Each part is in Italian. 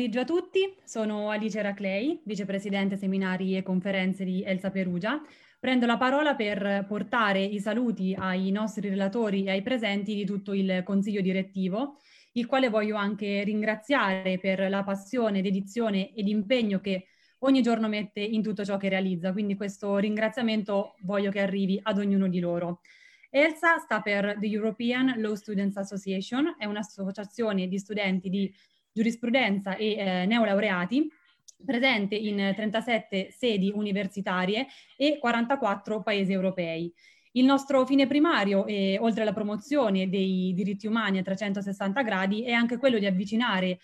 pomeriggio a tutti, sono Alice Raclei, vicepresidente seminari e conferenze di Elsa Perugia. Prendo la parola per portare i saluti ai nostri relatori e ai presenti di tutto il Consiglio direttivo, il quale voglio anche ringraziare per la passione, dedizione ed impegno che ogni giorno mette in tutto ciò che realizza. Quindi questo ringraziamento voglio che arrivi ad ognuno di loro. ELSA sta per The European Law Students Association, è un'associazione di studenti di giurisprudenza e neolaureati, presente in 37 sedi universitarie e 44 paesi europei. Il nostro fine primario, oltre alla promozione dei diritti umani a 360 gradi, è anche quello di avvicinare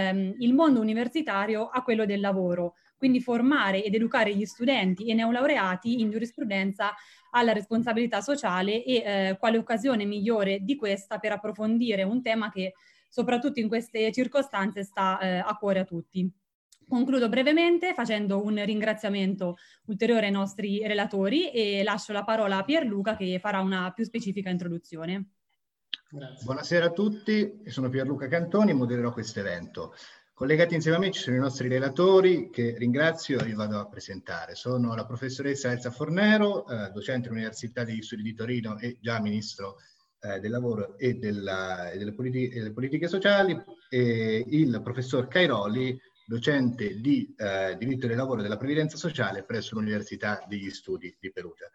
il mondo universitario a quello del lavoro, quindi formare ed educare gli studenti e neolaureati in giurisprudenza alla responsabilità sociale e quale occasione migliore di questa per approfondire un tema che soprattutto in queste circostanze sta a cuore a tutti. Concludo brevemente facendo un ringraziamento ulteriore ai nostri relatori e lascio la parola a Pierluca che farà una più specifica introduzione. Grazie. Buonasera a tutti, sono Pierluca Cantoni e modererò questo evento. Collegati insieme a me ci sono i nostri relatori che ringrazio e vi vado a presentare. Sono la professoressa Elsa Fornero, docente all'Università degli Studi di Torino e già ministro del lavoro e delle politiche sociali, e il professor Cairoli, docente di diritto del lavoro e della previdenza sociale presso l'Università degli Studi di Perugia.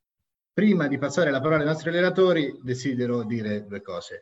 Prima di passare la parola ai nostri relatori, desidero dire due cose.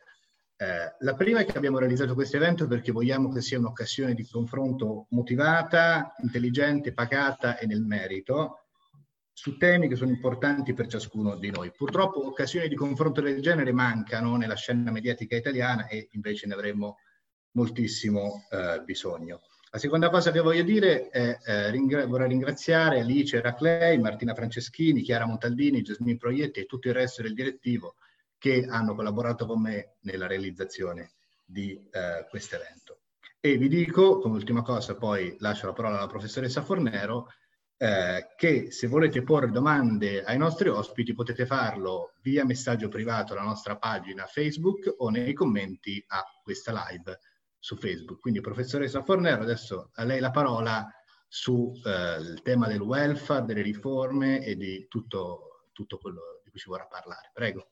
La prima è che abbiamo realizzato questo evento perché vogliamo che sia un'occasione di confronto motivata, intelligente, pacata e nel merito, su temi che sono importanti per ciascuno di noi. Purtroppo occasioni di confronto del genere mancano nella scena mediatica italiana e invece ne avremmo moltissimo bisogno. La seconda cosa che voglio dire è vorrei ringraziare Alice Raclei, Martina Franceschini, Chiara Montaldini, Jasmine Proietti e tutto il resto del direttivo che hanno collaborato con me nella realizzazione di questo evento. E vi dico, come ultima cosa, poi lascio la parola alla professoressa Fornero, che se volete porre domande ai nostri ospiti potete farlo via messaggio privato alla nostra pagina Facebook o nei commenti a questa live su Facebook. Quindi professoressa Fornero, adesso a lei la parola sul tema del welfare, delle riforme e di tutto quello di cui ci vorrà parlare. Prego.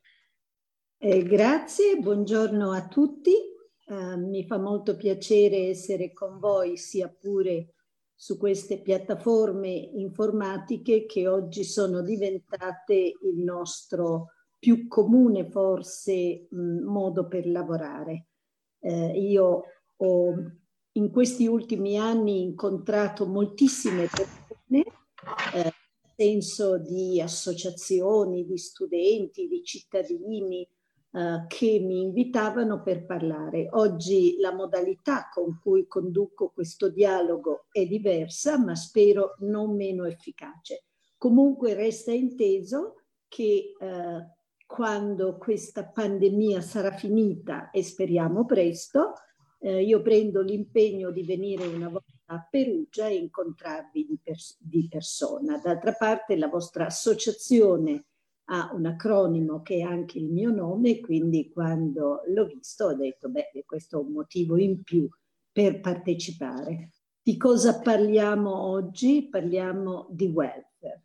Grazie, buongiorno a tutti. Mi fa molto piacere essere con voi, sia pure su queste piattaforme informatiche che oggi sono diventate il nostro più comune, forse, modo per lavorare. Io ho in questi ultimi anni incontrato moltissime persone, nel senso di associazioni, di studenti, di cittadini, che mi invitavano per parlare. Oggi la modalità con cui conduco questo dialogo è diversa, ma spero non meno efficace. Comunque resta inteso che quando questa pandemia sarà finita, e speriamo presto, io prendo l'impegno di venire una volta a Perugia e incontrarvi di persona. D'altra parte la vostra associazione ha un acronimo che è anche il mio nome, quindi quando l'ho visto ho detto, beh, questo è un motivo in più per partecipare. Di cosa parliamo oggi? Parliamo di welfare.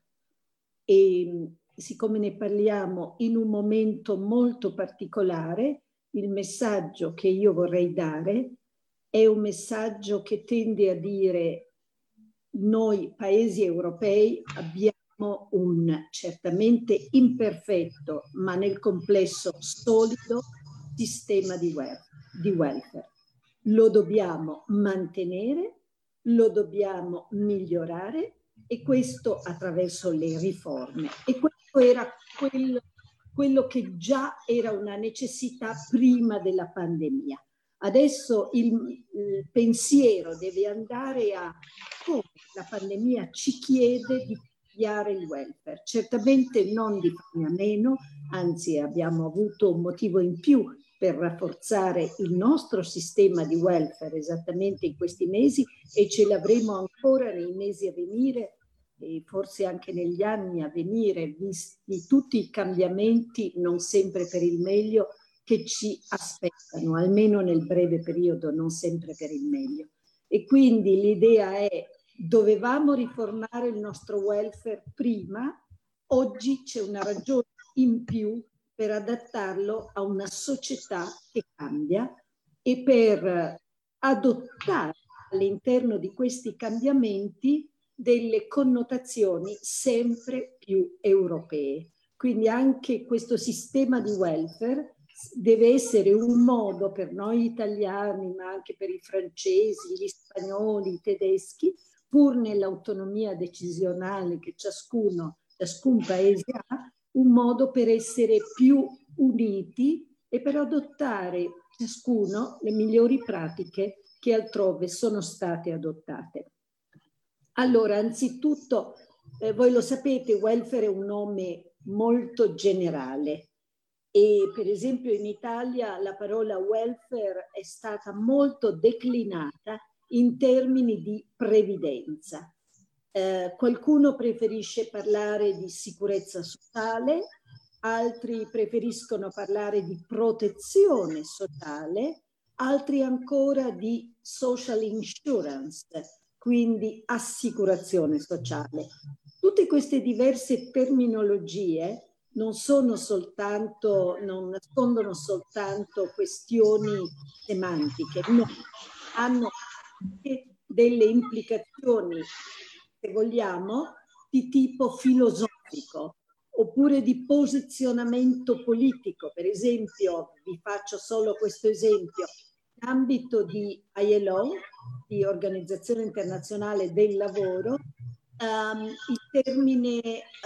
E siccome ne parliamo in un momento molto particolare, il messaggio che io vorrei dare è un messaggio che tende a dire: noi paesi europei abbiamo un certamente imperfetto, ma nel complesso solido sistema di welfare. Lo dobbiamo mantenere, lo dobbiamo migliorare, e questo attraverso le riforme. E questo era quello che già era una necessità prima della pandemia. Adesso il pensiero deve andare a come la pandemia ci chiede di cambiare il welfare. Certamente non di farne a meno, anzi abbiamo avuto un motivo in più per rafforzare il nostro sistema di welfare esattamente in questi mesi, e ce l'avremo ancora nei mesi a venire e forse anche negli anni a venire, visti tutti i cambiamenti, non sempre per il meglio, che ci aspettano, almeno nel breve periodo, non sempre per il meglio. E quindi l'idea è: dovevamo riformare il nostro welfare prima, oggi c'è una ragione in più per adattarlo a una società che cambia e per adottare all'interno di questi cambiamenti delle connotazioni sempre più europee. Quindi anche questo sistema di welfare deve essere un modo per noi italiani, ma anche per i francesi, gli spagnoli, i tedeschi, pur nell'autonomia decisionale che ciascun paese ha, un modo per essere più uniti e per adottare ciascuno le migliori pratiche che altrove sono state adottate. Allora, anzitutto, voi lo sapete, welfare è un nome molto generale e per esempio in Italia la parola welfare è stata molto declinata in termini di previdenza. Qualcuno preferisce parlare di sicurezza sociale, altri preferiscono parlare di protezione sociale, altri ancora di social insurance, quindi assicurazione sociale. Tutte queste diverse terminologie non nascondono soltanto questioni semantiche, no, hanno anche delle implicazioni, se vogliamo, di tipo filosofico oppure di posizionamento politico. Per esempio, vi faccio solo questo esempio, in ambito di ILO, di Organizzazione Internazionale del Lavoro, il termine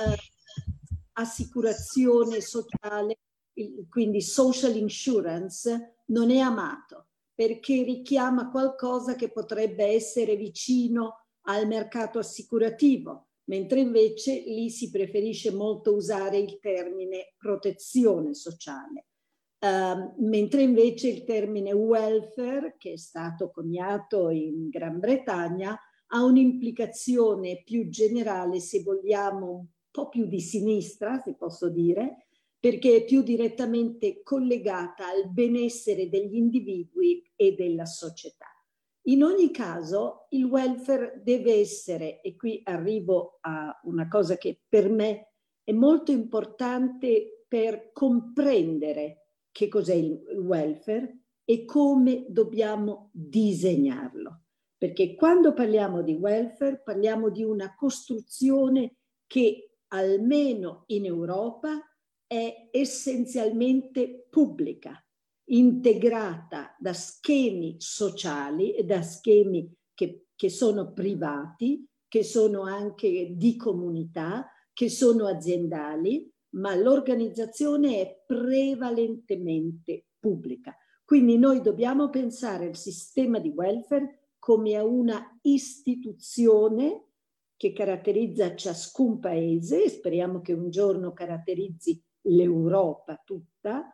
assicurazione sociale, quindi social insurance, non è amato perché richiama qualcosa che potrebbe essere vicino al mercato assicurativo, mentre invece lì si preferisce molto usare il termine protezione sociale. Mentre invece il termine welfare, che è stato coniato in Gran Bretagna, ha un'implicazione più generale, se vogliamo, un po' più di sinistra, se posso dire, perché è più direttamente collegata al benessere degli individui e della società. In ogni caso, il welfare deve essere, e qui arrivo a una cosa che per me è molto importante per comprendere che cos'è il welfare e come dobbiamo disegnarlo. Perché quando parliamo di welfare parliamo di una costruzione che almeno in Europa è essenzialmente pubblica, integrata da schemi sociali e da schemi che sono privati, che sono anche di comunità, che sono aziendali, ma l'organizzazione è prevalentemente pubblica. Quindi noi dobbiamo pensare al sistema di welfare come a una istituzione che caratterizza ciascun paese, e speriamo che un giorno caratterizzi l'Europa tutta,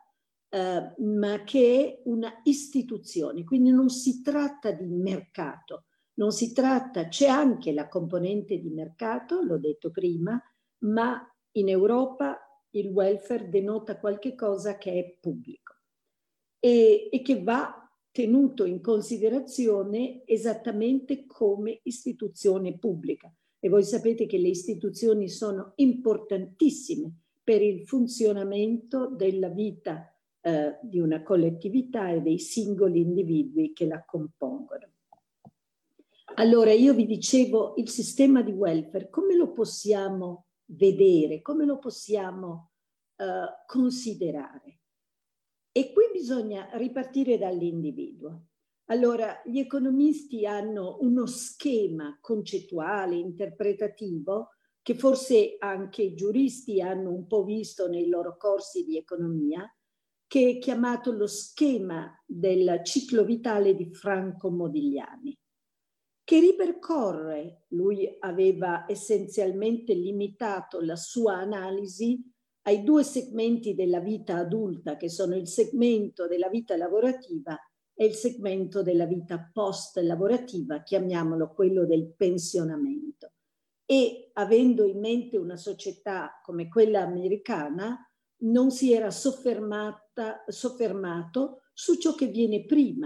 ma che è una istituzione. Quindi non si tratta di mercato, non si tratta, c'è anche la componente di mercato, l'ho detto prima, ma in Europa il welfare denota qualche cosa che è pubblico e che va tenuto in considerazione esattamente come istituzione pubblica. E voi sapete che le istituzioni sono importantissime per il funzionamento della vita di una collettività e dei singoli individui che la compongono. Allora, io vi dicevo, il sistema di welfare, come lo possiamo vedere, come lo possiamo considerare? E qui bisogna ripartire dall'individuo. Allora, gli economisti hanno uno schema concettuale, interpretativo, che forse anche i giuristi hanno un po' visto nei loro corsi di economia, che è chiamato lo schema del ciclo vitale di Franco Modigliani, che ripercorre, lui aveva essenzialmente limitato la sua analisi ai due segmenti della vita adulta, che sono il segmento della vita lavorativa e il segmento della vita post-lavorativa, chiamiamolo quello del pensionamento. E avendo in mente una società come quella americana, non si era soffermato su ciò che viene prima,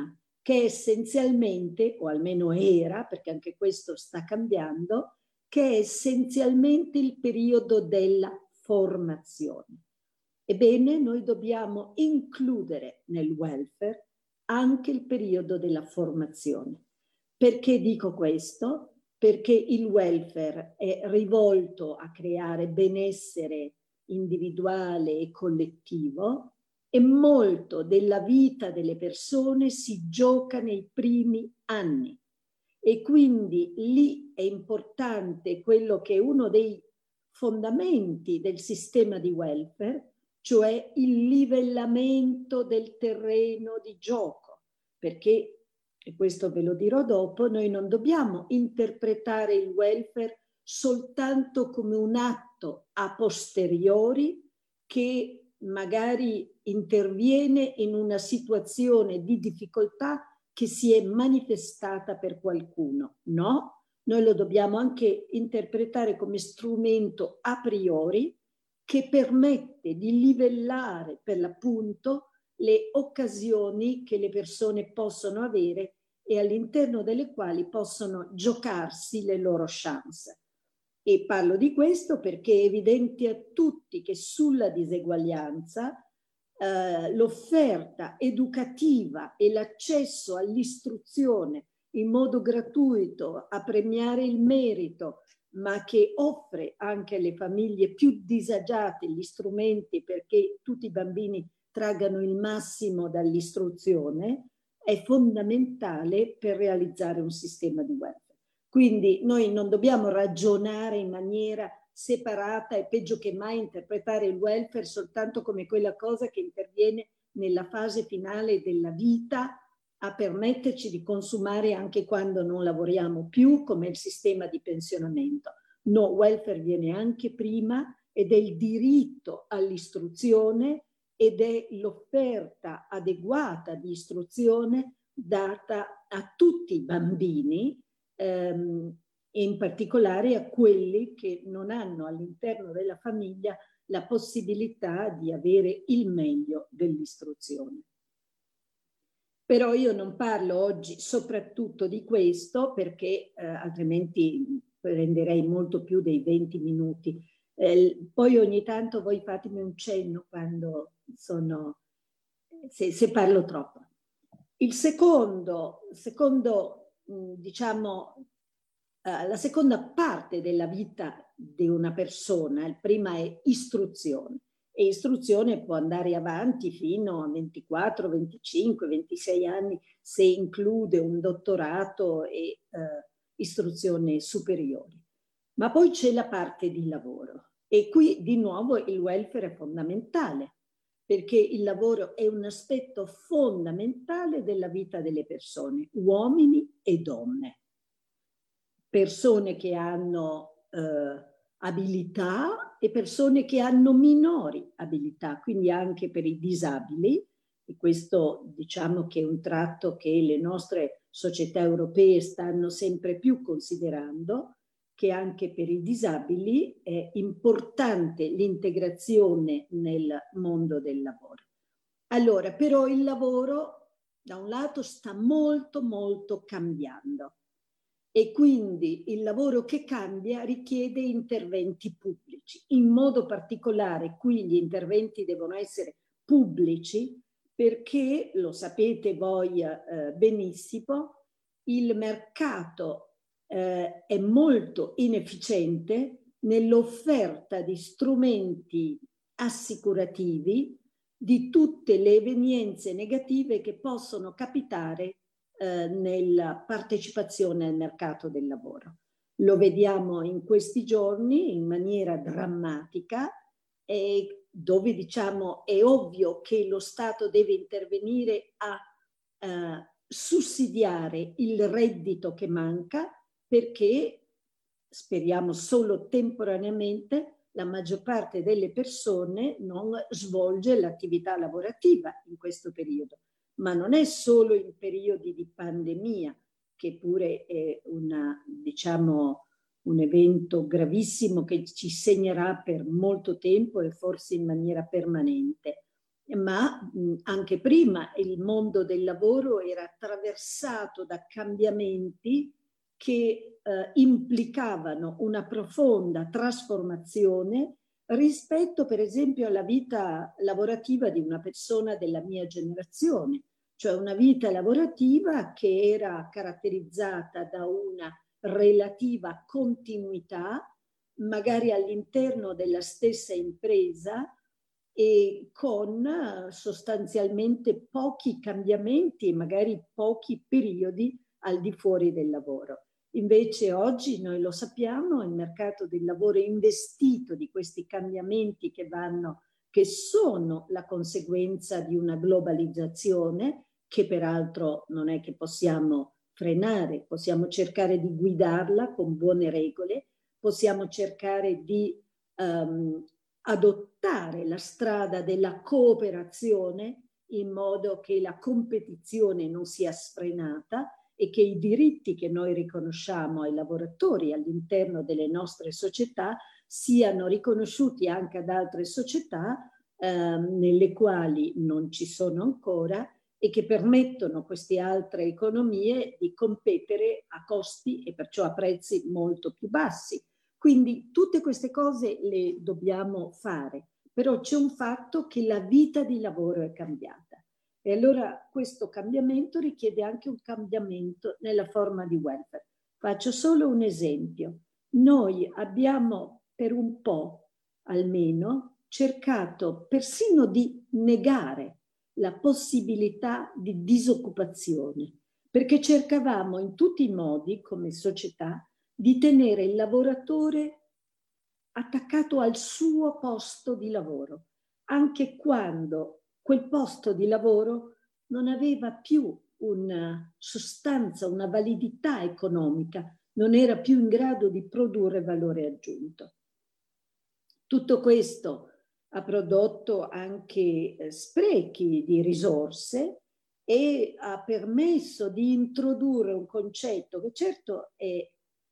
che essenzialmente, o almeno era, perché anche questo sta cambiando, che è essenzialmente il periodo della formazione. Ebbene, noi dobbiamo includere nel welfare anche il periodo della formazione. Perché dico questo? Perché il welfare è rivolto a creare benessere individuale e collettivo, e molto della vita delle persone si gioca nei primi anni. E quindi lì è importante quello che è uno dei fondamenti del sistema di welfare, cioè il livellamento del terreno di gioco, perché, e questo ve lo dirò dopo, noi non dobbiamo interpretare il welfare soltanto come un atto a posteriori che magari interviene in una situazione di difficoltà che si è manifestata per qualcuno. No, noi lo dobbiamo anche interpretare come strumento a priori che permette di livellare per l'appunto le occasioni che le persone possono avere e all'interno delle quali possono giocarsi le loro chance. E parlo di questo perché è evidente a tutti che sulla diseguaglianza l'offerta educativa e l'accesso all'istruzione in modo gratuito a premiare il merito, ma che offre anche alle famiglie più disagiate gli strumenti perché tutti i bambini traggano il massimo dall'istruzione, è fondamentale per realizzare un sistema di welfare. Quindi noi non dobbiamo ragionare in maniera separata e peggio che mai interpretare il welfare soltanto come quella cosa che interviene nella fase finale della vita a permetterci di consumare anche quando non lavoriamo più, come il sistema di pensionamento. No, welfare viene anche prima ed è il diritto all'istruzione ed è l'offerta adeguata di istruzione data a tutti i bambini, in particolare a quelli che non hanno all'interno della famiglia la possibilità di avere il meglio dell'istruzione. Però io non parlo oggi soprattutto di questo perché altrimenti prenderei molto più dei 20 minuti. Poi ogni tanto voi fatemi un cenno quando sono, se parlo troppo. Il secondo diciamo, la seconda parte della vita di una persona, il prima è istruzione, e istruzione può andare avanti fino a 24, 25, 26 anni se include un dottorato e istruzione superiore. Ma poi c'è la parte di lavoro e qui di nuovo il welfare è fondamentale, perché il lavoro è un aspetto fondamentale della vita delle persone, uomini e donne. Persone che hanno abilità e persone che hanno minori abilità, quindi anche per i disabili, e questo diciamo che è un tratto che le nostre società europee stanno sempre più considerando, che anche per i disabili è importante l'integrazione nel mondo del lavoro. Allora, però il lavoro da un lato sta molto cambiando e quindi il lavoro che cambia richiede interventi pubblici. In modo particolare qui gli interventi devono essere pubblici perché, lo sapete voi benissimo, il mercato è molto inefficiente nell'offerta di strumenti assicurativi di tutte le evenienze negative che possono capitare nella partecipazione al mercato del lavoro. Lo vediamo in questi giorni in maniera drammatica e dove diciamo è ovvio che lo Stato deve intervenire a sussidiare il reddito che manca perché, speriamo solo temporaneamente, la maggior parte delle persone non svolge l'attività lavorativa in questo periodo. Ma non è solo in periodi di pandemia, che pure è diciamo, un evento gravissimo che ci segnerà per molto tempo e forse in maniera permanente. ma anche prima il mondo del lavoro era attraversato da cambiamenti che implicavano una profonda trasformazione rispetto, per esempio, alla vita lavorativa di una persona della mia generazione, cioè una vita lavorativa che era caratterizzata da una relativa continuità, magari all'interno della stessa impresa, e con sostanzialmente pochi cambiamenti e magari pochi periodi al di fuori del lavoro. Invece oggi noi lo sappiamo, il mercato del lavoro è investito di questi cambiamenti che sono la conseguenza di una globalizzazione che peraltro non è che possiamo frenare, possiamo cercare di guidarla con buone regole, possiamo cercare di adottare la strada della cooperazione in modo che la competizione non sia sfrenata e che i diritti che noi riconosciamo ai lavoratori all'interno delle nostre società siano riconosciuti anche ad altre società nelle quali non ci sono ancora e che permettono a queste altre economie di competere a costi e perciò a prezzi molto più bassi. Quindi tutte queste cose le dobbiamo fare, però c'è un fatto che la vita di lavoro è cambiata. E allora questo cambiamento richiede anche un cambiamento nella forma di welfare. Faccio solo un esempio. Noi abbiamo per un po' almeno cercato persino di negare la possibilità di disoccupazione, perché cercavamo in tutti i modi come società di tenere il lavoratore attaccato al suo posto di lavoro, anche quando quel posto di lavoro non aveva più una sostanza, una validità economica, non era più in grado di produrre valore aggiunto. Tutto questo ha prodotto anche sprechi di risorse e ha permesso di introdurre un concetto che certo è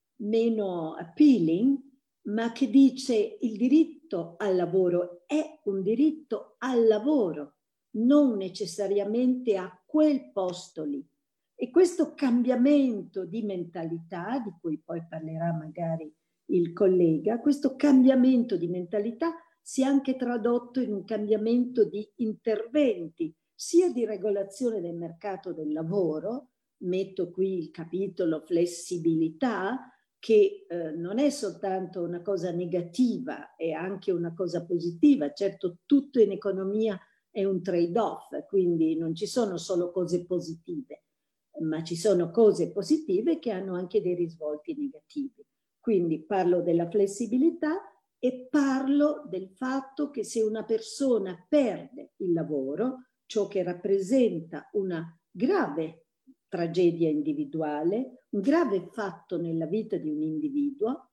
meno appealing, ma che dice il diritto al lavoro è un diritto al lavoro, non necessariamente a quel posto lì. E questo cambiamento di mentalità, di cui poi parlerà magari il collega, questo cambiamento di mentalità si è anche tradotto in un cambiamento di interventi, sia di regolazione del mercato del lavoro, metto qui il capitolo flessibilità, che non è soltanto una cosa negativa, è anche una cosa positiva. Certo, tutto in economia è un trade-off, quindi non ci sono solo cose positive, ma ci sono cose positive che hanno anche dei risvolti negativi. Quindi parlo della flessibilità e parlo del fatto che se una persona perde il lavoro, ciò che rappresenta una grave tragedia individuale, un grave fatto nella vita di un individuo,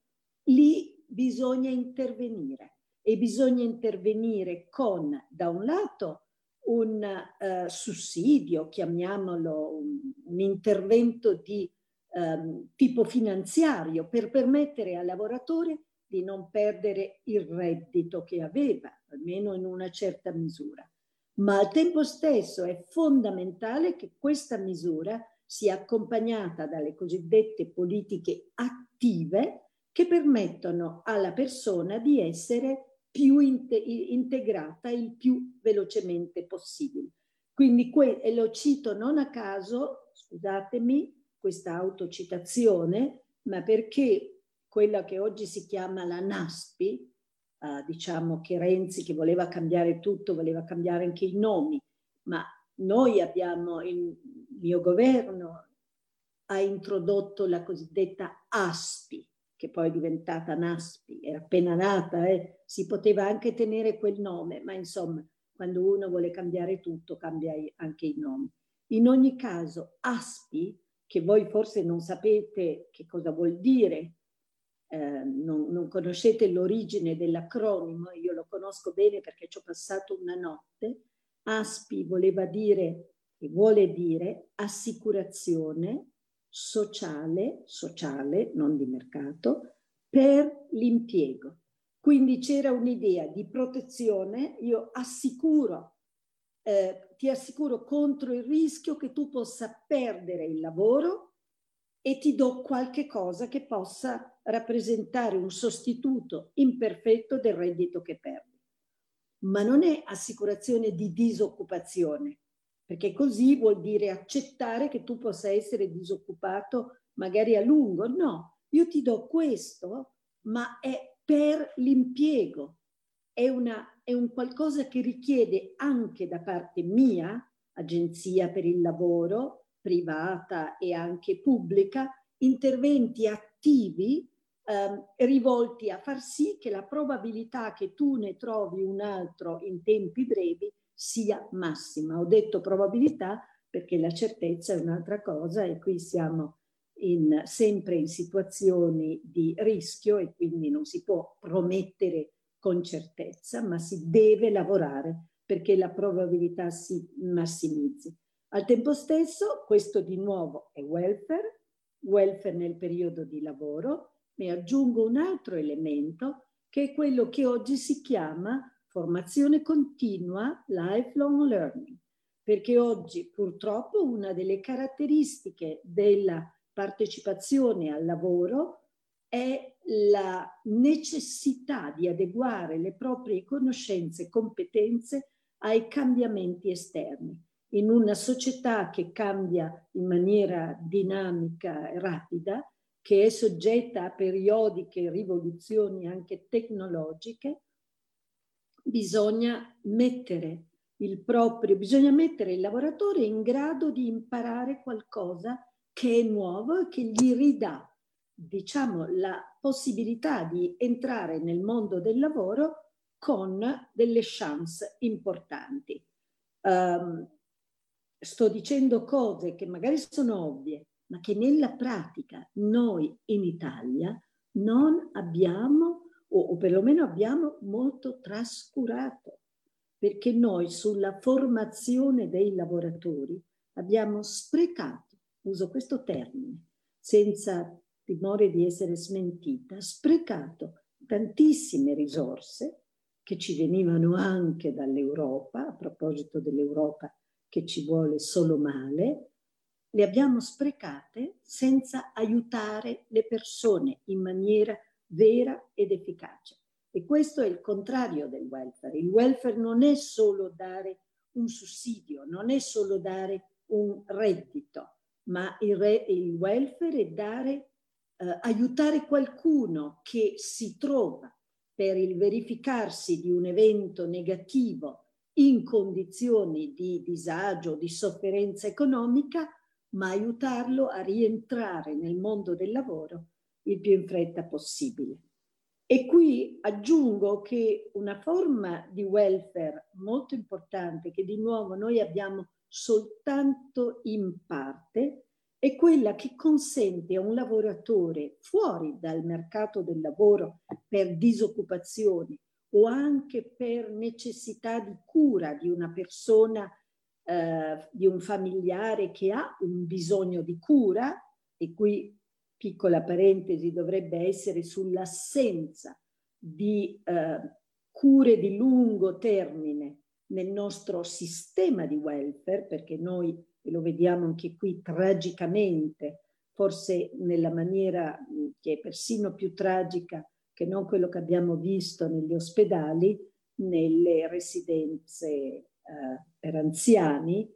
lì bisogna intervenire e bisogna intervenire con, da un lato, un sussidio, chiamiamolo un intervento di tipo finanziario per permettere al lavoratore di non perdere il reddito che aveva, almeno in una certa misura. Ma al tempo stesso è fondamentale che questa misura sia accompagnata dalle cosiddette politiche attive che permettono alla persona di essere più integrata il più velocemente possibile. Quindi, e lo cito non a caso, scusatemi questa autocitazione, ma perché quella che oggi si chiama la NASPI, diciamo che Renzi, che voleva cambiare tutto, voleva cambiare anche i nomi, ma noi abbiamo, il mio governo ha introdotto la cosiddetta ASPI, che poi è diventata NASPI, era appena nata, si poteva anche tenere quel nome, ma insomma, quando uno vuole cambiare tutto, cambia anche i nomi. In ogni caso, ASPI, che voi forse non sapete che cosa vuol dire, non conoscete l'origine dell'acronimo, io lo conosco bene perché ci ho passato una notte. ASPI voleva dire e vuole dire assicurazione sociale, non di mercato, per l'impiego. Quindi c'era un'idea di protezione, io assicuro ti assicuro contro il rischio che tu possa perdere il lavoro e ti do qualche cosa che possa rappresentare un sostituto imperfetto del reddito che perdi. Ma non è assicurazione di disoccupazione, perché così vuol dire accettare che tu possa essere disoccupato magari a lungo. No, io ti do questo, ma è per l'impiego. È un qualcosa che richiede anche da parte mia, agenzia per il lavoro, privata e anche pubblica, interventi attivi rivolti a far sì che la probabilità che tu ne trovi un altro in tempi brevi sia massima. Ho detto probabilità perché la certezza è un'altra cosa e qui siamo sempre in situazioni di rischio e quindi non si può promettere con certezza, ma si deve lavorare perché la probabilità si massimizzi. Al tempo stesso, questo di nuovo è welfare nel periodo di lavoro, e aggiungo un altro elemento che è quello che oggi si chiama formazione continua, lifelong learning, perché oggi purtroppo una delle caratteristiche della partecipazione al lavoro è la necessità di adeguare le proprie conoscenze e competenze ai cambiamenti esterni. In una società che cambia in maniera dinamica e rapida, che è soggetta a periodiche rivoluzioni anche tecnologiche, bisogna mettere il lavoratore in grado di imparare qualcosa che è nuovo e che gli ridà, diciamo, la possibilità di entrare nel mondo del lavoro con delle chance importanti. Sto dicendo cose che magari sono ovvie, ma che nella pratica noi in Italia non abbiamo, o perlomeno abbiamo molto trascurato, perché noi sulla formazione dei lavoratori abbiamo sprecato, uso questo termine, senza timore di essere smentita, sprecato tantissime risorse che ci venivano anche dall'Europa, a proposito dell'Europa che ci vuole solo male, le abbiamo sprecate senza aiutare le persone in maniera vera ed efficace. E questo è il contrario del welfare. Il welfare non è solo dare un sussidio, non è solo dare un reddito, ma il welfare è dare, aiutare qualcuno che si trova per il verificarsi di un evento negativo in condizioni di disagio, di sofferenza economica, ma aiutarlo a rientrare nel mondo del lavoro il più in fretta possibile. E qui aggiungo che una forma di welfare molto importante, che di nuovo noi abbiamo soltanto in parte, è quella che consente a un lavoratore fuori dal mercato del lavoro per disoccupazione o anche per necessità di cura di una persona, di un familiare che ha un bisogno di cura, e qui piccola parentesi dovrebbe essere sull'assenza di cure di lungo termine nel nostro sistema di welfare, perché noi, e lo vediamo anche qui tragicamente, forse nella maniera che è persino più tragica che non quello che abbiamo visto negli ospedali, nelle residenze per anziani,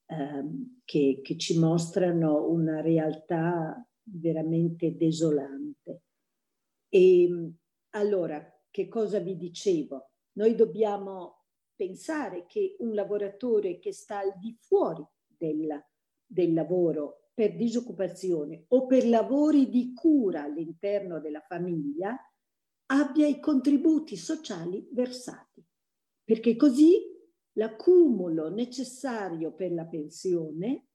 che ci mostrano una realtà veramente desolante. E allora, che cosa vi dicevo? Noi dobbiamo pensare che un lavoratore che sta al di fuori del lavoro per disoccupazione o per lavori di cura all'interno della famiglia abbia i contributi sociali versati, perché così l'accumulo necessario per la pensione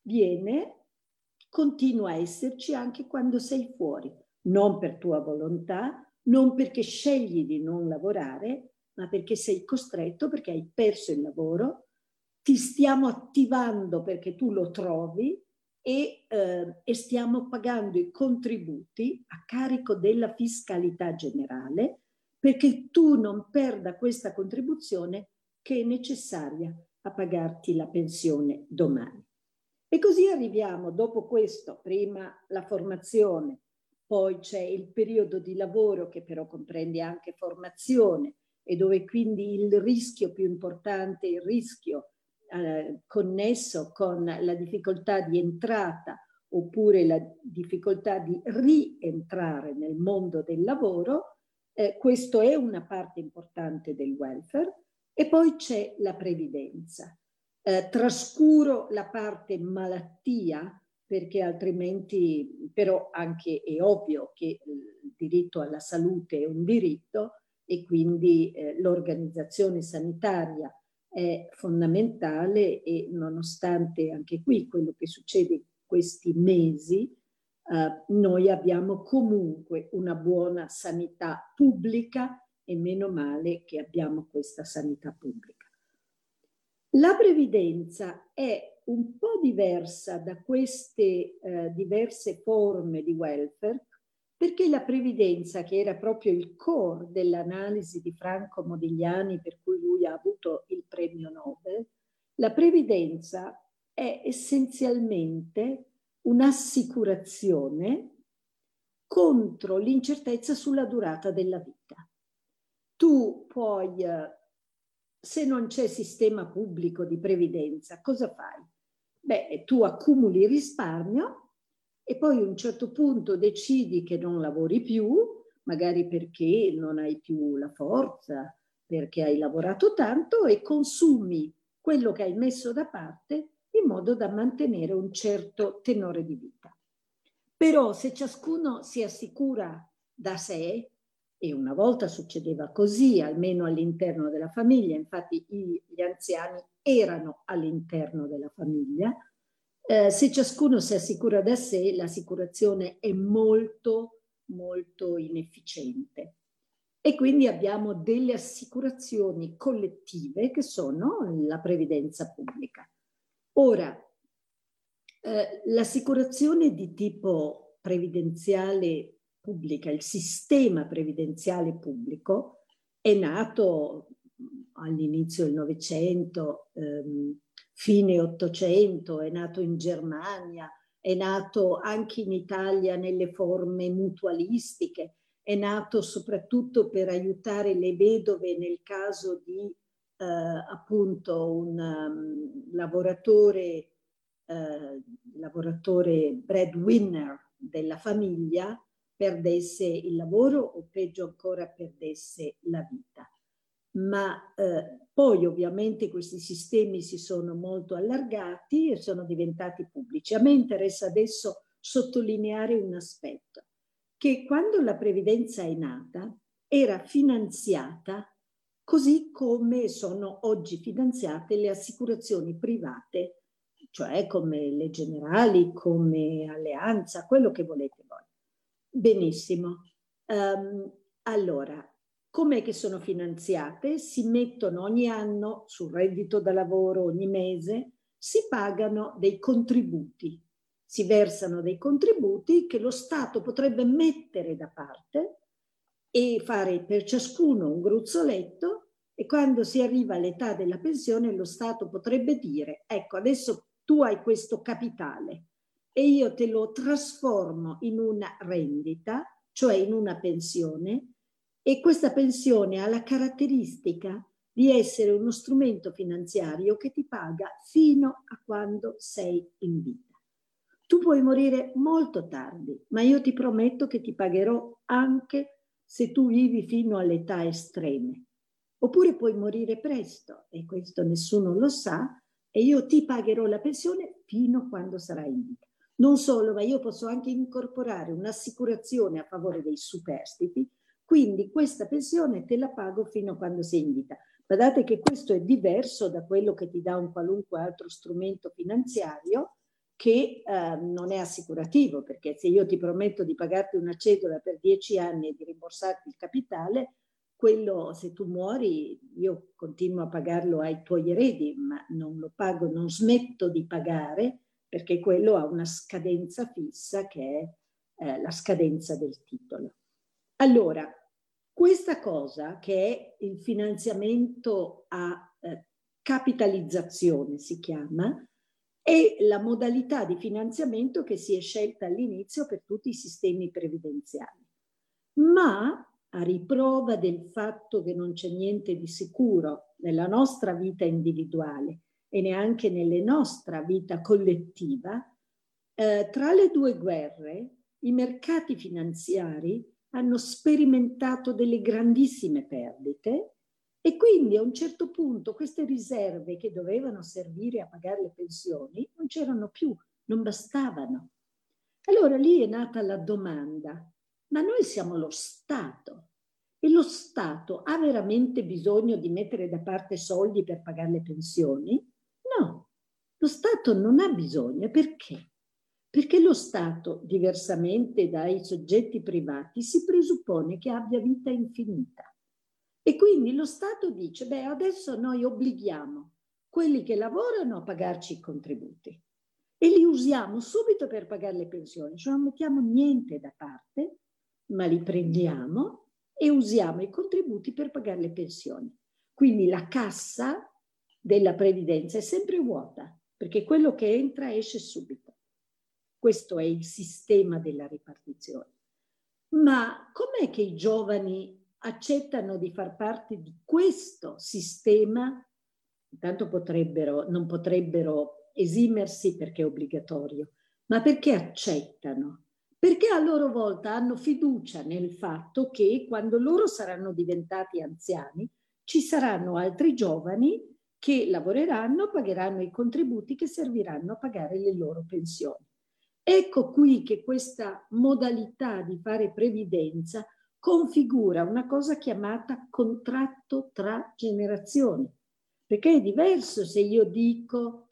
continua a esserci anche quando sei fuori, non per tua volontà, non perché scegli di non lavorare, ma perché sei costretto, perché hai perso il lavoro, ti stiamo attivando perché tu lo trovi e stiamo pagando i contributi a carico della fiscalità generale perché tu non perda questa contribuzione che è necessaria a pagarti la pensione domani. E così arriviamo, dopo questo, prima la formazione, poi c'è il periodo di lavoro che però comprende anche formazione e dove quindi il rischio più importante, il rischio connesso con la difficoltà di entrata oppure la difficoltà di rientrare nel mondo del lavoro, questo è una parte importante del welfare. E poi c'è la previdenza. Trascuro la parte malattia perché altrimenti però anche è ovvio che il diritto alla salute è un diritto e quindi l'organizzazione sanitaria è fondamentale e nonostante anche qui quello che succede in questi mesi, noi abbiamo comunque una buona sanità pubblica e meno male che abbiamo questa sanità pubblica. La previdenza è un po' diversa da queste diverse forme di welfare perché la previdenza, che era proprio il core dell'analisi di Franco Modigliani per cui lui ha avuto il premio Nobel, la previdenza è essenzialmente un'assicurazione contro l'incertezza sulla durata della vita. Tu puoi, se non c'è sistema pubblico di previdenza, cosa fai? Beh, tu accumuli risparmio e poi a un certo punto decidi che non lavori più, magari perché non hai più la forza, perché hai lavorato tanto e consumi quello che hai messo da parte in modo da mantenere un certo tenore di vita. Però se ciascuno si assicura da sé, e una volta succedeva così, almeno all'interno della famiglia, infatti gli anziani erano all'interno della famiglia, se ciascuno si assicura da sé, l'assicurazione è molto, molto inefficiente. E quindi abbiamo delle assicurazioni collettive che sono la previdenza pubblica. Ora, l'assicurazione di tipo previdenziale pubblica, il sistema previdenziale pubblico, è nato all'inizio del Novecento, fine Ottocento, è nato in Germania, è nato anche in Italia nelle forme mutualistiche, è nato soprattutto per aiutare le vedove nel caso di appunto un lavoratore breadwinner della famiglia perdesse il lavoro o peggio ancora perdesse la vita. Ma poi ovviamente questi sistemi si sono molto allargati e sono diventati pubblici. A me interessa adesso sottolineare un aspetto, che quando la previdenza è nata era finanziata così come sono oggi finanziate le assicurazioni private, cioè come le Generali, come Alleanza, quello che volete voi. Benissimo. Allora, com'è che sono finanziate? Si mettono ogni anno sul reddito da lavoro, ogni mese, si pagano dei contributi, si versano dei contributi che lo Stato potrebbe mettere da parte e fare per ciascuno un gruzzoletto e quando si arriva all'età della pensione lo Stato potrebbe dire: ecco, adesso tu hai questo capitale e io te lo trasformo in una rendita, cioè in una pensione, e questa pensione ha la caratteristica di essere uno strumento finanziario che ti paga fino a quando sei in vita. Tu puoi morire molto tardi, ma io ti prometto che ti pagherò anche se tu vivi fino all'età estreme. Oppure puoi morire presto, e questo nessuno lo sa, e io ti pagherò la pensione fino a quando sarai in vita. Non solo, ma io posso anche incorporare un'assicurazione a favore dei superstiti, quindi questa pensione te la pago fino a quando sei in vita. Guardate che questo è diverso da quello che ti dà un qualunque altro strumento finanziario che non è assicurativo, perché se io ti prometto di pagarti una cedola per 10 anni e di rimborsarti il capitale, quello, se tu muori, io continuo a pagarlo ai tuoi eredi, ma non lo pago, non smetto di pagare, perché quello ha una scadenza fissa che è la scadenza del titolo. Allora, questa cosa che è il finanziamento a capitalizzazione si chiama, è la modalità di finanziamento che si è scelta all'inizio per tutti i sistemi previdenziali. Ma a riprova del fatto che non c'è niente di sicuro nella nostra vita individuale e neanche nella nostra vita collettiva, tra le due guerre i mercati finanziari hanno sperimentato delle grandissime perdite e quindi a un certo punto queste riserve che dovevano servire a pagare le pensioni non c'erano più, non bastavano. Allora lì è nata la domanda: ma noi siamo lo Stato e lo Stato ha veramente bisogno di mettere da parte soldi per pagare le pensioni? No, lo Stato non ha bisogno. Perché? Perché lo Stato, diversamente dai soggetti privati, si presuppone che abbia vita infinita. E quindi lo Stato dice, beh, adesso noi obblighiamo quelli che lavorano a pagarci i contributi e li usiamo subito per pagare le pensioni, cioè non mettiamo niente da parte, ma li prendiamo e usiamo i contributi per pagare le pensioni. Quindi la cassa della previdenza è sempre vuota, perché quello che entra esce subito. Questo è il sistema della ripartizione. Ma com'è che i giovani accettano di far parte di questo sistema? Intanto non potrebbero esimersi perché è obbligatorio, ma perché accettano? Perché a loro volta hanno fiducia nel fatto che quando loro saranno diventati anziani ci saranno altri giovani che lavoreranno, pagheranno i contributi che serviranno a pagare le loro pensioni. Ecco qui che questa modalità di fare previdenza configura una cosa chiamata contratto tra generazioni, perché è diverso se io dico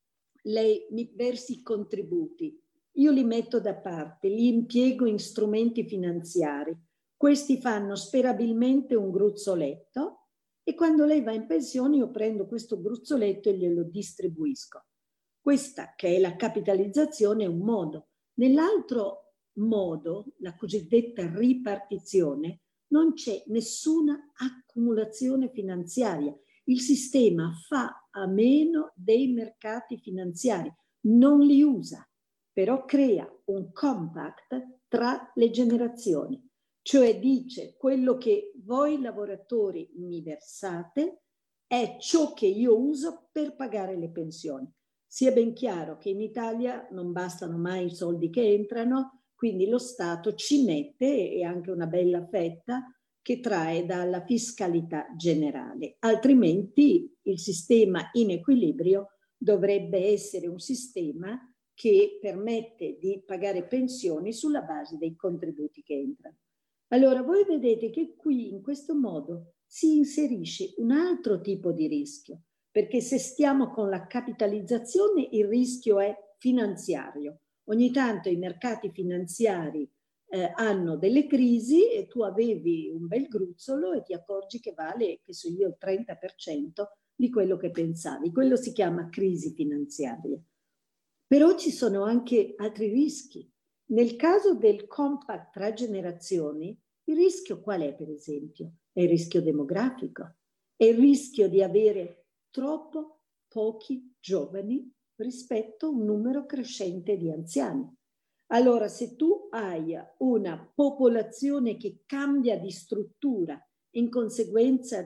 lei mi versi i contributi, io li metto da parte, li impiego in strumenti finanziari, questi fanno sperabilmente un gruzzoletto e quando lei va in pensione io prendo questo gruzzoletto e glielo distribuisco. Questa che è la capitalizzazione è un modo. Nell'altro modo, la cosiddetta ripartizione, non c'è nessuna accumulazione finanziaria. Il sistema fa a meno dei mercati finanziari, non li usa, però crea un compact tra le generazioni. Cioè dice quello che voi lavoratori mi versate è ciò che io uso per pagare le pensioni. Sia ben chiaro che in Italia non bastano mai i soldi che entrano, quindi lo Stato ci mette e anche una bella fetta che trae dalla fiscalità generale. Altrimenti il sistema in equilibrio dovrebbe essere un sistema che permette di pagare pensioni sulla base dei contributi che entrano. Allora voi vedete che qui in questo modo si inserisce un altro tipo di rischio, perché se stiamo con la capitalizzazione il rischio è finanziario. Ogni tanto i mercati finanziari hanno delle crisi e tu avevi un bel gruzzolo e ti accorgi che vale, che so io, il 30% di quello che pensavi. Quello si chiama crisi finanziaria. Però ci sono anche altri rischi. Nel caso del compact tra generazioni, il rischio qual è, per esempio? È il rischio demografico, è il rischio di avere troppo pochi giovani rispetto a un numero crescente di anziani. Allora, se tu hai una popolazione che cambia di struttura in conseguenza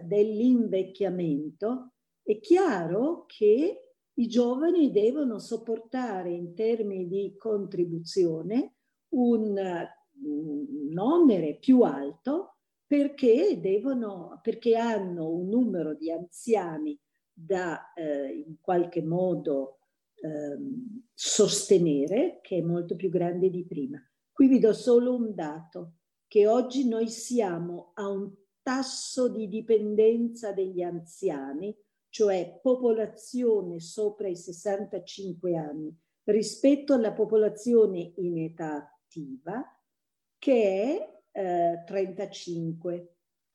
dell'invecchiamento, è chiaro che i giovani devono sopportare in termini di contribuzione un onere più alto perché hanno un numero di anziani da in qualche modo sostenere, che è molto più grande di prima. Qui vi do solo un dato, che oggi noi siamo a un tasso di dipendenza degli anziani, cioè popolazione sopra i 65 anni, rispetto alla popolazione in età attiva, che è 35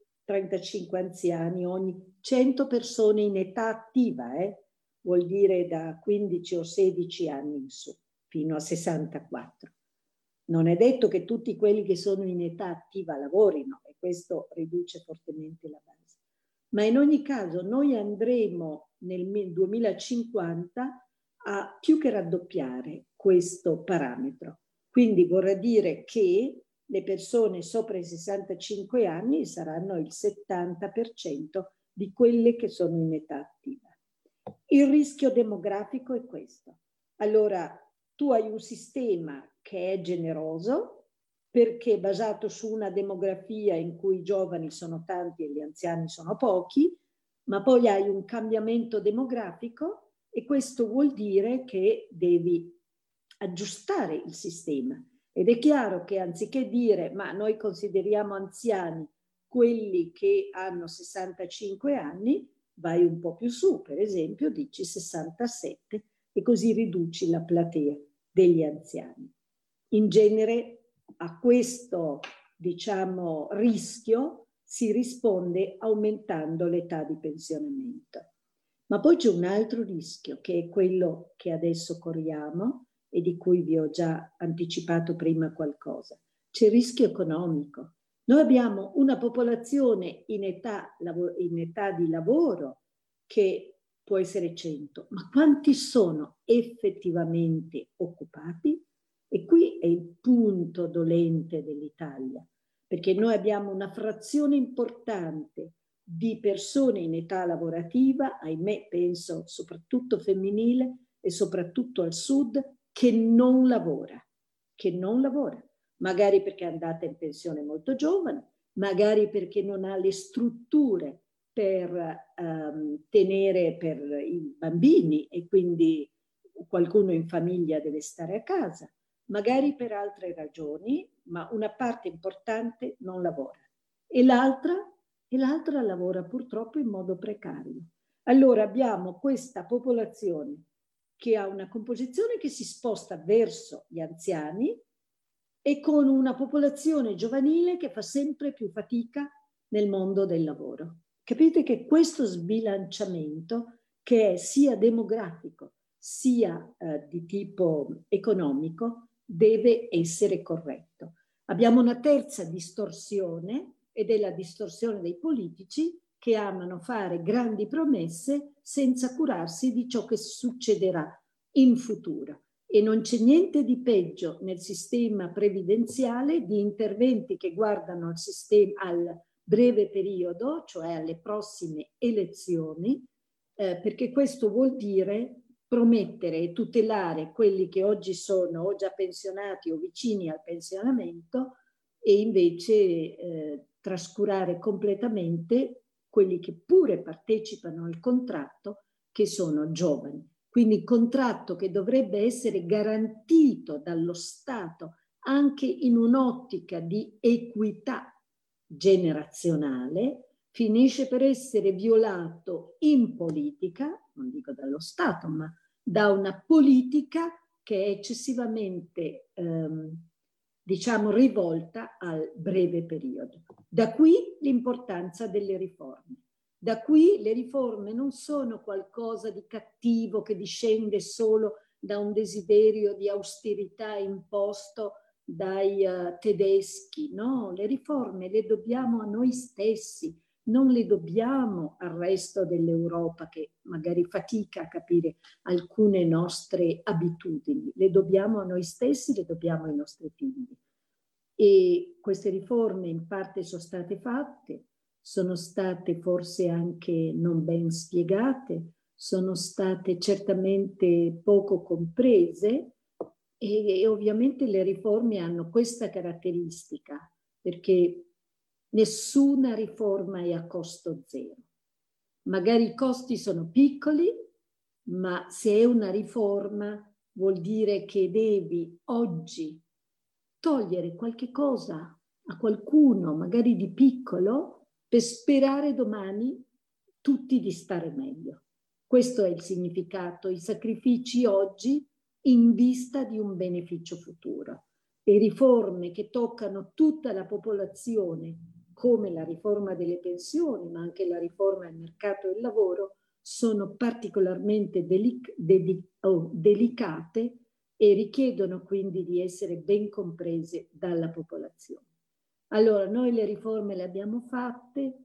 anziani ogni 100 persone in età attiva, vuol dire da 15 o 16 anni in su, fino a 64. Non è detto che tutti quelli che sono in età attiva lavorino e questo riduce fortemente la base. ma in ogni caso noi andremo nel 2050 a più che raddoppiare questo parametro. Quindi vorrà dire che le persone sopra i 65 anni saranno il 70% di quelle che sono in età attiva. Il rischio demografico è questo. Allora, tu hai un sistema che è generoso perché è basato su una demografia in cui i giovani sono tanti e gli anziani sono pochi, ma poi hai un cambiamento demografico e questo vuol dire che devi aggiustare il sistema. Ed è chiaro che anziché dire ma noi consideriamo anziani quelli che hanno 65 anni, vai un po' più su, per esempio dici 67 e così riduci la platea degli anziani. In genere a questo, diciamo, rischio si risponde aumentando l'età di pensionamento. Ma poi c'è un altro rischio che è quello che adesso corriamo e di cui vi ho già anticipato prima qualcosa. C'è il rischio economico. Noi abbiamo una popolazione in età di lavoro che può essere 100, ma quanti sono effettivamente occupati? E qui è il punto dolente dell'Italia, perché noi abbiamo una frazione importante di persone in età lavorativa, ahimè penso soprattutto femminile e soprattutto al sud, che non lavora, magari perché è andata in pensione molto giovane, magari perché non ha le strutture per tenere per i bambini e quindi qualcuno in famiglia deve stare a casa, magari per altre ragioni, ma una parte importante non lavora e l'altra lavora purtroppo in modo precario. Allora abbiamo questa popolazione che ha una composizione che si sposta verso gli anziani e con una popolazione giovanile che fa sempre più fatica nel mondo del lavoro. Capite che questo sbilanciamento, che è sia demografico sia di tipo economico, deve essere corretto. Abbiamo una terza distorsione ed è la distorsione dei politici che amano fare grandi promesse senza curarsi di ciò che succederà in futuro. E non c'è niente di peggio nel sistema previdenziale di interventi che guardano al sistema al breve periodo, cioè alle prossime elezioni, perché questo vuol dire promettere e tutelare quelli che oggi sono o già pensionati o vicini al pensionamento e invece trascurare completamente quelli che pure partecipano al contratto, che sono giovani. Quindi contratto che dovrebbe essere garantito dallo Stato anche in un'ottica di equità generazionale, finisce per essere violato in politica, non dico dallo Stato, ma da una politica che è eccessivamente, diciamo, rivolta al breve periodo. Da qui l'importanza delle riforme. Da qui le riforme non sono qualcosa di cattivo che discende solo da un desiderio di austerità imposto dai tedeschi, no? Le riforme le dobbiamo a noi stessi, non le dobbiamo al resto dell'Europa che magari fatica a capire alcune nostre abitudini, le dobbiamo a noi stessi, le dobbiamo ai nostri figli. E queste riforme in parte sono state fatte, sono state forse anche non ben spiegate, sono state certamente poco comprese e ovviamente le riforme hanno questa caratteristica perché nessuna riforma è a costo zero. Magari i costi sono piccoli, ma se è una riforma vuol dire che devi oggi togliere qualche cosa a qualcuno, magari di piccolo, per sperare domani tutti di stare meglio. Questo è il significato, i sacrifici oggi in vista di un beneficio futuro. Le riforme che toccano tutta la popolazione, come la riforma delle pensioni, ma anche la riforma del mercato del lavoro, sono particolarmente delicate e richiedono quindi di essere ben comprese dalla popolazione. Allora, noi le riforme le abbiamo fatte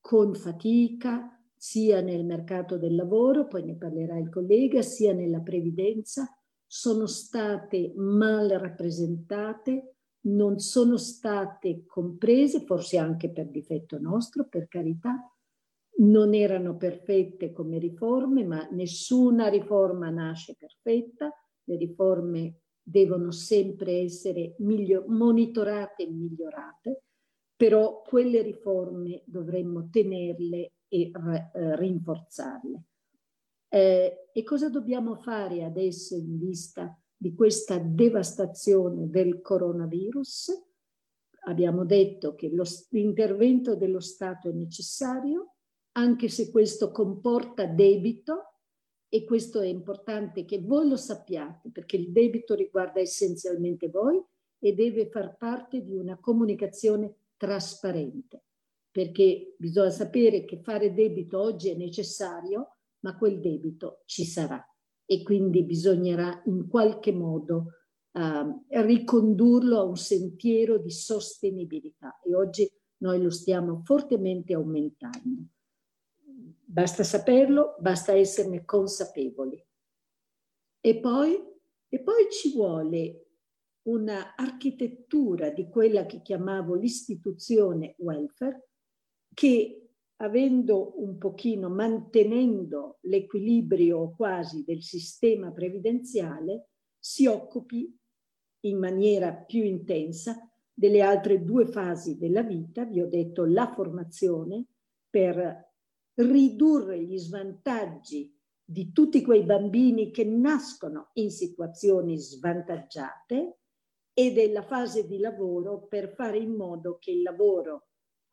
con fatica, sia nel mercato del lavoro, poi ne parlerà il collega, sia nella previdenza, sono state mal rappresentate, non sono state comprese, forse anche per difetto nostro, per carità, non erano perfette come riforme, ma nessuna riforma nasce perfetta, le riforme devono sempre essere monitorate e migliorate, però quelle riforme dovremmo tenerle e rinforzarle. E cosa dobbiamo fare adesso in vista di questa devastazione del coronavirus? Abbiamo detto che l'intervento dello Stato è necessario, anche se questo comporta debito, e questo è importante che voi lo sappiate, perché il debito riguarda essenzialmente voi e deve far parte di una comunicazione trasparente, perché bisogna sapere che fare debito oggi è necessario, ma quel debito ci sarà e quindi bisognerà in qualche modo ricondurlo a un sentiero di sostenibilità, e oggi noi lo stiamo fortemente aumentando. Basta saperlo, basta esserne consapevoli. E poi ci vuole una architettura di quella che chiamavo l'istituzione welfare, che avendo un pochino, mantenendo l'equilibrio quasi del sistema previdenziale, si occupi in maniera più intensa delle altre due fasi della vita. Vi ho detto la formazione per ridurre gli svantaggi di tutti quei bambini che nascono in situazioni svantaggiate, e della fase di lavoro per fare in modo che il lavoro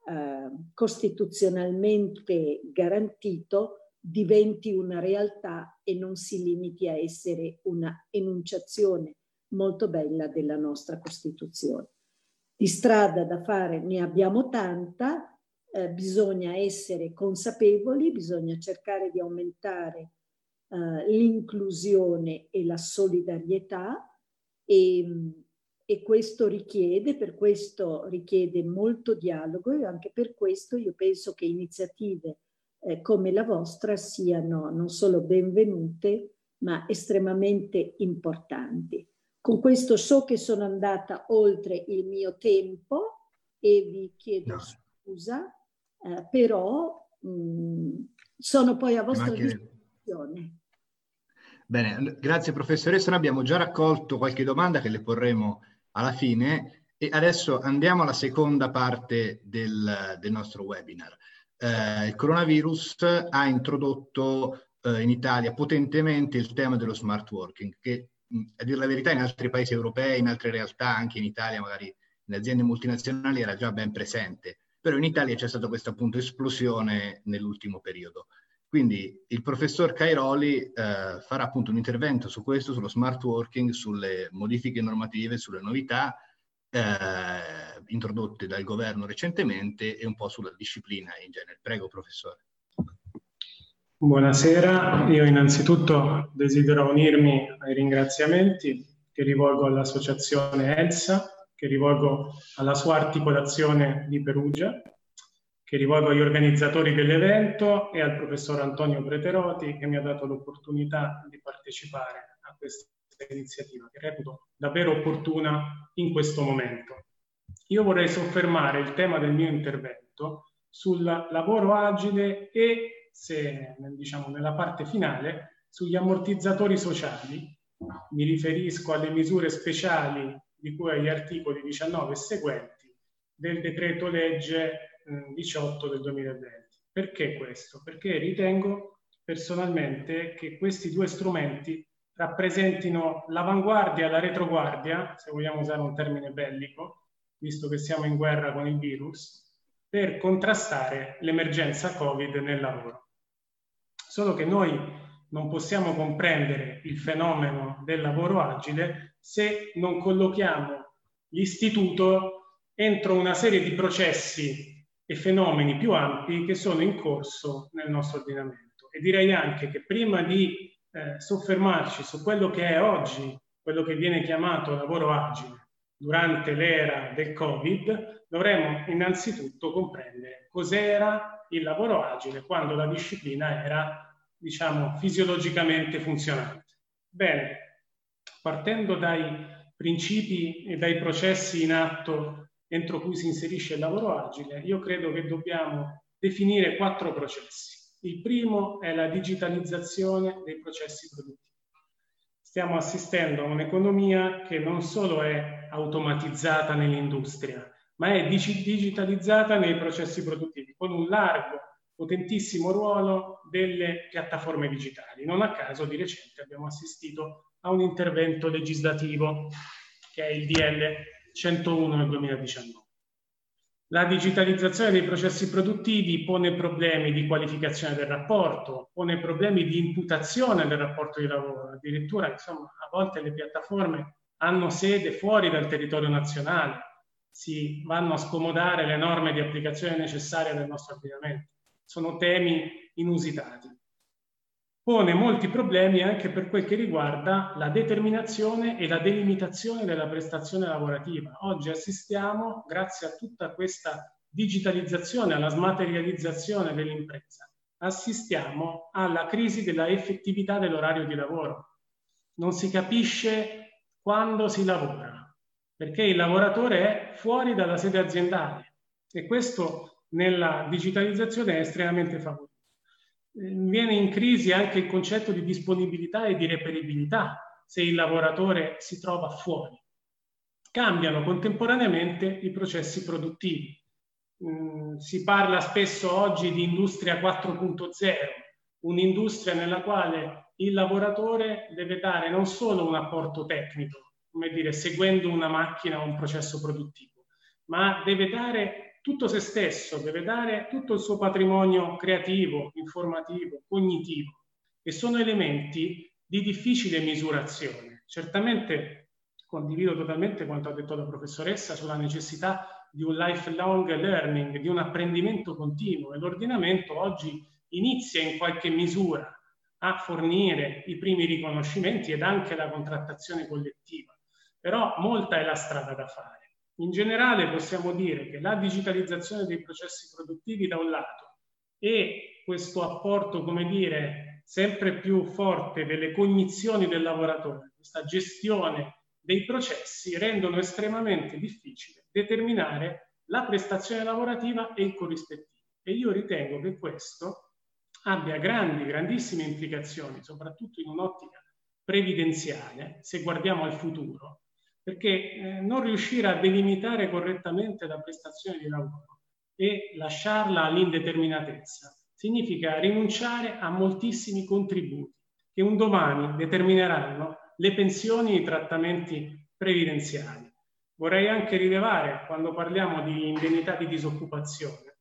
costituzionalmente garantito diventi una realtà e non si limiti a essere una enunciazione molto bella della nostra Costituzione. Di strada da fare ne abbiamo tanta, bisogna essere consapevoli, bisogna cercare di aumentare l'inclusione e la solidarietà, e questo per questo richiede molto dialogo, e anche per questo io penso che iniziative come la vostra siano non solo benvenute, ma estremamente importanti. Con questo so che sono andata oltre il mio tempo e vi chiedo scusa, però sono poi a vostra disposizione. Bene, grazie professoressa. Noi abbiamo già raccolto qualche domanda che le porremo alla fine, e adesso andiamo alla seconda parte del nostro webinar. Il coronavirus ha introdotto in Italia potentemente il tema dello smart working, che a dire la verità in altri paesi europei, in altre realtà, anche in Italia, magari in aziende multinazionali, era già ben presente, però in Italia c'è stata questa appunto esplosione nell'ultimo periodo. Quindi il professor Cairoli farà appunto un intervento su questo, sullo smart working, sulle modifiche normative, sulle novità introdotte dal governo recentemente e un po' sulla disciplina in genere. Prego, professore. Buonasera, io innanzitutto desidero unirmi ai ringraziamenti che rivolgo all'associazione ELSA, che rivolgo alla sua articolazione di Perugia, che rivolgo agli organizzatori dell'evento e al professor Antonio Preteroti, che mi ha dato l'opportunità di partecipare a questa iniziativa, che reputo davvero opportuna in questo momento. Io vorrei soffermare il tema del mio intervento sul lavoro agile e, diciamo, nella parte finale, sugli ammortizzatori sociali. Mi riferisco alle misure speciali di cui agli articoli 19 e seguenti del decreto legge 18 del 2020. Perché questo? Perché ritengo personalmente che questi due strumenti rappresentino l'avanguardia e la retroguardia, se vogliamo usare un termine bellico, visto che siamo in guerra con il virus, per contrastare l'emergenza Covid nel lavoro. Solo che noi non possiamo comprendere il fenomeno del lavoro agile se non collochiamo l'istituto entro una serie di processi e fenomeni più ampi che sono in corso nel nostro ordinamento. E direi anche che prima di soffermarci su quello che è oggi, quello che viene chiamato lavoro agile durante l'era del Covid, dovremmo innanzitutto comprendere cos'era il lavoro agile quando la disciplina era, diciamo, fisiologicamente funzionante. Bene, partendo dai principi e dai processi in atto entro cui si inserisce il lavoro agile, io credo che dobbiamo definire 4 processi. Il primo è la digitalizzazione dei processi produttivi. Stiamo assistendo a un'economia che non solo è automatizzata nell'industria, ma è digitalizzata nei processi produttivi, con un largo, potentissimo ruolo delle piattaforme digitali. Non a caso, di recente abbiamo assistito a un intervento legislativo, che è il DL 101 del 2019. La digitalizzazione dei processi produttivi pone problemi di qualificazione del rapporto, pone problemi di imputazione del rapporto di lavoro. Addirittura, insomma, a volte le piattaforme hanno sede fuori dal territorio nazionale, si vanno a scomodare le norme di applicazione necessarie del nostro ordinamento. Sono temi inusitati. Pone molti problemi anche per quel che riguarda la determinazione e la delimitazione della prestazione lavorativa. Oggi assistiamo, grazie a tutta questa digitalizzazione, alla smaterializzazione dell'impresa, assistiamo alla crisi della effettività dell'orario di lavoro. Non si capisce quando si lavora, perché il lavoratore è fuori dalla sede aziendale e questo nella digitalizzazione è estremamente favorevole. Viene in crisi anche il concetto di disponibilità e di reperibilità se il lavoratore si trova fuori. Cambiano contemporaneamente i processi produttivi. Si parla spesso oggi di industria 4.0, un'industria nella quale il lavoratore deve dare non solo un apporto tecnico, come dire, seguendo una macchina o un processo produttivo, ma deve dare tutto se stesso, deve dare tutto il suo patrimonio creativo, informativo, cognitivo, e sono elementi di difficile misurazione. Certamente condivido totalmente quanto ha detto la professoressa sulla necessità di un lifelong learning, di un apprendimento continuo, e l'ordinamento oggi inizia in qualche misura a fornire i primi riconoscimenti ed anche la contrattazione collettiva, però molta è la strada da fare. In generale possiamo dire che la digitalizzazione dei processi produttivi da un lato e questo apporto, come dire, sempre più forte delle cognizioni del lavoratore, questa gestione dei processi, rendono estremamente difficile determinare la prestazione lavorativa e il corrispettivo. E io ritengo che questo abbia grandissime implicazioni, soprattutto in un'ottica previdenziale, se guardiamo al futuro, perché non riuscire a delimitare correttamente la prestazione di lavoro e lasciarla all'indeterminatezza significa rinunciare a moltissimi contributi che un domani determineranno le pensioni e i trattamenti previdenziali. Vorrei anche rilevare, quando parliamo di indennità di disoccupazione,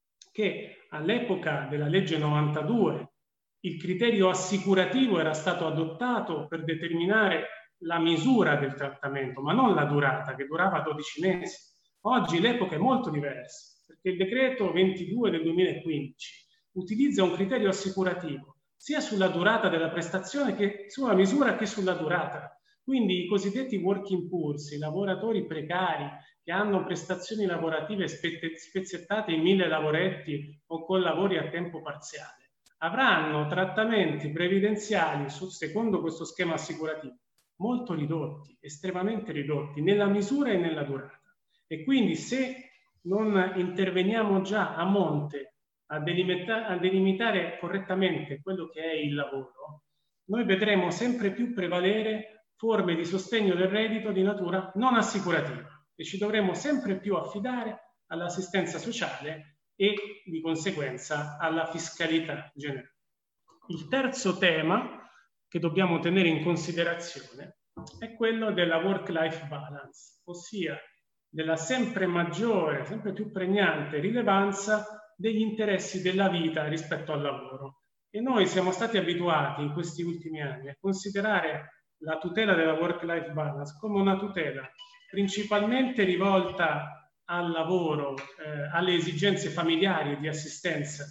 che all'epoca della legge 92 il criterio assicurativo era stato adottato per determinare la misura del trattamento, ma non la durata, che durava 12 mesi. Oggi l'epoca è molto diversa, perché il decreto 22 del 2015 utilizza un criterio assicurativo sia sulla durata della prestazione che sulla misura che sulla durata. Quindi i cosiddetti working poor, i lavoratori precari che hanno prestazioni lavorative spezzettate in 1000 lavoretti o con lavori a tempo parziale, avranno trattamenti previdenziali secondo questo schema assicurativo molto ridotti, estremamente ridotti, nella misura e nella durata. E quindi se non interveniamo già a monte a delimitare correttamente quello che è il lavoro, noi vedremo sempre più prevalere forme di sostegno del reddito di natura non assicurativa e ci dovremo sempre più affidare all'assistenza sociale e di conseguenza alla fiscalità generale. Il terzo tema che dobbiamo tenere in considerazione è quello della work-life balance, ossia della sempre maggiore, sempre più pregnante rilevanza degli interessi della vita rispetto al lavoro. E noi siamo stati abituati in questi ultimi anni a considerare la tutela della work-life balance come una tutela principalmente rivolta al lavoro, alle esigenze familiari di assistenza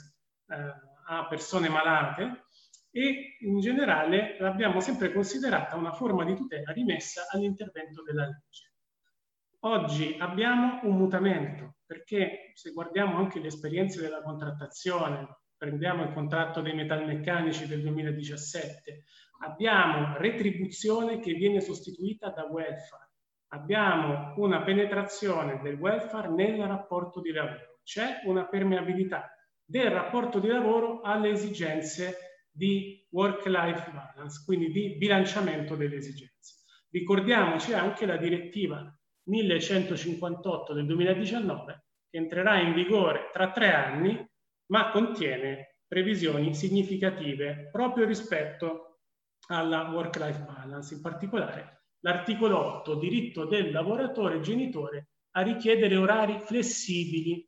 a persone malate, e in generale l'abbiamo sempre considerata una forma di tutela rimessa all'intervento della legge. Oggi abbiamo un mutamento, perché se guardiamo anche le esperienze della contrattazione, prendiamo il contratto dei metalmeccanici del 2017, abbiamo retribuzione che viene sostituita da welfare, abbiamo una penetrazione del welfare nel rapporto di lavoro, c'è una permeabilità del rapporto di lavoro alle esigenze di work-life balance, quindi di bilanciamento delle esigenze. Ricordiamoci anche la direttiva 1158 del 2019, che entrerà in vigore tra 3 anni, ma contiene previsioni significative proprio rispetto alla work-life balance, in particolare l'articolo 8, diritto del lavoratore genitore a richiedere orari flessibili.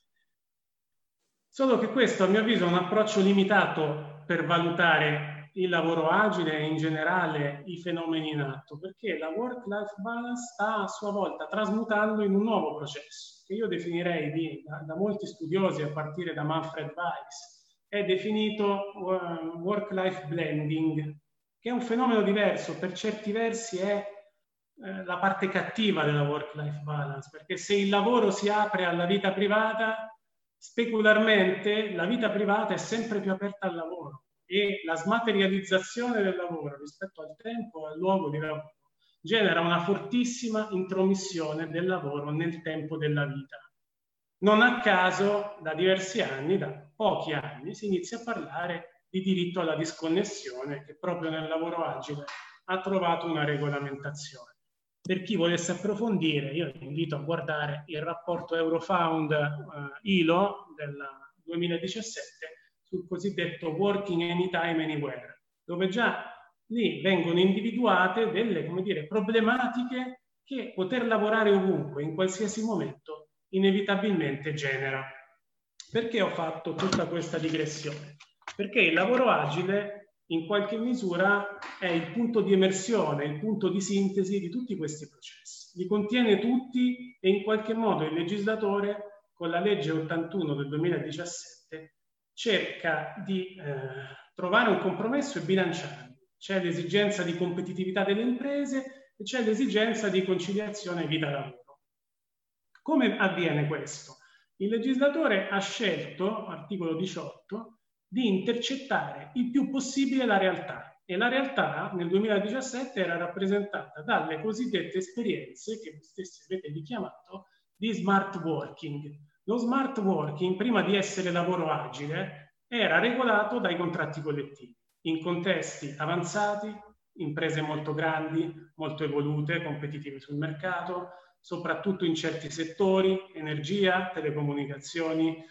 Solo che questo, a mio avviso, è un approccio limitato per valutare il lavoro agile e in generale i fenomeni in atto, perché la work-life balance sta a sua volta trasmutando in un nuovo processo, che io definirei da molti studiosi, a partire da Manfred Weiss, è definito work-life blending, che è un fenomeno diverso, per certi versi è la parte cattiva della work-life balance, perché se il lavoro si apre alla vita privata, specularmente la vita privata è sempre più aperta al lavoro e la smaterializzazione del lavoro rispetto al tempo e al luogo di lavoro genera una fortissima intromissione del lavoro nel tempo della vita. Non a caso da diversi anni, da pochi anni, si inizia a parlare di diritto alla disconnessione, che proprio nel lavoro agile ha trovato una regolamentazione. Per chi volesse approfondire, io invito a guardare il rapporto Eurofound ILO del 2017 sul cosiddetto Working Anytime Anywhere, dove già lì vengono individuate delle, come dire, problematiche che poter lavorare ovunque, in qualsiasi momento, inevitabilmente genera. Perché ho fatto tutta questa digressione? Perché il lavoro agile in qualche misura è il punto di emersione, il punto di sintesi di tutti questi processi. Li contiene tutti e in qualche modo il legislatore, con la legge 81 del 2017, cerca di trovare un compromesso e bilanciarli. C'è l'esigenza di competitività delle imprese e c'è l'esigenza di conciliazione vita-lavoro. Come avviene questo? Il legislatore ha scelto, articolo 18, di intercettare il più possibile la realtà, e la realtà nel 2017 era rappresentata dalle cosiddette esperienze che voi stessi avete richiamato di smart working. Lo smart working, prima di essere lavoro agile, era regolato dai contratti collettivi in contesti avanzati, imprese molto grandi, molto evolute, competitive sul mercato, soprattutto in certi settori, energia, telecomunicazioni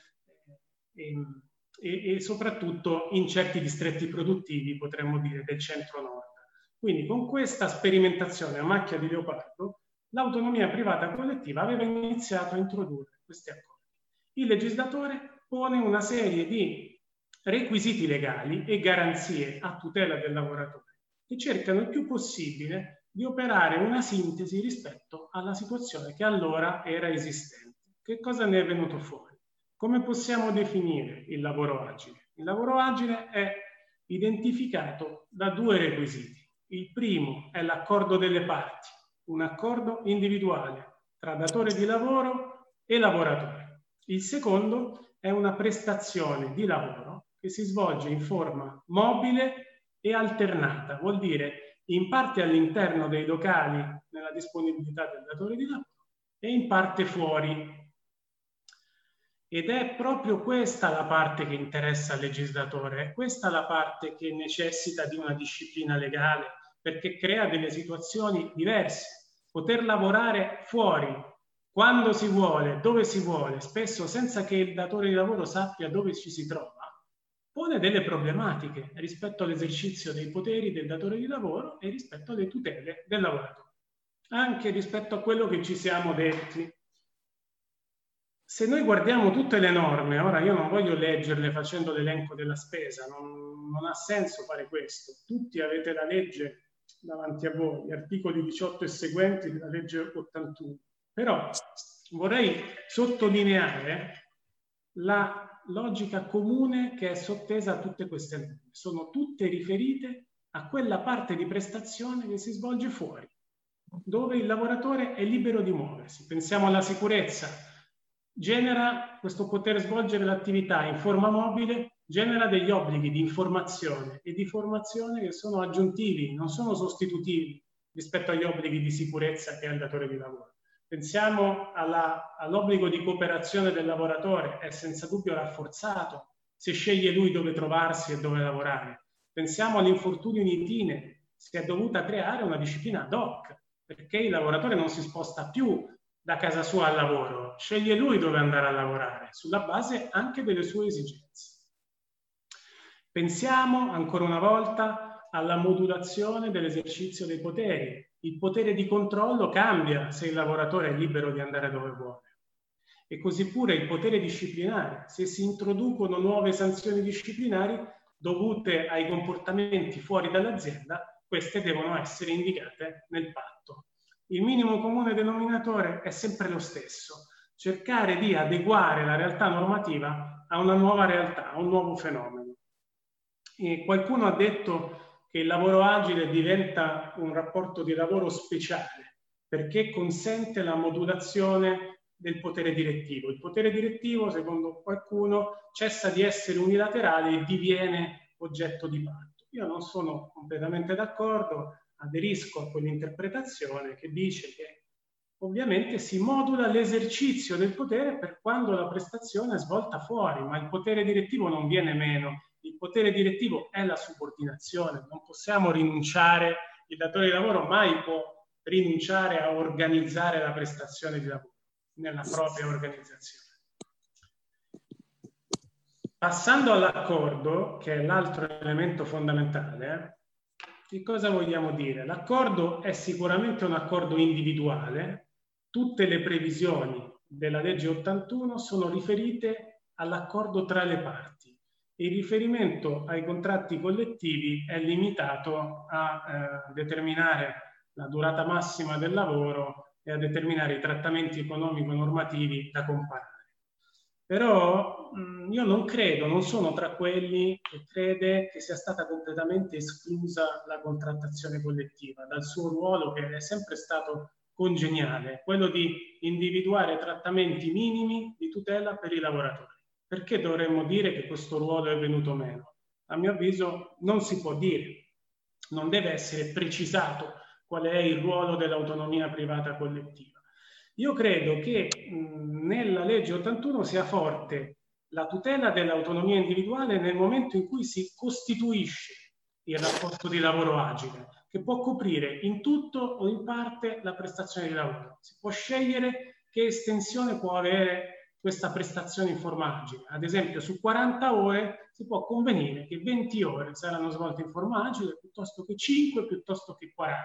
e soprattutto in certi distretti produttivi, potremmo dire, del centro-nord. Quindi con questa sperimentazione a macchia di leopardo, l'autonomia privata collettiva aveva iniziato a introdurre questi accordi. Il legislatore pone una serie di requisiti legali e garanzie a tutela del lavoratore che cercano il più possibile di operare una sintesi rispetto alla situazione che allora era esistente. Che cosa ne è venuto fuori? Come possiamo definire il lavoro agile? Il lavoro agile è identificato da 2 requisiti. Il primo è l'accordo delle parti, un accordo individuale tra datore di lavoro e lavoratore. Il secondo è una prestazione di lavoro che si svolge in forma mobile e alternata, vuol dire in parte all'interno dei locali nella disponibilità del datore di lavoro e in parte fuori. Ed è proprio questa la parte che interessa al legislatore, è questa la parte che necessita di una disciplina legale, perché crea delle situazioni diverse. Poter lavorare fuori, quando si vuole, dove si vuole, spesso senza che il datore di lavoro sappia dove ci si trova, pone delle problematiche rispetto all'esercizio dei poteri del datore di lavoro e rispetto alle tutele del lavoratore, anche rispetto a quello che ci siamo detti. Se noi guardiamo tutte le norme, ora io non voglio leggerle facendo l'elenco della spesa, non ha senso fare questo. Tutti avete la legge davanti a voi, gli articoli 18 e seguenti della legge 81. Però vorrei sottolineare la logica comune che è sottesa a tutte queste norme. Sono tutte riferite a quella parte di prestazione che si svolge fuori, dove il lavoratore è libero di muoversi. Pensiamo alla sicurezza. questo poter svolgere l'attività in forma mobile genera degli obblighi di informazione e di formazione che sono aggiuntivi, non sono sostitutivi rispetto agli obblighi di sicurezza che ha il datore di lavoro. Pensiamo all'obbligo di cooperazione del lavoratore, è senza dubbio rafforzato se sceglie lui dove trovarsi e dove lavorare. Pensiamo all'infortunio in itinere, si è dovuta creare una disciplina ad hoc, perché il lavoratore non si sposta più da casa sua al lavoro, sceglie lui dove andare a lavorare, sulla base anche delle sue esigenze. Pensiamo ancora una volta alla modulazione dell'esercizio dei poteri. Il potere di controllo cambia se il lavoratore è libero di andare dove vuole. E così pure il potere disciplinare. Se si introducono nuove sanzioni disciplinari dovute ai comportamenti fuori dall'azienda, queste devono essere indicate nel patto. Il minimo comune denominatore è sempre lo stesso: cercare di adeguare la realtà normativa a una nuova realtà, a un nuovo fenomeno. E qualcuno ha detto che il lavoro agile diventa un rapporto di lavoro speciale perché consente la modulazione del potere direttivo. Il potere direttivo, secondo qualcuno, cessa di essere unilaterale e diviene oggetto di patto. Io non sono completamente d'accordo, aderisco a quell'interpretazione che dice che ovviamente si modula l'esercizio del potere per quando la prestazione è svolta fuori, ma il potere direttivo non viene meno. Il potere direttivo è la subordinazione, non possiamo rinunciare, il datore di lavoro mai può rinunciare a organizzare la prestazione di lavoro nella propria organizzazione. Passando all'accordo, che è l'altro elemento fondamentale, che cosa vogliamo dire? L'accordo è sicuramente un accordo individuale, tutte le previsioni della legge 81 sono riferite all'accordo tra le parti. Il riferimento ai contratti collettivi è limitato a determinare la durata massima del lavoro e a determinare i trattamenti economico-normativi da comparare. Però io non sono tra quelli che crede che sia stata completamente esclusa la contrattazione collettiva dal suo ruolo, che è sempre stato congeniale, quello di individuare trattamenti minimi di tutela per i lavoratori. Perché dovremmo dire che questo ruolo è venuto meno? A mio avviso non si può dire, non deve essere precisato qual è il ruolo dell'autonomia privata collettiva. Io credo che nella legge 81 sia forte la tutela dell'autonomia individuale nel momento in cui si costituisce il rapporto di lavoro agile, che può coprire in tutto o in parte la prestazione di lavoro. Si può scegliere che estensione può avere questa prestazione in forma agile. Ad esempio, su 40 ore si può convenire che 20 ore saranno svolte in forma agile piuttosto che 5, piuttosto che 40.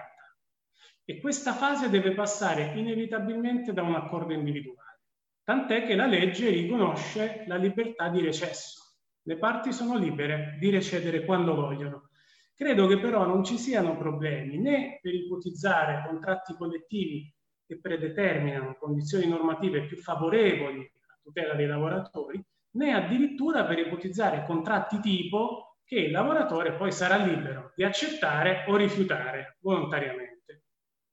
E questa fase deve passare inevitabilmente da un accordo individuale. Tant'è che la legge riconosce la libertà di recesso. Le parti sono libere di recedere quando vogliono. Credo che però non ci siano problemi né per ipotizzare contratti collettivi che predeterminano condizioni normative più favorevoli tutela dei lavoratori, né addirittura per ipotizzare contratti tipo che il lavoratore poi sarà libero di accettare o rifiutare volontariamente.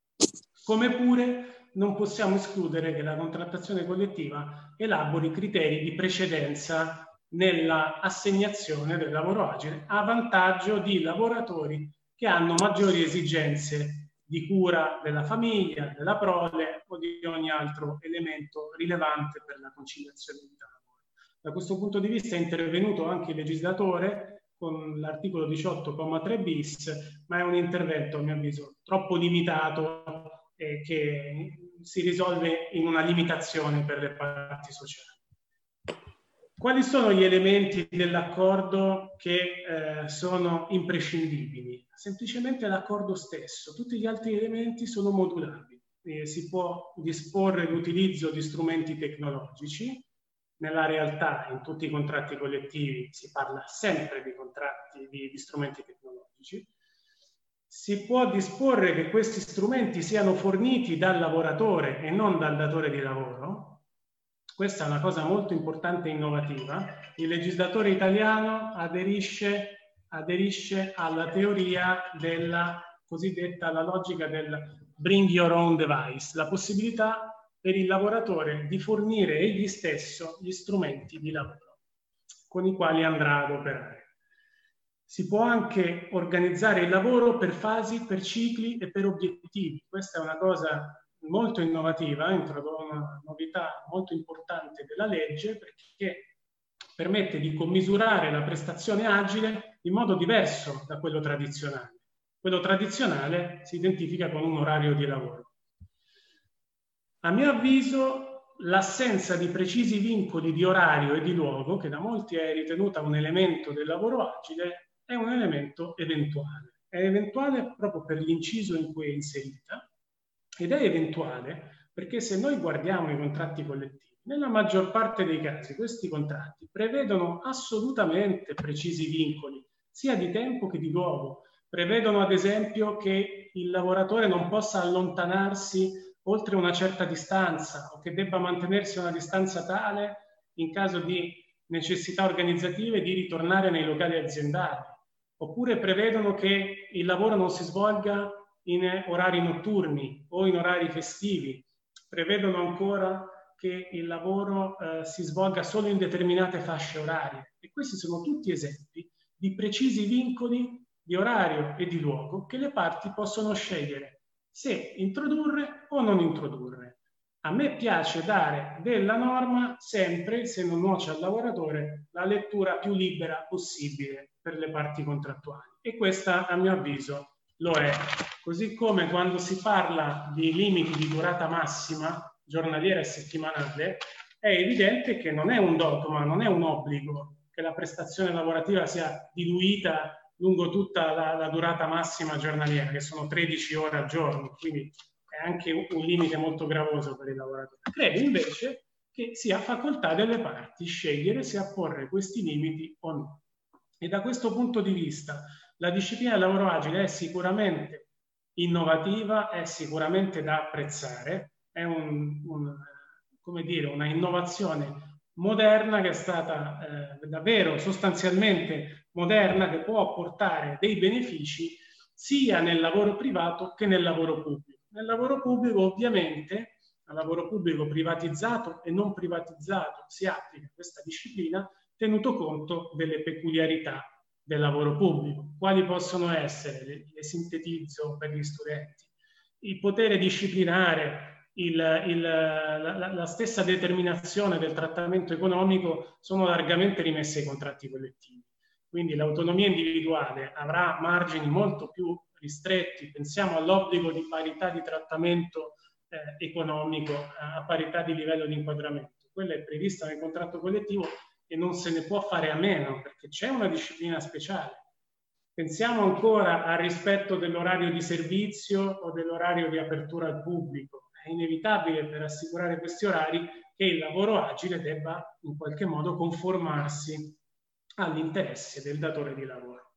Come pure non possiamo escludere che la contrattazione collettiva elabori criteri di precedenza nella assegnazione del lavoro agile a vantaggio di lavoratori che hanno maggiori esigenze di cura della famiglia, della prole o di ogni altro elemento rilevante per la conciliazione vita-lavoro. Da questo punto di vista è intervenuto anche il legislatore con l'articolo 18,3 bis, ma è un intervento, a mio avviso, troppo limitato e che si risolve in una limitazione per le parti sociali. Quali sono gli elementi dell'accordo che sono imprescindibili? Semplicemente l'accordo stesso. Tutti gli altri elementi sono modulabili. Si può disporre l'utilizzo di strumenti tecnologici. Nella realtà, in tutti i contratti collettivi, si parla sempre di contratti di strumenti tecnologici. Si può disporre che questi strumenti siano forniti dal lavoratore e non dal datore di lavoro. Questa è una cosa molto importante e innovativa. Il legislatore italiano aderisce alla teoria della cosiddetta, la logica del bring your own device, la possibilità per il lavoratore di fornire egli stesso gli strumenti di lavoro con i quali andrà ad operare. Si può anche organizzare il lavoro per fasi, per cicli e per obiettivi. Questa è una cosa molto innovativa, una novità molto importante della legge, perché permette di commisurare la prestazione agile in modo diverso da quello tradizionale. Quello tradizionale si identifica con un orario di lavoro. A mio avviso, l'assenza di precisi vincoli di orario e di luogo, che da molti è ritenuta un elemento del lavoro agile, è un elemento eventuale. È eventuale proprio per l'inciso in cui è inserita, ed è eventuale perché se noi guardiamo i contratti collettivi, nella maggior parte dei casi questi contratti prevedono assolutamente precisi vincoli, sia di tempo che di luogo. Prevedono ad esempio che il lavoratore non possa allontanarsi oltre una certa distanza o che debba mantenersi a una distanza tale in caso di necessità organizzative di ritornare nei locali aziendali. Oppure prevedono che il lavoro non si svolga in orari notturni o in orari festivi. Prevedono ancora che il lavoro si svolga solo in determinate fasce orarie. E questi sono tutti esempi di precisi vincoli di orario e di luogo che le parti possono scegliere se introdurre o non introdurre. A me piace dare della norma sempre, se non nuoce al lavoratore, la lettura più libera possibile per le parti contrattuali. E questa, a mio avviso, lo è. Così come quando si parla di limiti di durata massima, giornaliera e settimanale, è evidente che non è un dogma, non è un obbligo che la prestazione lavorativa sia diluita lungo tutta la durata massima giornaliera, che sono 13 ore al giorno, quindi è anche un limite molto gravoso per il lavoratore. Credo invece che sia facoltà delle parti scegliere se apporre questi limiti o no. E da questo punto di vista la disciplina del lavoro agile è sicuramente innovativa, è sicuramente da apprezzare, è come dire, una innovazione moderna che è stata davvero sostanzialmente moderna, che può portare dei benefici sia nel lavoro privato che nel lavoro pubblico. Nel lavoro pubblico ovviamente, al lavoro pubblico privatizzato e non privatizzato si applica questa disciplina tenuto conto delle peculiarità del lavoro pubblico. Quali possono essere? Le sintetizzo per gli studenti. Il potere disciplinare, la stessa determinazione del trattamento economico sono largamente rimesse ai contratti collettivi. Quindi l'autonomia individuale avrà margini molto più ristretti. Pensiamo all'obbligo di parità di trattamento economico a parità di livello di inquadramento. Quella è prevista nel contratto collettivo e non se ne può fare a meno perché c'è una disciplina speciale. Pensiamo ancora al rispetto dell'orario di servizio o dell'orario di apertura al pubblico. È inevitabile per assicurare questi orari che il lavoro agile debba in qualche modo conformarsi agli interessi del datore di lavoro.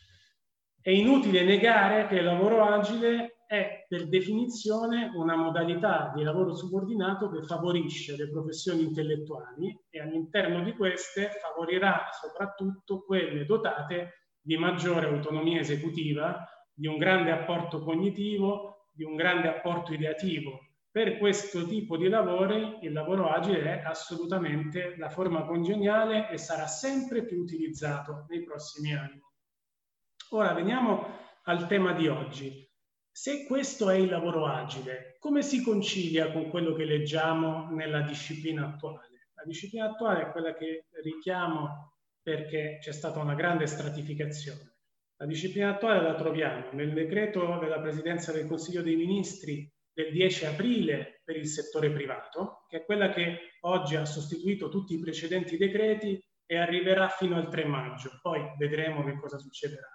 È inutile negare che il lavoro agile è per definizione una modalità di lavoro subordinato che favorisce le professioni intellettuali e all'interno di queste favorirà soprattutto quelle dotate di maggiore autonomia esecutiva, di un grande apporto cognitivo, di un grande apporto ideativo. Per questo tipo di lavori il lavoro agile è assolutamente la forma congeniale e sarà sempre più utilizzato nei prossimi anni. Ora veniamo al tema di oggi. Se questo è il lavoro agile, come si concilia con quello che leggiamo nella disciplina attuale? La disciplina attuale è quella che richiamo perché c'è stata una grande stratificazione. La disciplina attuale la troviamo nel decreto della Presidenza del Consiglio dei Ministri del 10 aprile per il settore privato, che è quella che oggi ha sostituito tutti i precedenti decreti e arriverà fino al 3 maggio. Poi vedremo che cosa succederà.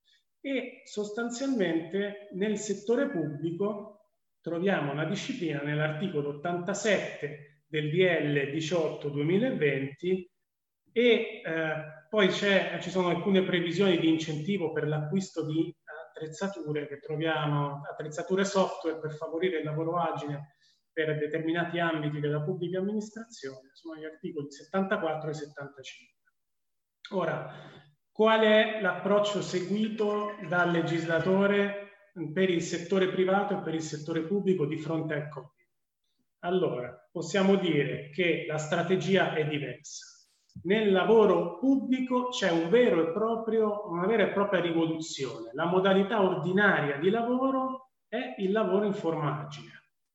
E sostanzialmente nel settore pubblico troviamo una disciplina nell'articolo 87 del DL 18/2020 e poi ci sono alcune previsioni di incentivo per l'acquisto di attrezzature che troviamo, attrezzature software per favorire il lavoro agile per determinati ambiti della pubblica amministrazione, sono gli articoli 74 e 75. Ora, qual è l'approccio seguito dal legislatore per il settore privato e per il settore pubblico di fronte al Covid? Allora, possiamo dire che la strategia è diversa. Nel lavoro pubblico c'è una vera e propria rivoluzione. La modalità ordinaria di lavoro è il lavoro in forma agile.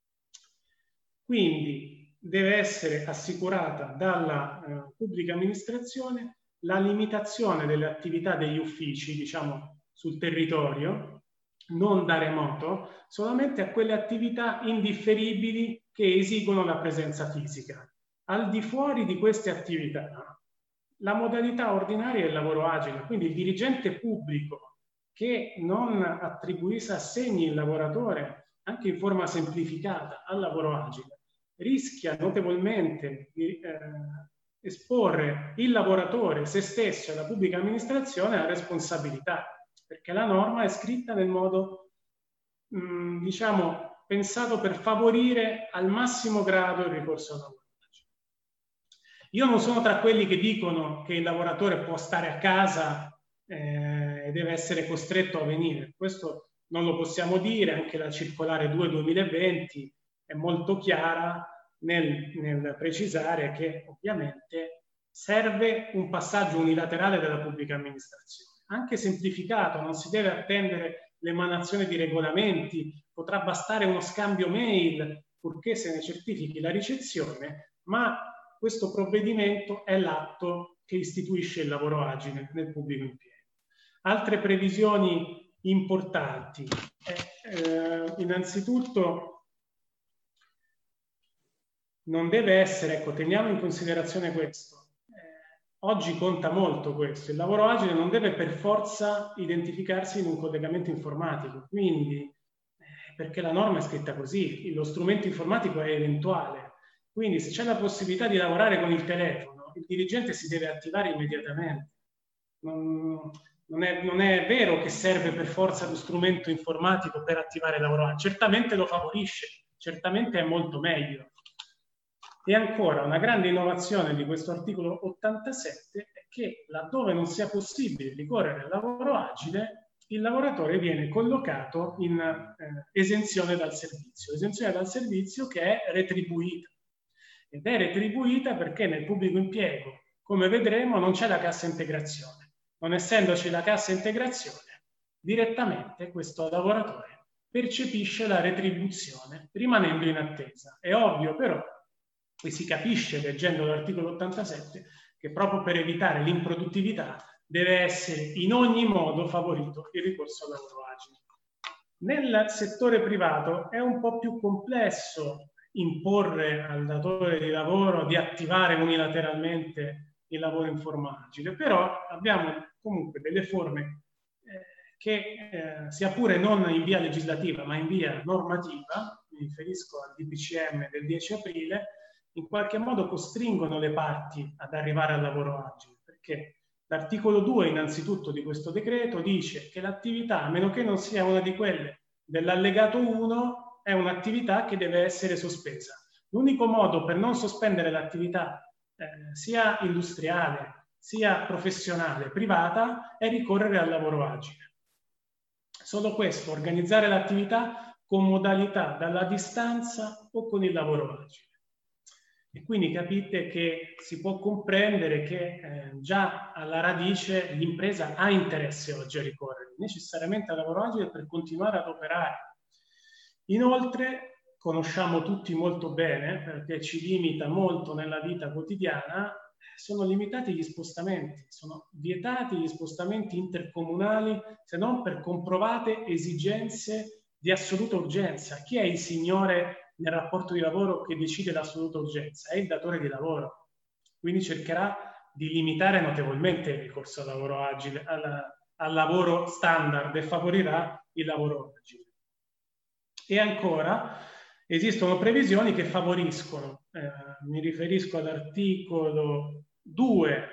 Quindi deve essere assicurata dalla pubblica amministrazione la limitazione delle attività degli uffici, diciamo, sul territorio, non da remoto, solamente a quelle attività indifferibili che esigono la presenza fisica. Al di fuori di queste attività, la modalità ordinaria è il lavoro agile, quindi il dirigente pubblico che non attribuisce assegni il lavoratore, anche in forma semplificata, al lavoro agile, rischia notevolmente di esporre il lavoratore, se stesso e la pubblica amministrazione alla responsabilità, perché la norma è scritta nel modo, diciamo, pensato per favorire al massimo grado il ricorso al lavoro. Io non sono tra quelli che dicono che il lavoratore può stare a casa e deve essere costretto a venire. Questo non lo possiamo dire, anche la circolare 2/2020 è molto chiara nel precisare che ovviamente serve un passaggio unilaterale della pubblica amministrazione, anche semplificato, non si deve attendere l'emanazione di regolamenti, potrà bastare uno scambio mail purché se ne certifichi la ricezione, ma questo provvedimento è l'atto che istituisce il lavoro agile nel pubblico impiego. Altre previsioni importanti. Innanzitutto non deve essere, ecco, teniamo in considerazione questo, oggi conta molto questo, il lavoro agile non deve per forza identificarsi in un collegamento informatico, quindi perché la norma è scritta così, lo strumento informatico è eventuale. Quindi se c'è la possibilità di lavorare con il telefono, il dirigente si deve attivare immediatamente. Non è vero che serve per forza lo strumento informatico per attivare il lavoro. Certamente lo favorisce, certamente è molto meglio. E ancora una grande innovazione di questo articolo 87 è che laddove non sia possibile ricorrere al lavoro agile, il lavoratore viene collocato in esenzione dal servizio che è retribuita. Ed è retribuita perché nel pubblico impiego, come vedremo, non c'è la cassa integrazione. Non essendoci la cassa integrazione, direttamente questo lavoratore percepisce la retribuzione rimanendo in attesa. È ovvio però, e si capisce leggendo l'articolo 87, che proprio per evitare l'improduttività deve essere in ogni modo favorito il ricorso al lavoro agile. Nel settore privato è un po' più complesso imporre al datore di lavoro di attivare unilateralmente il lavoro in forma agile, però abbiamo comunque delle forme che sia pure non in via legislativa ma in via normativa, mi riferisco al DPCM del 10 aprile, in qualche modo costringono le parti ad arrivare al lavoro agile, perché l'articolo 2 innanzitutto di questo decreto dice che l'attività, a meno che non sia una di quelle dell'allegato 1, è un'attività che deve essere sospesa. L'unico modo per non sospendere l'attività sia industriale, sia professionale, privata, è ricorrere al lavoro agile. Solo questo, organizzare l'attività con modalità dalla distanza o con il lavoro agile. E quindi capite che si può comprendere che già alla radice l'impresa ha interesse oggi a ricorrere necessariamente al lavoro agile per continuare ad operare. Inoltre, conosciamo tutti molto bene, perché ci limita molto nella vita quotidiana, sono limitati gli spostamenti, sono vietati gli spostamenti intercomunali se non per comprovate esigenze di assoluta urgenza. Chi è il signore nel rapporto di lavoro che decide l'assoluta urgenza? È il datore di lavoro. Quindi cercherà di limitare notevolmente il ricorso al lavoro agile, al lavoro standard, e favorirà il lavoro agile. E ancora esistono previsioni che favoriscono, mi riferisco all'articolo 2,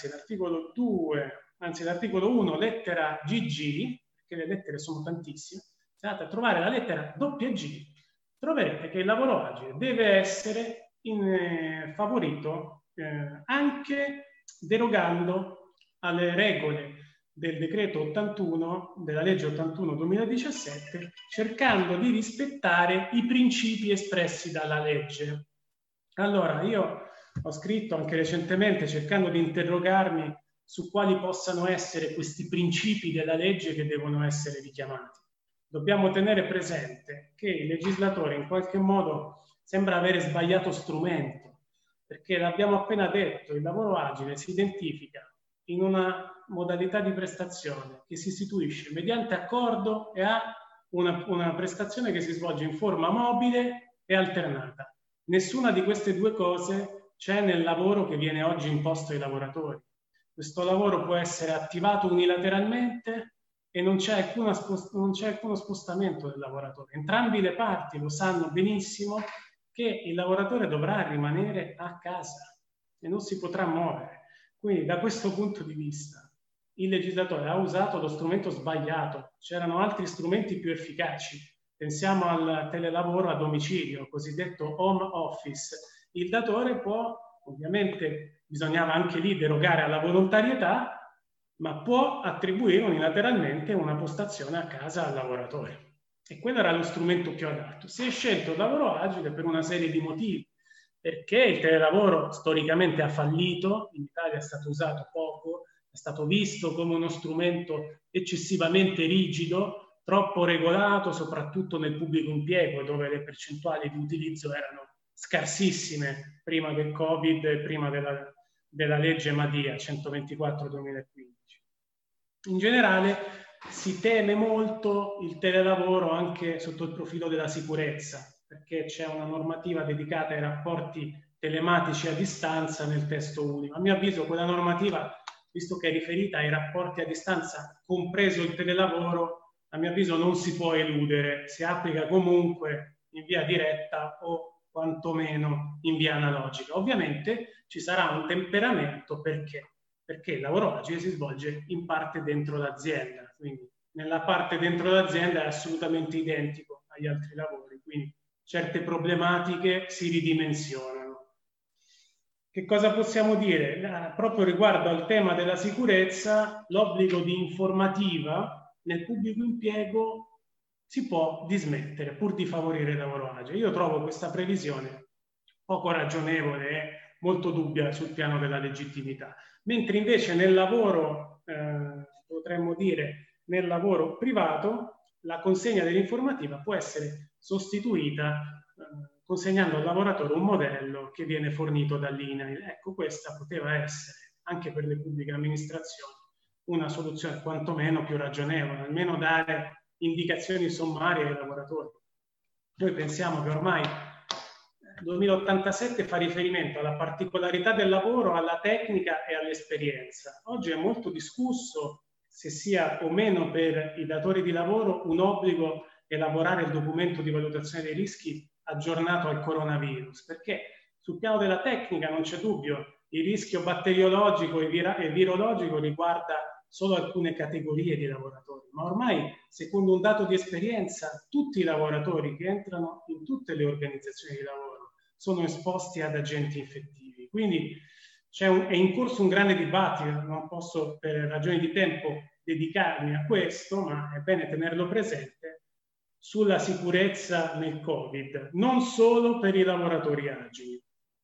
l'articolo 1, lettera GG, perché le lettere sono tantissime. Se andate a trovare la lettera WG, troverete che il lavoro agile deve essere favorito anche derogando alle regole del decreto 81, della legge 81/2017, cercando di rispettare i principi espressi dalla legge. Allora, io ho scritto anche recentemente cercando di interrogarmi su quali possano essere questi principi della legge che devono essere richiamati. Dobbiamo tenere presente che il legislatore in qualche modo sembra avere sbagliato strumento, perché l'abbiamo appena detto, il lavoro agile si identifica in una modalità di prestazione che si istituisce mediante accordo e ha una prestazione che si svolge in forma mobile e alternata. Nessuna di queste due cose c'è nel lavoro che viene oggi imposto ai lavoratori. Questo lavoro può essere attivato unilateralmente e non c'è alcuno spostamento del lavoratore. Entrambi le parti lo sanno benissimo che il lavoratore dovrà rimanere a casa e non si potrà muovere. Quindi da questo punto di vista il legislatore ha usato lo strumento sbagliato, c'erano altri strumenti più efficaci. Pensiamo al telelavoro a domicilio, cosiddetto home office. Il datore può, ovviamente bisognava anche lì derogare alla volontarietà, ma può attribuire unilateralmente una postazione a casa al lavoratore. E quello era lo strumento più adatto. Si è scelto il lavoro agile per una serie di motivi, perché il telelavoro storicamente ha fallito, in Italia è stato usato poco, è stato visto come uno strumento eccessivamente rigido, troppo regolato, soprattutto nel pubblico impiego, dove le percentuali di utilizzo erano scarsissime prima del Covid e prima della legge Madia 124/2015. In generale si teme molto il telelavoro anche sotto il profilo della sicurezza, perché c'è una normativa dedicata ai rapporti telematici a distanza nel testo unico. A mio avviso quella normativa, visto che è riferita ai rapporti a distanza, compreso il telelavoro, a mio avviso non si può eludere, si applica comunque in via diretta o quantomeno in via analogica. Ovviamente ci sarà un temperamento perché il lavoro agile si svolge in parte dentro l'azienda, quindi nella parte dentro l'azienda è assolutamente identico agli altri lavori, quindi certe problematiche si ridimensionano. Che cosa possiamo dire? Proprio riguardo al tema della sicurezza, l'obbligo di informativa nel pubblico impiego si può dismettere pur di favorire il lavoro agile. Io trovo questa previsione poco ragionevole e molto dubbia sul piano della legittimità, mentre invece nel lavoro, potremmo dire, nel lavoro privato, la consegna dell'informativa può essere sostituita consegnando al lavoratore un modello che viene fornito dall'INAIL. Ecco, questa poteva essere, anche per le pubbliche amministrazioni, una soluzione quantomeno più ragionevole, almeno dare indicazioni sommarie ai lavoratori. Noi pensiamo che ormai 2087 fa riferimento alla particolarità del lavoro, alla tecnica e all'esperienza. Oggi è molto discusso se sia o meno per i datori di lavoro un obbligo elaborare il documento di valutazione dei rischi aggiornato al coronavirus, perché sul piano della tecnica non c'è dubbio, il rischio batteriologico e virologico riguarda solo alcune categorie di lavoratori, ma ormai, secondo un dato di esperienza, tutti i lavoratori che entrano in tutte le organizzazioni di lavoro sono esposti ad agenti infettivi. Quindi è in corso un grande dibattito, non posso per ragioni di tempo dedicarmi a questo, ma è bene tenerlo presente, sulla sicurezza nel Covid, non solo per i lavoratori agili.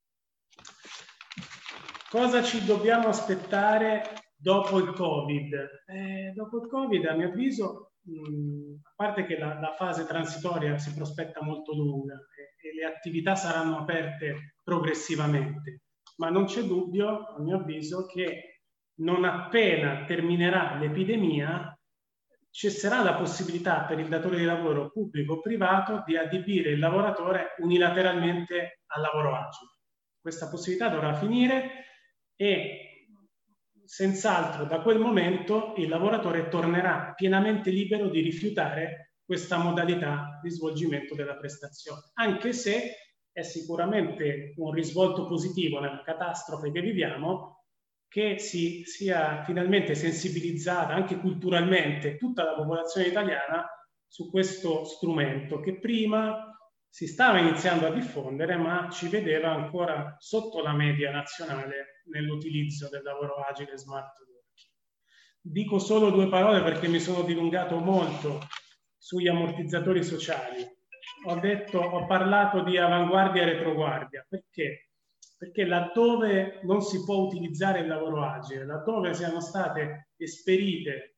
Cosa ci dobbiamo aspettare dopo il Covid? Dopo il Covid, a mio avviso, a parte che la fase transitoria si prospetta molto lunga e le attività saranno aperte progressivamente, ma non c'è dubbio, a mio avviso, che non appena terminerà l'epidemia cesserà la possibilità per il datore di lavoro pubblico o privato di adibire il lavoratore unilateralmente al lavoro agile. Questa possibilità dovrà finire e senz'altro da quel momento il lavoratore tornerà pienamente libero di rifiutare questa modalità di svolgimento della prestazione, anche se è sicuramente un risvolto positivo nella catastrofe che viviamo che si sia finalmente sensibilizzata anche culturalmente tutta la popolazione italiana su questo strumento che prima si stava iniziando a diffondere ma ci vedeva ancora sotto la media nazionale nell'utilizzo del lavoro agile e smart working. Dico solo due parole perché mi sono dilungato molto sugli ammortizzatori sociali. Ho parlato di avanguardia e retroguardia. Perché? Perché laddove non si può utilizzare il lavoro agile, laddove siano state esperite,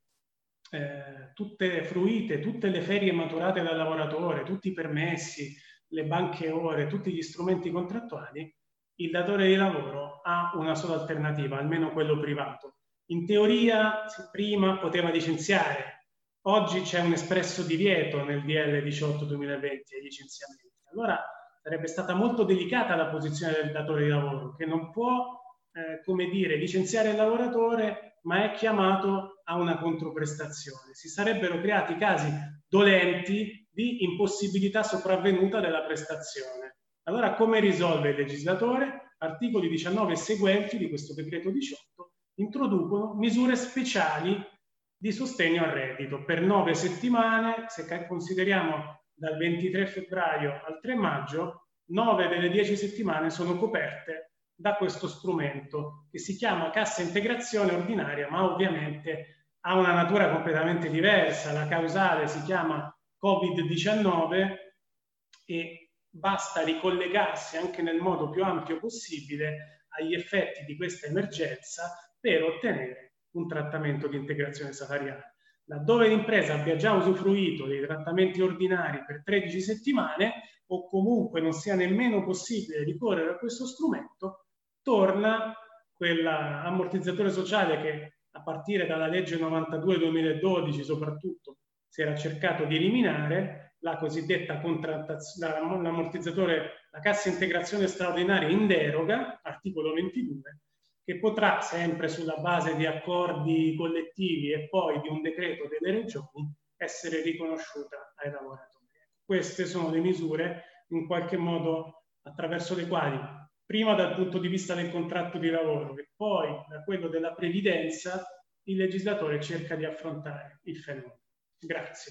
fruite tutte le ferie maturate dal lavoratore, tutti i permessi, le banche ore, tutti gli strumenti contrattuali, il datore di lavoro ha una sola alternativa, almeno quello privato. In teoria prima poteva licenziare, oggi c'è un espresso divieto nel DL 18/2020 ai licenziamenti. Allora sarebbe stata molto delicata la posizione del datore di lavoro, che non può, come dire, licenziare il lavoratore, ma è chiamato a una controprestazione. Si sarebbero creati casi dolenti di impossibilità sopravvenuta della prestazione. Allora come risolve il legislatore? Articoli 19 e seguenti di questo decreto 18 introducono misure speciali di sostegno al reddito per 9 settimane, se consideriamo dal 23 febbraio al 3 maggio, 9 delle 10 settimane sono coperte da questo strumento che si chiama cassa integrazione ordinaria, ma ovviamente ha una natura completamente diversa. La causale si chiama Covid-19 e basta ricollegarsi anche nel modo più ampio possibile agli effetti di questa emergenza per ottenere un trattamento di integrazione salariale. Laddove l'impresa abbia già usufruito dei trattamenti ordinari per 13 settimane o comunque non sia nemmeno possibile ricorrere a questo strumento, torna quell'ammortizzatore sociale che a partire dalla legge 92-2012 soprattutto si era cercato di eliminare, la cosiddetta l'ammortizzatore, la cassa integrazione straordinaria in deroga, articolo 22, che potrà, sempre sulla base di accordi collettivi e poi di un decreto delle regioni, essere riconosciuta ai lavoratori. Queste sono le misure, in qualche modo, attraverso le quali, prima dal punto di vista del contratto di lavoro e poi da quello della previdenza, il legislatore cerca di affrontare il fenomeno. Grazie.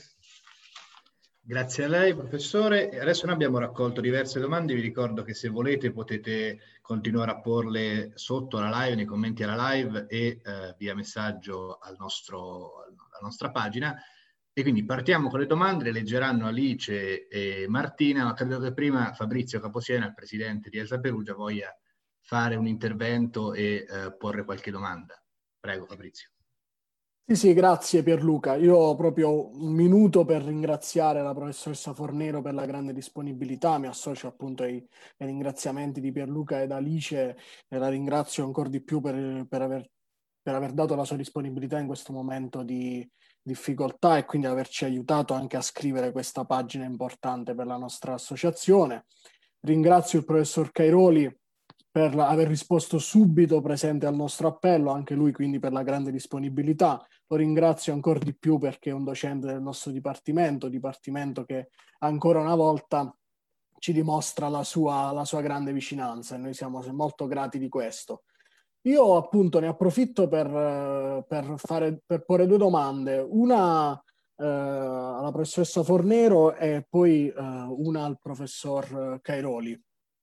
Grazie a lei, professore. Adesso noi abbiamo raccolto diverse domande. Vi ricordo che se volete potete continuare a porle sotto la live, nei commenti alla live e via messaggio alla nostra pagina. E quindi partiamo con le domande, le leggeranno Alice e Martina, ma credo che prima Fabrizio Caposiena, il presidente di Elsa Perugia, voglia fare un intervento e porre qualche domanda. Prego Fabrizio. Sì, grazie Pierluca. Io ho proprio un minuto per ringraziare la professoressa Fornero per la grande disponibilità. Mi associo appunto ai ringraziamenti di Pierluca ed Alice e la ringrazio ancora di più per aver dato la sua disponibilità in questo momento di difficoltà e quindi averci aiutato anche a scrivere questa pagina importante per la nostra associazione. Ringrazio il professor Cairoli per aver risposto subito presente al nostro appello, anche lui quindi per la grande disponibilità. Lo ringrazio ancora di più perché è un docente del nostro dipartimento che ancora una volta ci dimostra la sua grande vicinanza e noi siamo molto grati di questo. Io appunto ne approfitto per porre due domande, una alla professoressa Fornero e poi una al professor Cairoli.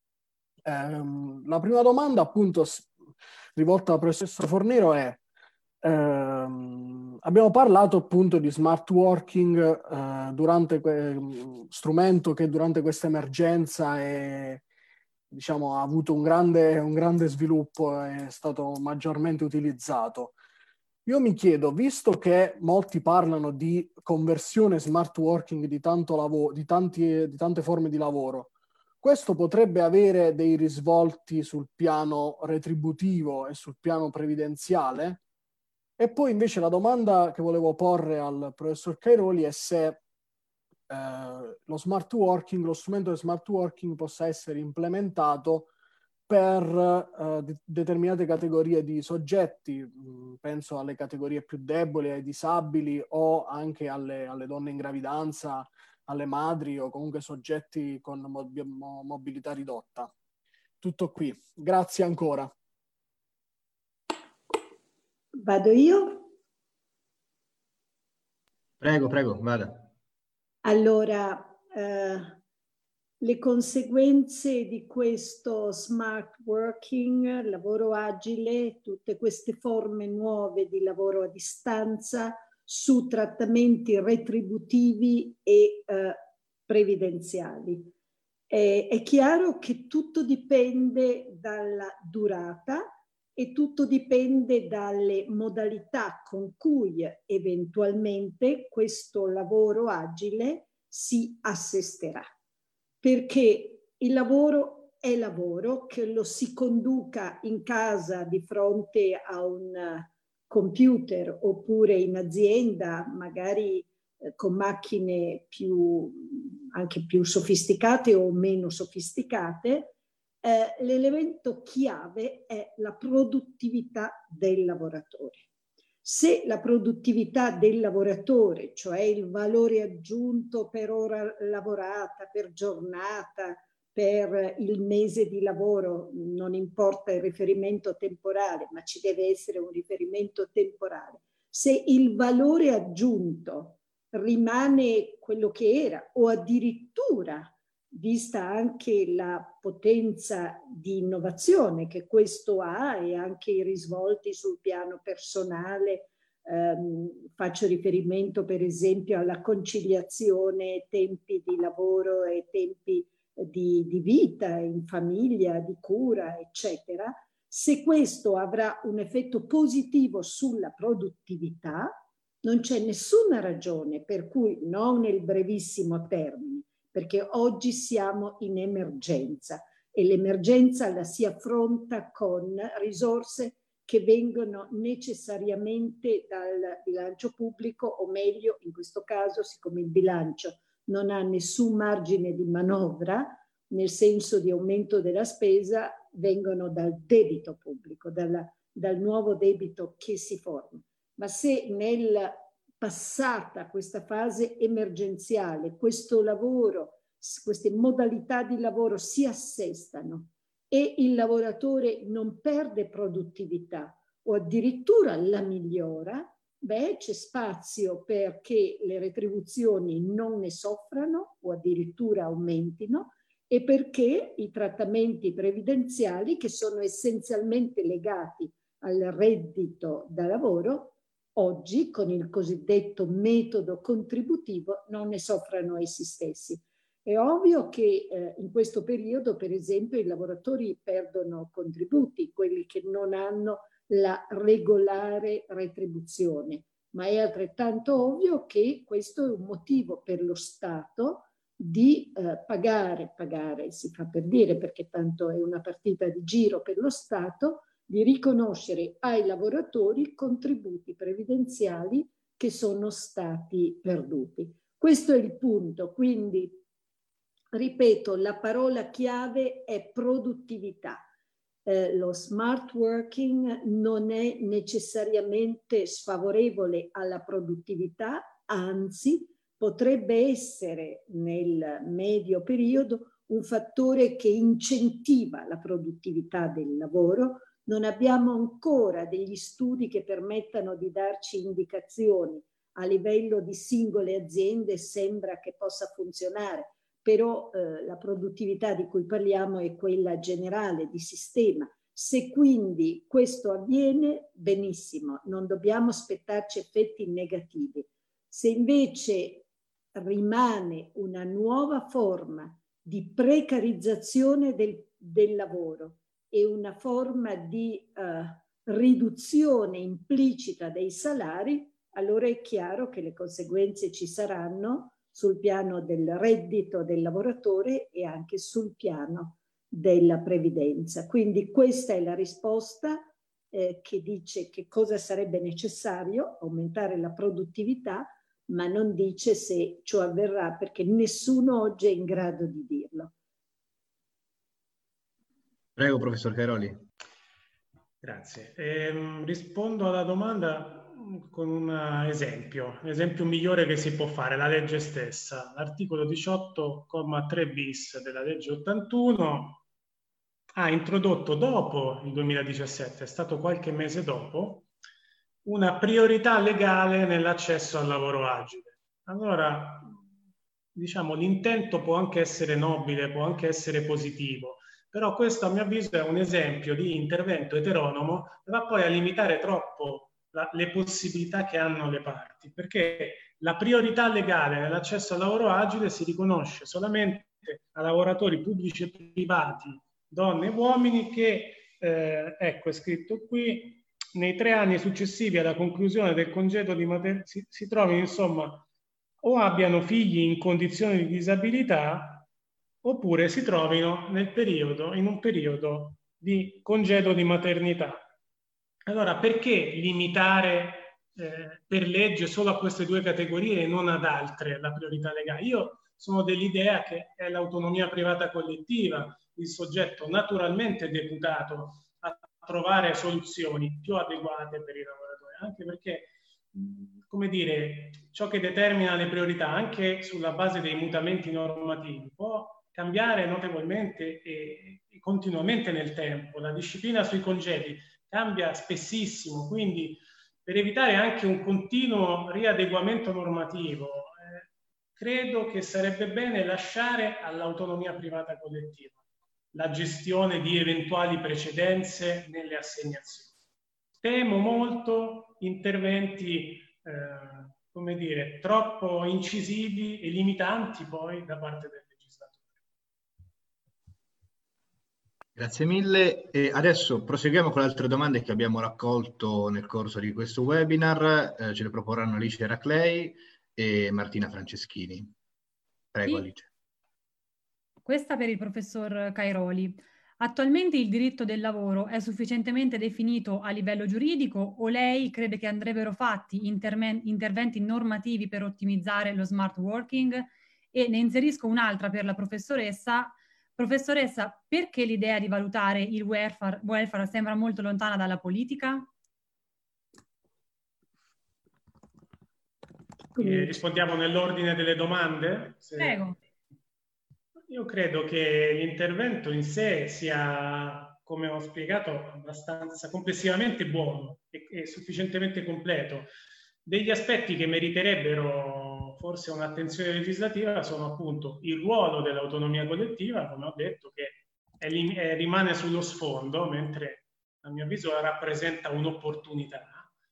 La prima domanda appunto rivolta alla professoressa Fornero è abbiamo parlato appunto di smart working strumento che durante questa emergenza ha avuto un grande sviluppo, è stato maggiormente utilizzato. Io mi chiedo, visto che molti parlano di conversione smart working di tanto lavoro, di tante forme di lavoro, questo potrebbe avere dei risvolti sul piano retributivo e sul piano previdenziale? E poi invece la domanda che volevo porre al professor Cairoli è se lo strumento di smart working possa essere implementato per determinate categorie di soggetti, penso alle categorie più deboli, ai disabili o anche alle donne in gravidanza, alle madri o comunque soggetti con mobilità ridotta. Tutto qui. Grazie ancora. Vado io? Prego, vada. Allora, Le conseguenze di questo smart working, lavoro agile, tutte queste forme nuove di lavoro a distanza su trattamenti retributivi e previdenziali. È chiaro che tutto dipende dalla durata e tutto dipende dalle modalità con cui eventualmente questo lavoro agile si assesterà. Perché il lavoro è lavoro, che lo si conduca in casa di fronte a un computer oppure in azienda, magari con macchine anche più sofisticate o meno sofisticate, l'elemento chiave è la produttività del lavoratore. Se la produttività del lavoratore, cioè il valore aggiunto per ora lavorata, per giornata, per il mese di lavoro, non importa il riferimento temporale, ma ci deve essere un riferimento temporale. Se il valore aggiunto rimane quello che era, o addirittura, vista anche la potenza di innovazione che questo ha e anche i risvolti sul piano personale, faccio riferimento per esempio alla conciliazione tempi di lavoro e tempi di vita in famiglia, di cura, eccetera. Se questo avrà un effetto positivo sulla produttività, non c'è nessuna ragione per cui non nel brevissimo termine, perché oggi siamo in emergenza e l'emergenza la si affronta con risorse che vengono necessariamente dal bilancio pubblico, o meglio, in questo caso, siccome il bilancio non ha nessun margine di manovra, nel senso di aumento della spesa, vengono dal debito pubblico, dal nuovo debito che si forma. Ma se nel passata questa fase emergenziale, questo lavoro, queste modalità di lavoro si assestano e il lavoratore non perde produttività o addirittura la migliora, beh, c'è spazio perché le retribuzioni non ne soffrano o addirittura aumentino e perché i trattamenti previdenziali, che sono essenzialmente legati al reddito da lavoro, oggi con il cosiddetto metodo contributivo non ne soffrano essi stessi. È ovvio che in questo periodo, per esempio, i lavoratori perdono contributi, quelli che non hanno la regolare retribuzione, ma è altrettanto ovvio che questo è un motivo per lo Stato di pagare, si fa per dire perché tanto è una partita di giro per lo Stato, di riconoscere ai lavoratori contributi previdenziali che sono stati perduti. Questo è il punto, quindi ripeto, la parola chiave è produttività. Lo smart working non è necessariamente sfavorevole alla produttività, anzi potrebbe essere nel medio periodo un fattore che incentiva la produttività del lavoro. Non abbiamo ancora degli studi che permettano di darci indicazioni a livello di singole aziende, sembra che possa funzionare, però la produttività di cui parliamo è quella generale di sistema. Se quindi questo avviene, benissimo, non dobbiamo aspettarci effetti negativi. Se invece rimane una nuova forma di precarizzazione del lavoro e una forma di riduzione implicita dei salari, allora è chiaro che le conseguenze ci saranno sul piano del reddito del lavoratore e anche sul piano della previdenza. Quindi questa è la risposta che dice che cosa sarebbe necessario, aumentare la produttività, ma non dice se ciò avverrà, perché nessuno oggi è in grado di dirlo. Prego, professor Cairoli. Grazie. Rispondo alla domanda con un esempio migliore che si può fare, la legge stessa. L'articolo 18,3 bis della legge 81 ha introdotto dopo il 2017, è stato qualche mese dopo, una priorità legale nell'accesso al lavoro agile. Allora, diciamo, l'intento può anche essere nobile, può anche essere positivo, però questo a mio avviso è un esempio di intervento eteronomo che va poi a limitare troppo le possibilità che hanno le parti, perché la priorità legale nell'accesso al lavoro agile si riconosce solamente a lavoratori pubblici e privati, donne e uomini, che, ecco, è scritto qui, nei 3 anni successivi alla conclusione del congedo di maternità si trovino, insomma, o abbiano figli in condizioni di disabilità, oppure si trovino in un periodo di congedo di maternità. Allora, perché limitare per legge solo a queste 2 categorie e non ad altre la priorità legale? Io sono dell'idea che è l'autonomia privata collettiva il soggetto naturalmente deputato a trovare soluzioni più adeguate per i lavoratori, anche perché, come dire, ciò che determina le priorità anche sulla base dei mutamenti normativi può cambiare notevolmente e continuamente nel tempo. La disciplina sui congedi cambia spessissimo, quindi per evitare anche un continuo riadeguamento normativo, credo che sarebbe bene lasciare all'autonomia privata collettiva la gestione di eventuali precedenze nelle assegnazioni. Temo molto interventi, come dire, troppo incisivi e limitanti poi da parte del legislatore. Grazie mille. E adesso proseguiamo con le altre domande che abbiamo raccolto nel corso di questo webinar. Ce le proporranno Alice Raclei e Martina Franceschini. Prego, Sì. Alice. Questa per il professor Cairoli. Attualmente il diritto del lavoro è sufficientemente definito a livello giuridico o lei crede che andrebbero fatti interventi normativi per ottimizzare lo smart working? E ne inserisco un'altra per la professoressa. Professoressa, perché l'idea di valutare il welfare sembra molto lontana dalla politica? Rispondiamo nell'ordine delle domande? Prego. Io credo che l'intervento in sé sia, come ho spiegato, abbastanza complessivamente buono e sufficientemente completo. Degli aspetti che meriterebbero forse un'attenzione legislativa sono appunto il ruolo dell'autonomia collettiva, come ho detto, che rimane sullo sfondo, mentre a mio avviso rappresenta un'opportunità.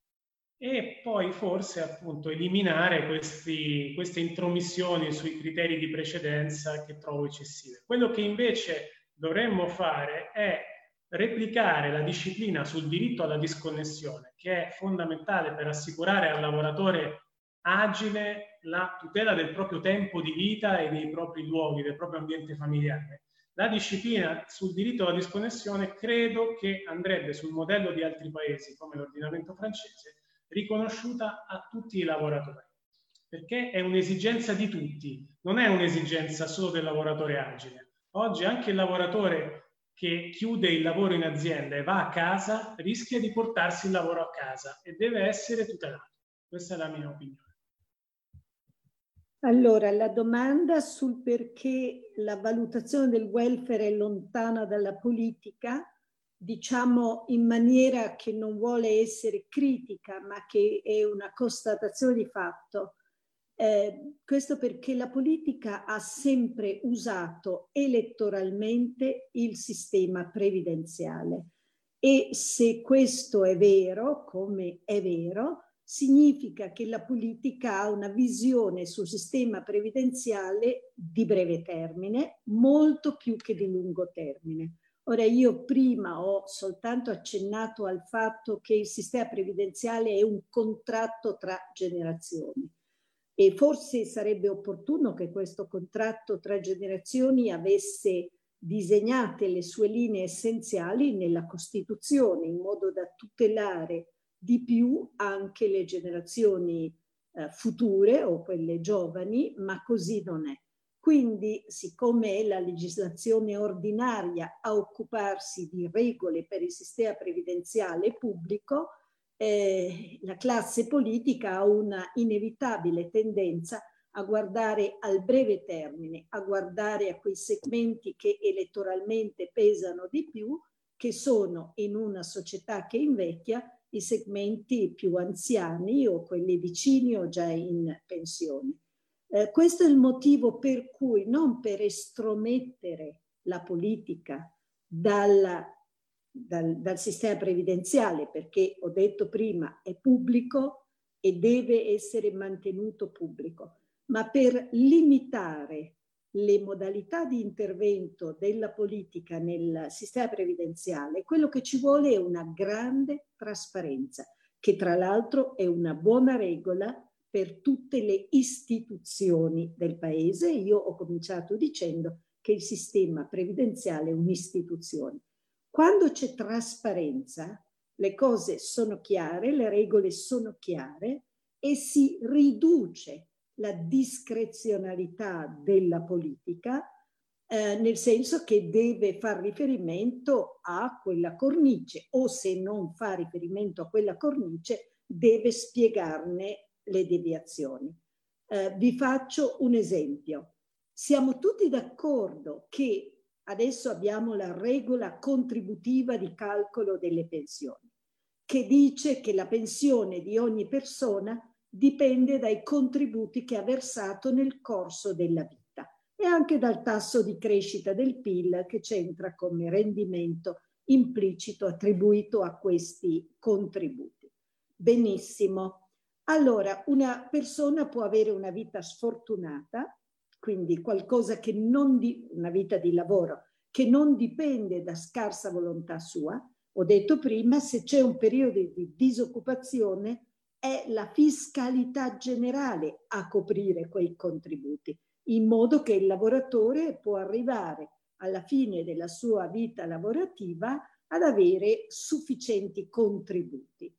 E poi forse appunto eliminare queste intromissioni sui criteri di precedenza che trovo eccessive. Quello che invece dovremmo fare è replicare la disciplina sul diritto alla disconnessione, che è fondamentale per assicurare al lavoratore agile la tutela del proprio tempo di vita e dei propri luoghi, del proprio ambiente familiare. La disciplina sul diritto alla disconnessione credo che andrebbe sul modello di altri paesi, come l'ordinamento francese, riconosciuta a tutti i lavoratori, perché è un'esigenza di tutti, non è un'esigenza solo del lavoratore agile. Oggi anche il lavoratore che chiude il lavoro in azienda e va a casa rischia di portarsi il lavoro a casa e deve essere tutelato. Questa è la mia opinione. Allora, la domanda sul perché la valutazione del welfare è lontana dalla politica, diciamo in maniera che non vuole essere critica, ma che è una constatazione di fatto. Questo perché la politica ha sempre usato elettoralmente il sistema previdenziale e se questo è vero, come è vero, significa che la politica ha una visione sul sistema previdenziale di breve termine, molto più che di lungo termine. Ora, io prima ho soltanto accennato al fatto che il sistema previdenziale è un contratto tra generazioni e forse sarebbe opportuno che questo contratto tra generazioni avesse disegnate le sue linee essenziali nella Costituzione in modo da tutelare di più anche le generazioni future o quelle giovani, ma così non è. Quindi, siccome è la legislazione ordinaria a occuparsi di regole per il sistema previdenziale pubblico, la classe politica ha una inevitabile tendenza a guardare al breve termine, a guardare a quei segmenti che elettoralmente pesano di più, che sono in una società che invecchia i segmenti più anziani o quelli vicini o già in pensione. Questo è il motivo per cui, non per estromettere la politica dal sistema previdenziale, perché ho detto prima è pubblico e deve essere mantenuto pubblico, ma per limitare le modalità di intervento della politica nel sistema previdenziale. Quello che ci vuole è una grande trasparenza, che tra l'altro è una buona regola per tutte le istituzioni del paese. Io ho cominciato dicendo che il sistema previdenziale è un'istituzione. Quando c'è trasparenza, le cose sono chiare, le regole sono chiare e si riduce la discrezionalità della politica, nel senso che deve far riferimento a quella cornice, o se non fa riferimento a quella cornice deve spiegarne le deviazioni. Vi faccio un esempio. Siamo tutti d'accordo che adesso abbiamo la regola contributiva di calcolo delle pensioni, che dice che la pensione di ogni persona dipende dai contributi che ha versato nel corso della vita e anche dal tasso di crescita del PIL che c'entra come rendimento implicito attribuito a questi contributi. Benissimo. Allora, una persona può avere una vita sfortunata, quindi qualcosa che una vita di lavoro che non dipende da scarsa volontà sua. Ho detto prima, se c'è un periodo di disoccupazione è la fiscalità generale a coprire quei contributi, in modo che il lavoratore può arrivare alla fine della sua vita lavorativa ad avere sufficienti contributi.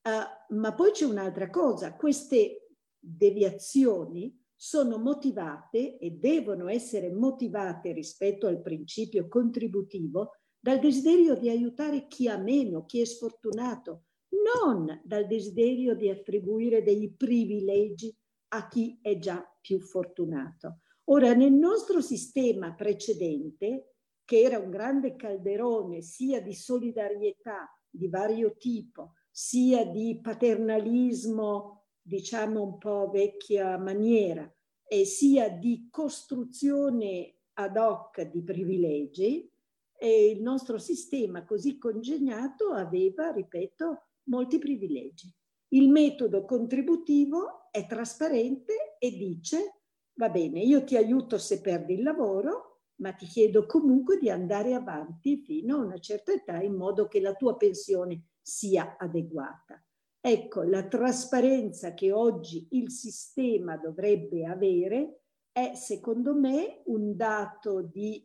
Ma poi c'è un'altra cosa, queste deviazioni sono motivate e devono essere motivate rispetto al principio contributivo dal desiderio di aiutare chi ha meno, chi è sfortunato, non dal desiderio di attribuire dei privilegi a chi è già più fortunato. Ora, nel nostro sistema precedente, che era un grande calderone sia di solidarietà di vario tipo, sia di paternalismo, diciamo un po' vecchia maniera, e sia di costruzione ad hoc di privilegi, e il nostro sistema così congegnato aveva, ripeto, molti privilegi. Il metodo contributivo è trasparente e dice: va bene, io ti aiuto se perdi il lavoro, ma ti chiedo comunque di andare avanti fino a una certa età in modo che la tua pensione sia adeguata. Ecco, la trasparenza che oggi il sistema dovrebbe avere è, secondo me, un dato di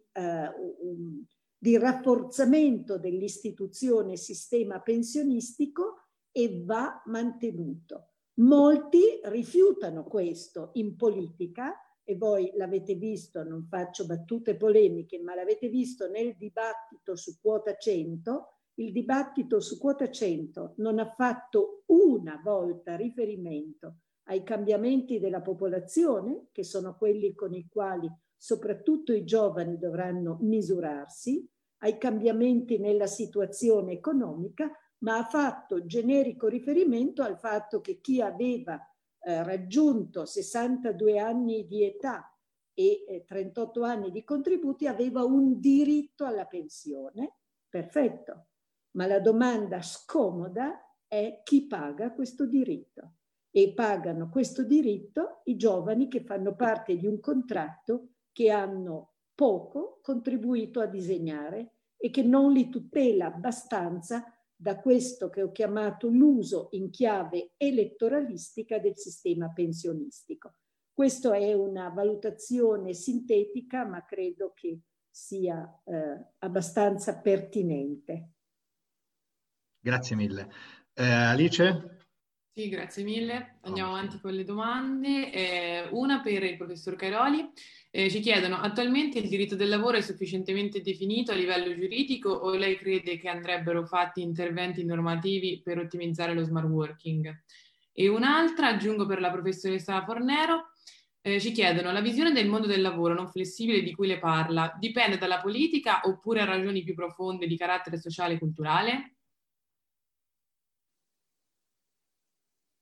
rafforzamento dell'istituzione sistema pensionistico e va mantenuto. Molti rifiutano questo in politica e voi l'avete visto, non faccio battute polemiche, ma l'avete visto nel dibattito su quota 100. Il dibattito su quota 100 non ha fatto una volta riferimento ai cambiamenti della popolazione, che sono quelli con i quali soprattutto i giovani dovranno misurarsi, ai cambiamenti nella situazione economica, ma ha fatto generico riferimento al fatto che chi aveva raggiunto 62 anni di età e 38 anni di contributi aveva un diritto alla pensione. Perfetto. Ma la domanda scomoda è: chi paga questo diritto? E pagano questo diritto i giovani che fanno parte di un contratto che hanno poco contribuito a disegnare e che non li tutela abbastanza da questo che ho chiamato l'uso in chiave elettoralistica del sistema pensionistico. Questa è una valutazione sintetica, ma credo che sia abbastanza pertinente. Grazie mille. Alice? Sì, grazie mille. Andiamo avanti con le domande. Una per il professor Cairoli. Ci chiedono: attualmente il diritto del lavoro è sufficientemente definito a livello giuridico o lei crede che andrebbero fatti interventi normativi per ottimizzare lo smart working? E un'altra, aggiungo per la professoressa Fornero, ci chiedono: la visione del mondo del lavoro non flessibile di cui le parla dipende dalla politica oppure ha ragioni più profonde di carattere sociale e culturale?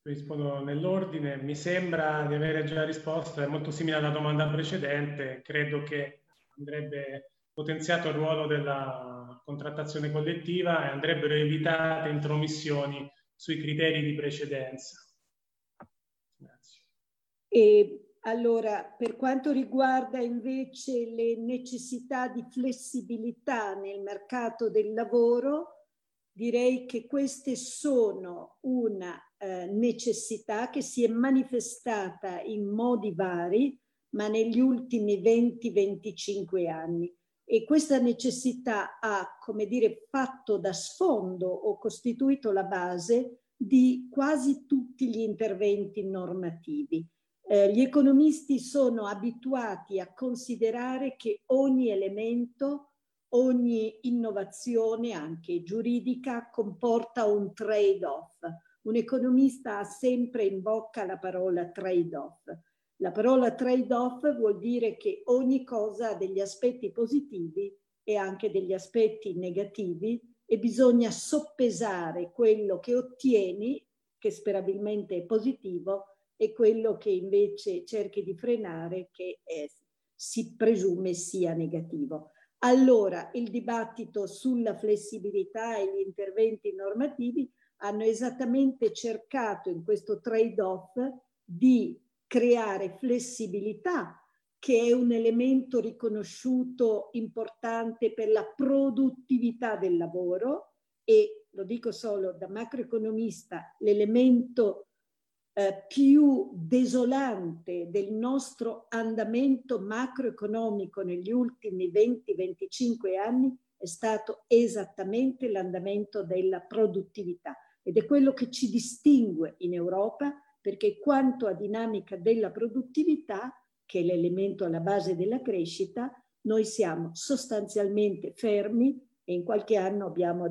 rispondo nell'ordine. Mi sembra di avere già risposto, è molto simile alla domanda precedente. Credo che andrebbe potenziato il ruolo della contrattazione collettiva e andrebbero evitate intromissioni sui criteri di precedenza. Grazie. E allora, per quanto riguarda invece le necessità di flessibilità nel mercato del lavoro, direi che queste sono una necessità che si è manifestata in modi vari, ma negli ultimi 20-25 anni. E questa necessità ha, come dire, fatto da sfondo o costituito la base di quasi tutti gli interventi normativi. Gli economisti sono abituati a considerare che ogni elemento, ogni innovazione, anche giuridica, comporta un trade-off. Un economista ha sempre in bocca la parola trade-off. La parola trade-off vuol dire che ogni cosa ha degli aspetti positivi e anche degli aspetti negativi e bisogna soppesare quello che ottieni, che sperabilmente è positivo, e quello che invece cerchi di frenare, che si presume sia negativo. Allora, il dibattito sulla flessibilità e gli interventi normativi hanno esattamente cercato in questo trade-off di creare flessibilità, che è un elemento riconosciuto importante per la produttività del lavoro, e lo dico solo da macroeconomista, l'elemento più desolante del nostro andamento macroeconomico negli ultimi 20-25 anni è stato esattamente l'andamento della produttività, ed è quello che ci distingue in Europa, perché quanto a dinamica della produttività, che è l'elemento alla base della crescita, noi siamo sostanzialmente fermi e in qualche anno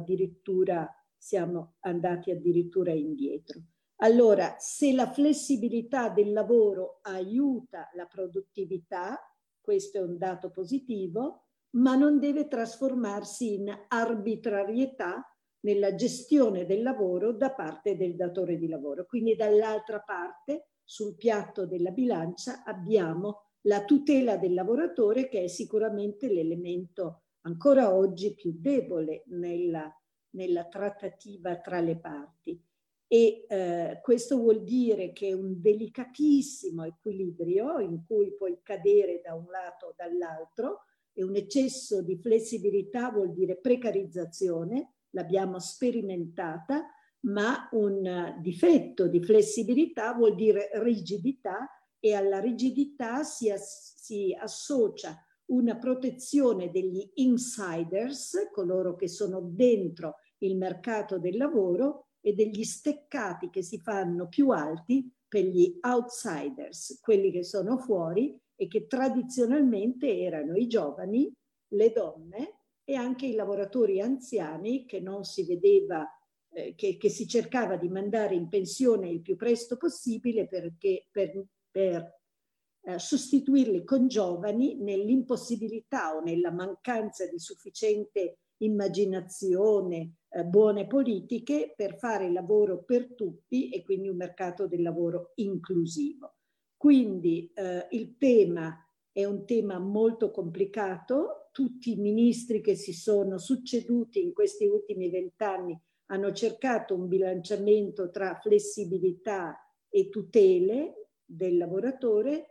siamo andati addirittura indietro. Allora, se la flessibilità del lavoro aiuta la produttività, questo è un dato positivo, ma non deve trasformarsi in arbitrarietà nella gestione del lavoro da parte del datore di lavoro. Quindi dall'altra parte, sul piatto della bilancia, abbiamo la tutela del lavoratore, che è sicuramente l'elemento ancora oggi più debole nella trattativa tra le parti. E questo vuol dire che è un delicatissimo equilibrio in cui puoi cadere da un lato o dall'altro, e un eccesso di flessibilità vuol dire precarizzazione, l'abbiamo sperimentata, ma un difetto di flessibilità vuol dire rigidità, e alla rigidità si associa una protezione degli insiders, coloro che sono dentro il mercato del lavoro, e degli steccati che si fanno più alti per gli outsiders, quelli che sono fuori e che tradizionalmente erano i giovani, le donne e anche i lavoratori anziani, che non si vedeva, che si cercava di mandare in pensione il più presto possibile, perché per sostituirli con giovani nell'impossibilità o nella mancanza di sufficiente immaginazione, buone politiche per fare lavoro per tutti, e quindi un mercato del lavoro inclusivo. Quindi il tema è un tema molto complicato. Tutti i ministri che si sono succeduti in questi ultimi 20 anni hanno cercato un bilanciamento tra flessibilità e tutele del lavoratore,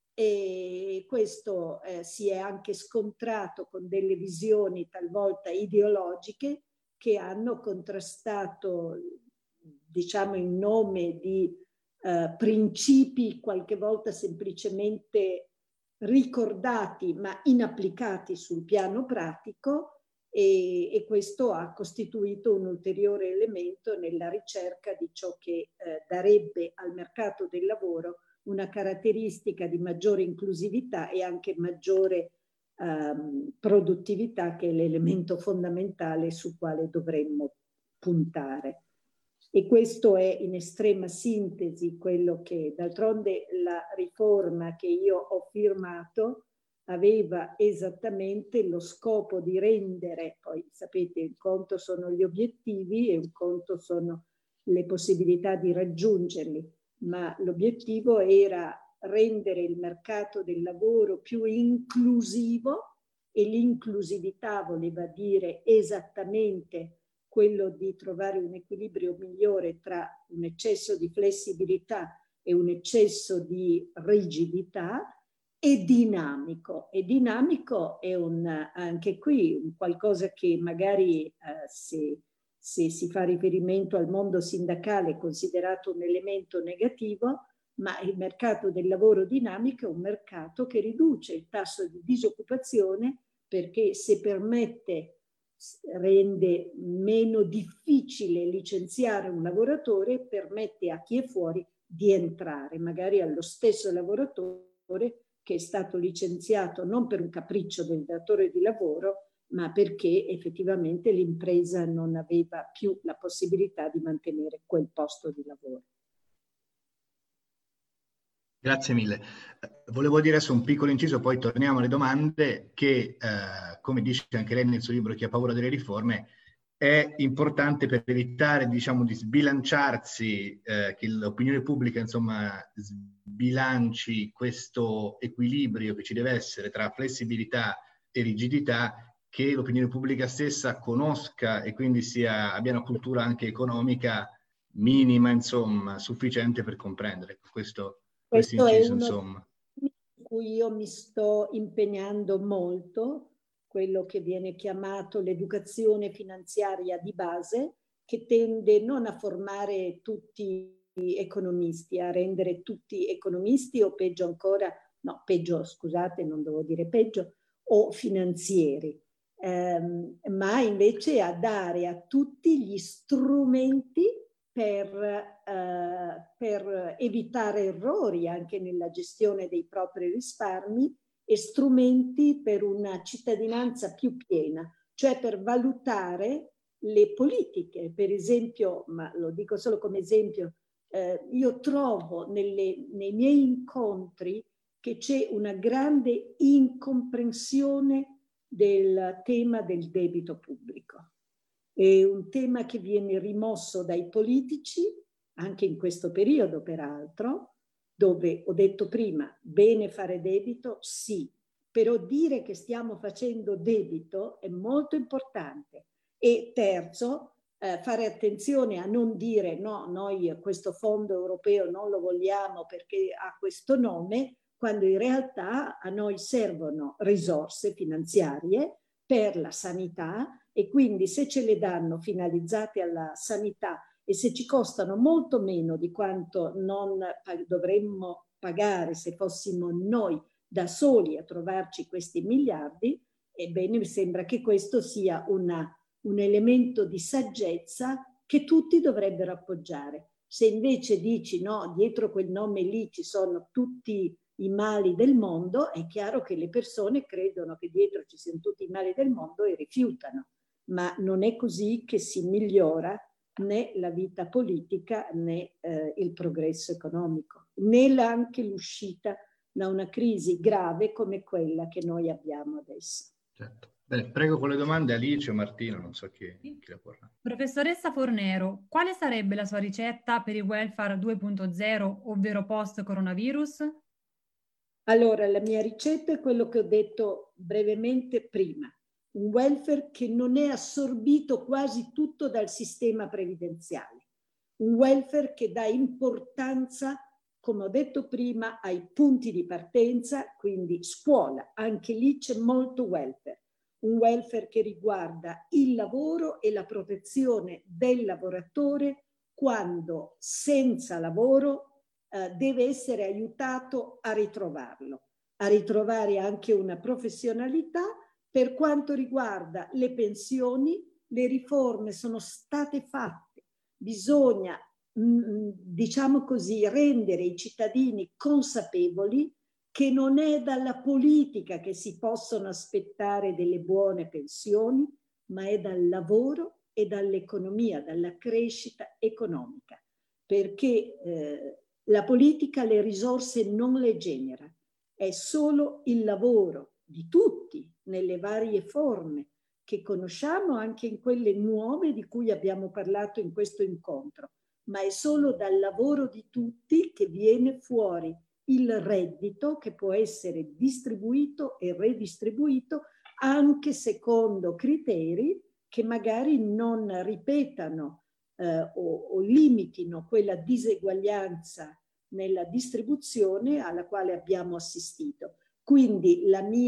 e questo si è anche scontrato con delle visioni talvolta ideologiche che hanno contrastato, diciamo, in nome di principi qualche volta semplicemente ricordati ma inapplicati sul piano pratico, e questo ha costituito un ulteriore elemento nella ricerca di ciò che darebbe al mercato del lavoro una caratteristica di maggiore inclusività e anche maggiore produttività, che è l'elemento fondamentale su quale dovremmo puntare. E questo è in estrema sintesi quello che, d'altronde, la riforma che io ho firmato aveva esattamente lo scopo di rendere, poi sapete, un conto sono gli obiettivi e un conto sono le possibilità di raggiungerli, ma l'obiettivo era rendere il mercato del lavoro più inclusivo, e l'inclusività voleva dire esattamente quello di trovare un equilibrio migliore tra un eccesso di flessibilità e un eccesso di rigidità, e dinamico. E dinamico è anche qui un qualcosa che magari se si fa riferimento al mondo sindacale è considerato un elemento negativo, ma il mercato del lavoro dinamico è un mercato che riduce il tasso di disoccupazione, perché se permette, rende meno difficile licenziare un lavoratore, permette a chi è fuori di entrare, magari allo stesso lavoratore che è stato licenziato non per un capriccio del datore di lavoro, ma perché effettivamente l'impresa non aveva più la possibilità di mantenere quel posto di lavoro. Grazie mille. Volevo dire adesso un piccolo inciso, poi torniamo alle domande, che come dice anche lei nel suo libro Chi ha paura delle riforme, è importante per evitare, diciamo, di sbilanciarsi, che l'opinione pubblica, insomma, sbilanci questo equilibrio che ci deve essere tra flessibilità e rigidità, che l'opinione pubblica stessa conosca e quindi abbia una cultura anche economica minima, insomma, sufficiente per comprendere questo inciso, è uno insomma. su cui io mi sto impegnando molto, quello che viene chiamato l'educazione finanziaria di base, che tende non a formare tutti economisti, a rendere tutti economisti, o peggio ancora, no, peggio, scusate, non devo dire peggio, o finanzieri, ma invece a dare a tutti gli strumenti per evitare errori anche nella gestione dei propri risparmi, e strumenti per una cittadinanza più piena, cioè per valutare le politiche. Per esempio, ma lo dico solo come esempio, io trovo nei miei incontri che c'è una grande incomprensione del tema del debito pubblico. È un tema che viene rimosso dai politici, anche in questo periodo peraltro, dove ho detto prima, bene fare debito, sì, però dire che stiamo facendo debito è molto importante. E terzo, fare attenzione a non dire no, noi questo fondo europeo non lo vogliamo perché ha questo nome, quando in realtà a noi servono risorse finanziarie per la sanità, e quindi se ce le danno finalizzate alla sanità e se ci costano molto meno di quanto non dovremmo pagare se fossimo noi da soli a trovarci questi miliardi, ebbene mi sembra che questo sia un elemento di saggezza che tutti dovrebbero appoggiare. Se invece dici no, dietro quel nome lì ci sono tutti i mali del mondo, è chiaro che le persone credono che dietro ci siano tutti i mali del mondo e rifiutano, ma non è così che si migliora né la vita politica né il progresso economico, né anche l'uscita da una crisi grave come quella che noi abbiamo adesso. Certo. Bene, prego con le domande Alice o Martino, non so chi la porrà. Professoressa Fornero, quale sarebbe la sua ricetta per il welfare 2.0, ovvero post-coronavirus? Allora, la mia ricetta è quello che ho detto brevemente prima. Un welfare che non è assorbito quasi tutto dal sistema previdenziale. Un welfare che dà importanza, come ho detto prima, ai punti di partenza, quindi scuola, anche lì c'è molto welfare. Un welfare che riguarda il lavoro e la protezione del lavoratore quando senza lavoro deve essere aiutato a ritrovarlo, a ritrovare anche una professionalità. Per quanto riguarda le pensioni, le riforme sono state fatte, bisogna, diciamo così, rendere i cittadini consapevoli che non è dalla politica che si possono aspettare delle buone pensioni, ma è dal lavoro e dall'economia, dalla crescita economica, perché la politica le risorse non le genera, è solo il lavoro di tutti nelle varie forme che conosciamo, anche in quelle nuove di cui abbiamo parlato in questo incontro, ma è solo dal lavoro di tutti che viene fuori il reddito che può essere distribuito e redistribuito anche secondo criteri che magari non ripetano o limitino quella diseguaglianza nella distribuzione alla quale abbiamo assistito. Quindi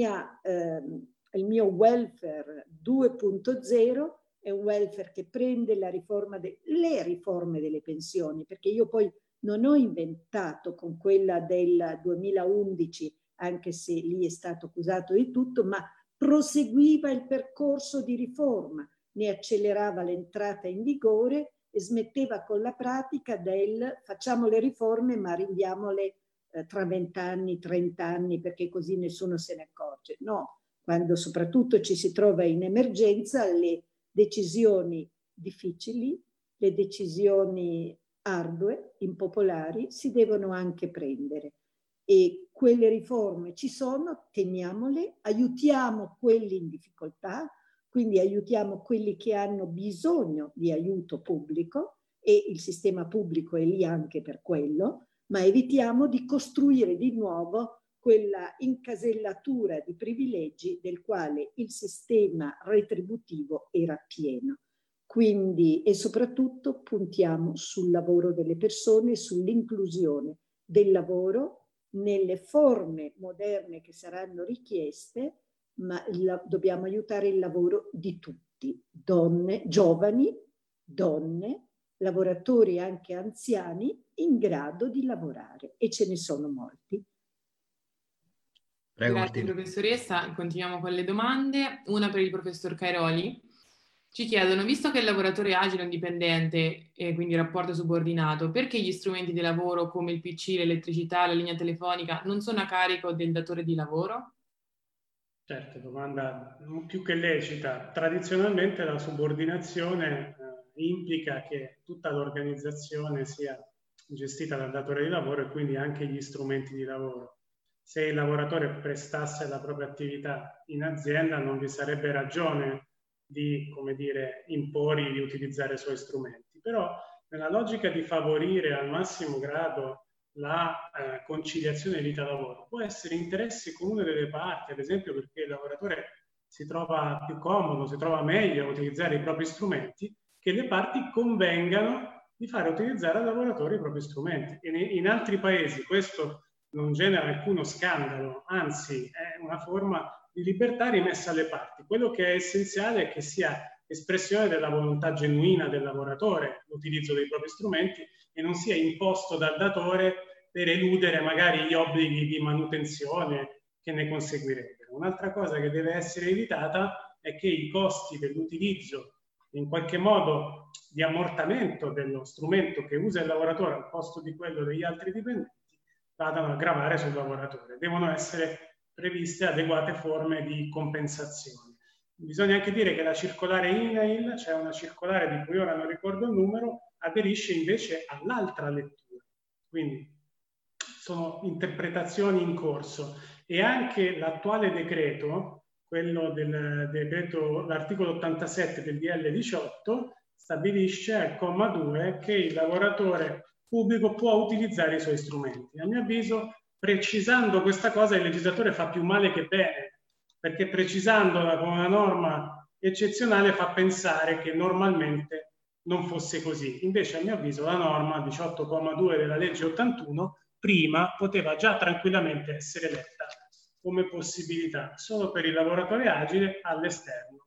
il mio welfare 2.0 è un welfare che prende le riforme delle pensioni, perché io poi non ho inventato con quella del 2011, anche se lì è stato accusato di tutto, ma proseguiva il percorso di riforma, ne accelerava l'entrata in vigore e smetteva con la pratica del facciamo le riforme ma rinviamole tra 20 anni, 30 anni, perché così nessuno se ne accorge. No, quando soprattutto ci si trova in emergenza, le decisioni difficili, le decisioni ardue, impopolari, si devono anche prendere. E quelle riforme ci sono, teniamole, aiutiamo quelli in difficoltà, quindi aiutiamo quelli che hanno bisogno di aiuto pubblico, e il sistema pubblico è lì anche per quello, ma evitiamo di costruire di nuovo quella incasellatura di privilegi del quale il sistema retributivo era pieno. Quindi, e soprattutto puntiamo sul lavoro delle persone, sull'inclusione del lavoro nelle forme moderne che saranno richieste, ma dobbiamo aiutare il lavoro di tutti, donne, giovani, donne, lavoratori anche anziani in grado di lavorare, e ce ne sono molti. Prego, Grazie Martina. professoressa, continuiamo con le domande. Una per il professor Cairoli. Ci chiedono, visto che il lavoratore agile è indipendente e quindi rapporto subordinato, perché gli strumenti di lavoro come il PC, l'elettricità, la linea telefonica non sono a carico del datore di lavoro? Certo, domanda più che lecita. Tradizionalmente la subordinazione implica che tutta l'organizzazione sia gestita dal datore di lavoro e quindi anche gli strumenti di lavoro. Se il lavoratore prestasse la propria attività in azienda non vi sarebbe ragione di, come dire, imporgli di utilizzare i suoi strumenti. Però nella logica di favorire al massimo grado la conciliazione vita-lavoro può essere interesse comune delle parti, ad esempio perché il lavoratore si trova più comodo, si trova meglio a utilizzare i propri strumenti, che le parti convengano di fare utilizzare al lavoratore i propri strumenti. E in altri paesi questo non genera alcuno scandalo, anzi è una forma di libertà rimessa alle parti. Quello che è essenziale è che sia espressione della volontà genuina del lavoratore l'utilizzo dei propri strumenti e non sia imposto dal datore per eludere magari gli obblighi di manutenzione che ne conseguirebbero. Un'altra cosa che deve essere evitata è che i costi dell'utilizzo, in qualche modo di ammortamento dello strumento che usa il lavoratore al posto di quello degli altri dipendenti, vadano a gravare sul lavoratore. Devono essere previste adeguate forme di compensazione. Bisogna anche dire che la circolare INAIL, cioè una circolare di cui ora non ricordo il numero, aderisce invece all'altra lettura. Quindi sono interpretazioni in corso e anche l'attuale decreto, quello del decreto, l'articolo 87 del DL 18, stabilisce al comma 2 che il lavoratore pubblico può utilizzare i suoi strumenti. A mio avviso, precisando questa cosa, il legislatore fa più male che bene, perché precisandola con una norma eccezionale fa pensare che normalmente non fosse così. Invece, a mio avviso, la norma 18,2 della legge 81 prima poteva già tranquillamente essere letta come possibilità solo per il lavoratore agile all'esterno.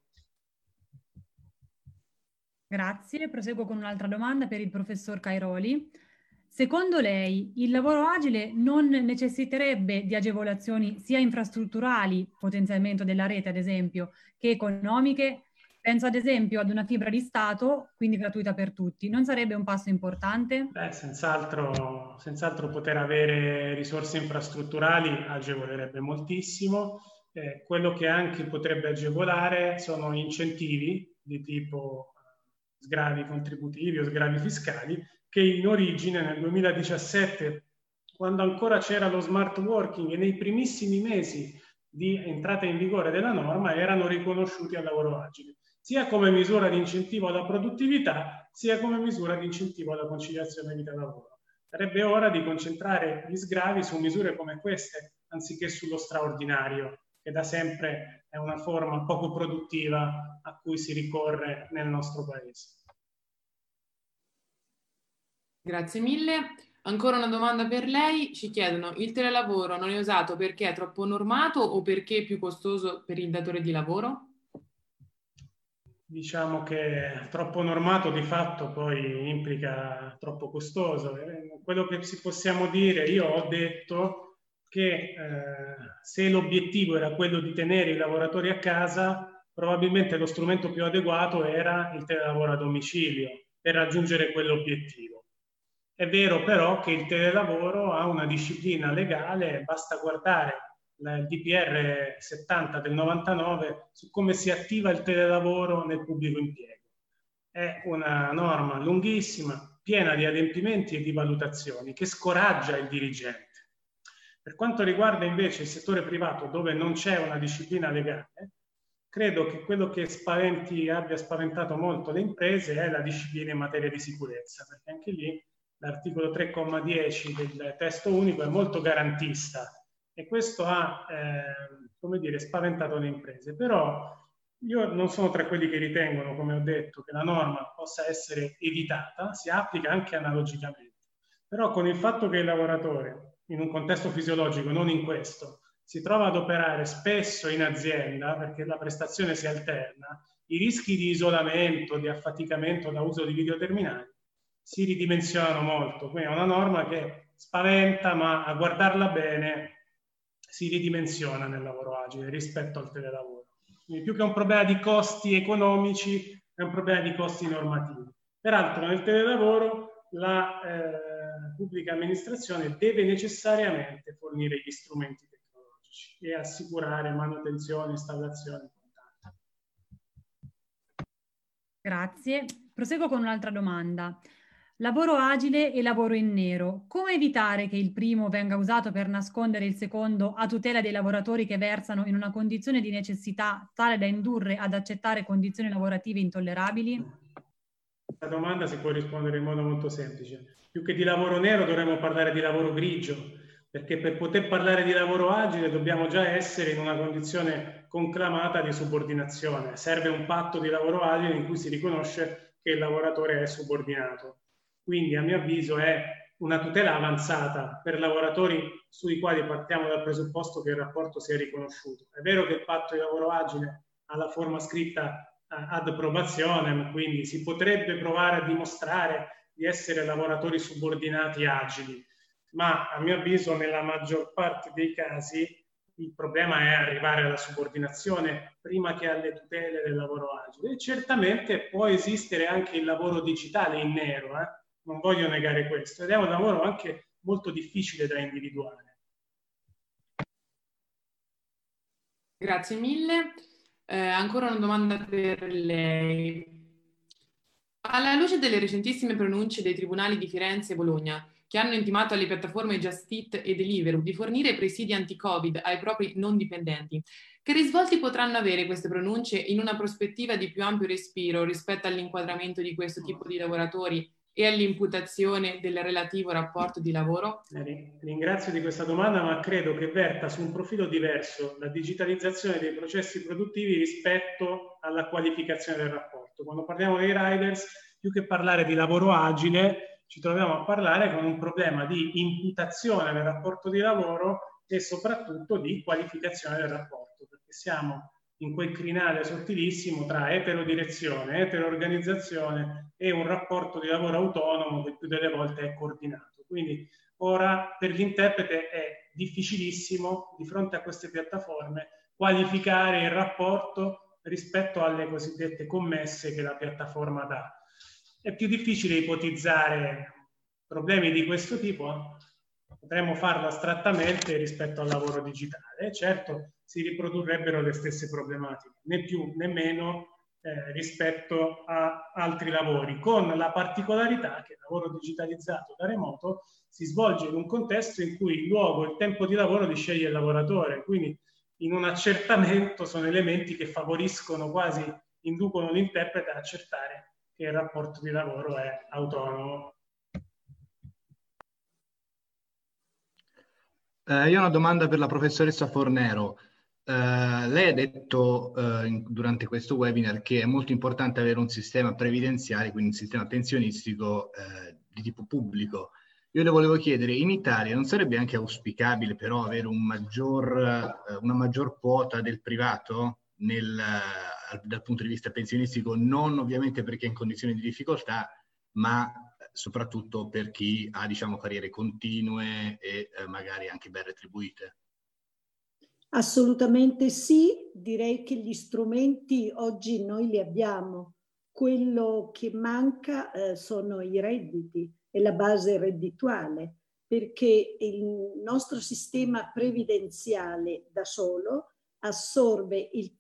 Grazie. Proseguo con un'altra domanda per il professor Cairoli. Secondo lei il lavoro agile non necessiterebbe di agevolazioni sia infrastrutturali, potenziamento della rete ad esempio, che economiche? Penso ad esempio ad una fibra di Stato, quindi gratuita per tutti. Non sarebbe un passo importante? Beh, senz'altro poter avere risorse infrastrutturali agevolerebbe moltissimo. Quello che anche potrebbe agevolare sono incentivi di tipo sgravi contributivi o sgravi fiscali, che in origine nel 2017, quando ancora c'era lo smart working e nei primissimi mesi di entrata in vigore della norma, erano riconosciuti al lavoro agile, sia come misura di incentivo alla produttività, sia come misura di incentivo alla conciliazione vita-lavoro. Sarebbe ora di concentrare gli sgravi su misure come queste, anziché sullo straordinario, che da sempre è una forma poco produttiva a cui si ricorre nel nostro Paese. Grazie mille. Ancora una domanda per lei. Ci chiedono: il telelavoro non è usato perché è troppo normato o perché è più costoso per il datore di lavoro? Diciamo che troppo normato di fatto poi implica troppo costoso. Quello che si possiamo dire, io ho detto che se l'obiettivo era quello di tenere i lavoratori a casa, probabilmente lo strumento più adeguato era il telelavoro a domicilio per raggiungere quell'obiettivo. È vero però che il telelavoro ha una disciplina legale, basta guardare il DPR 70 del 99 su come si attiva il telelavoro nel pubblico impiego. È una norma lunghissima, piena di adempimenti e di valutazioni, che scoraggia il dirigente. Per quanto riguarda invece il settore privato, dove non c'è una disciplina legale, credo che quello che abbia spaventato molto le imprese è la disciplina in materia di sicurezza, perché anche lì l'articolo 3,10 del testo unico è molto garantista e questo ha, come dire, spaventato le imprese. Però io non sono tra quelli che ritengono, come ho detto, che la norma possa essere evitata, si applica anche analogicamente. Però con il fatto che il lavoratore, in un contesto fisiologico, non in questo, si trova ad operare spesso in azienda perché la prestazione si alterna, i rischi di isolamento, di affaticamento da uso di videoterminali si ridimensionano molto. Quindi è una norma che spaventa, ma a guardarla bene si ridimensiona nel lavoro agile rispetto al telelavoro. Quindi più che un problema di costi economici, è un problema di costi normativi. Peraltro nel telelavoro la pubblica amministrazione deve necessariamente fornire gli strumenti tecnologici e assicurare manutenzione, installazione. Grazie. Proseguo con un'altra domanda. Lavoro agile e lavoro in nero. Come evitare che il primo venga usato per nascondere il secondo a tutela dei lavoratori che versano in una condizione di necessità tale da indurre ad accettare condizioni lavorative intollerabili? Questa domanda si può rispondere in modo molto semplice. Più che di lavoro nero dovremmo parlare di lavoro grigio, perché per poter parlare di lavoro agile dobbiamo già essere in una condizione conclamata di subordinazione. Serve un patto di lavoro agile in cui si riconosce che il lavoratore è subordinato. Quindi a mio avviso è una tutela avanzata per lavoratori sui quali partiamo dal presupposto che il rapporto sia riconosciuto. È vero che il patto di lavoro agile ha la forma scritta ad approvazione, quindi si potrebbe provare a dimostrare di essere lavoratori subordinati agili, ma a mio avviso nella maggior parte dei casi il problema è arrivare alla subordinazione prima che alle tutele del lavoro agile. E certamente può esistere anche il lavoro digitale in nero, non voglio negare questo, ed è un lavoro anche molto difficile da individuare. Grazie mille. Ancora una domanda per lei. Alla luce delle recentissime pronunce dei tribunali di Firenze e Bologna, che hanno intimato alle piattaforme Just Eat e Deliveroo di fornire presidi anti-Covid ai propri non dipendenti, che risvolti potranno avere queste pronunce in una prospettiva di più ampio respiro rispetto all'inquadramento di questo tipo di lavoratori e all'imputazione del relativo rapporto di lavoro? Ringrazio di questa domanda, ma credo che verta su un profilo diverso la digitalizzazione dei processi produttivi rispetto alla qualificazione del rapporto. Quando parliamo dei riders, più che parlare di lavoro agile, ci troviamo a parlare con un problema di imputazione del rapporto di lavoro e soprattutto di qualificazione del rapporto, perché siamo in quel crinale sottilissimo tra eterodirezione, eterorganizzazione e un rapporto di lavoro autonomo che più delle volte è coordinato. Quindi ora per l'interprete è difficilissimo di fronte a queste piattaforme qualificare il rapporto rispetto alle cosiddette commesse che la piattaforma dà. È più difficile ipotizzare problemi di questo tipo, potremmo farlo astrattamente rispetto al lavoro digitale. Certo, si riprodurrebbero le stesse problematiche, né più né meno rispetto a altri lavori, con la particolarità che il lavoro digitalizzato da remoto si svolge in un contesto in cui il luogo e il tempo di lavoro li sceglie il lavoratore, quindi in un accertamento sono elementi che favoriscono, quasi inducono l'interprete a accertare che il rapporto di lavoro è autonomo. Io ho una domanda per la professoressa Fornero. Lei ha detto durante questo webinar che è molto importante avere un sistema previdenziale, quindi un sistema pensionistico di tipo pubblico. Io le volevo chiedere, in Italia non sarebbe anche auspicabile però avere una maggior quota del privato dal punto di vista pensionistico, non ovviamente perché è in condizioni di difficoltà, ma soprattutto per chi ha, diciamo, carriere continue e magari anche ben retribuite? Assolutamente sì, direi che gli strumenti oggi noi li abbiamo. Quello che manca sono i redditi e la base reddituale, perché il nostro sistema previdenziale da solo assorbe il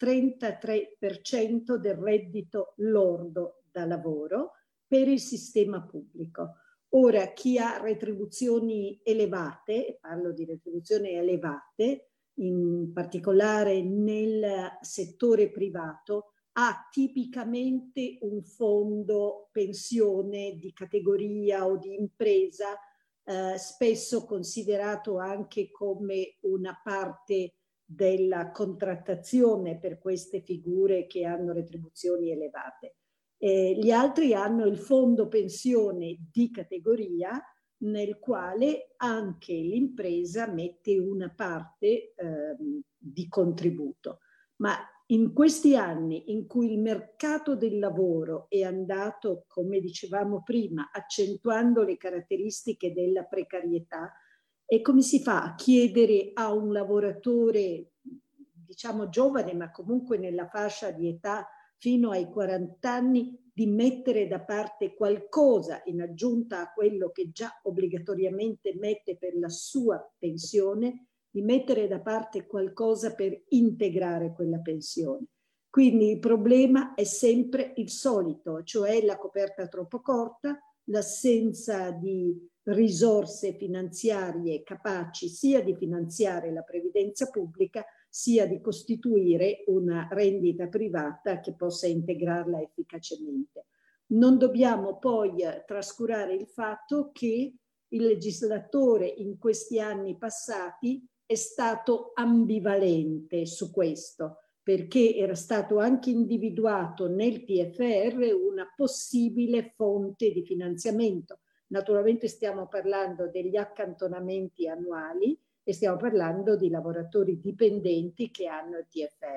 33% del reddito lordo da lavoro per il sistema pubblico. Ora, chi ha retribuzioni elevate, parlo di retribuzioni elevate, in particolare nel settore privato, ha tipicamente un fondo pensione di categoria o di impresa, spesso considerato anche come una parte della contrattazione per queste figure che hanno retribuzioni elevate. Gli altri hanno il fondo pensione di categoria, nel quale anche l'impresa mette una parte di contributo. Ma in questi anni in cui il mercato del lavoro è andato, come dicevamo prima, accentuando le caratteristiche della precarietà, e come si fa a chiedere a un lavoratore, diciamo giovane, ma comunque nella fascia di età fino ai 40 anni, di mettere da parte qualcosa in aggiunta a quello che già obbligatoriamente mette per la sua pensione, di mettere da parte qualcosa per integrare quella pensione. Quindi il problema è sempre il solito, cioè la coperta troppo corta, l'assenza di risorse finanziarie capaci sia di finanziare la previdenza pubblica, sia di costituire una rendita privata che possa integrarla efficacemente. Non dobbiamo poi trascurare il fatto che il legislatore in questi anni passati è stato ambivalente su questo, perché era stato anche individuato nel PFR una possibile fonte di finanziamento. Naturalmente stiamo parlando degli accantonamenti annuali, e stiamo parlando di lavoratori dipendenti che hanno il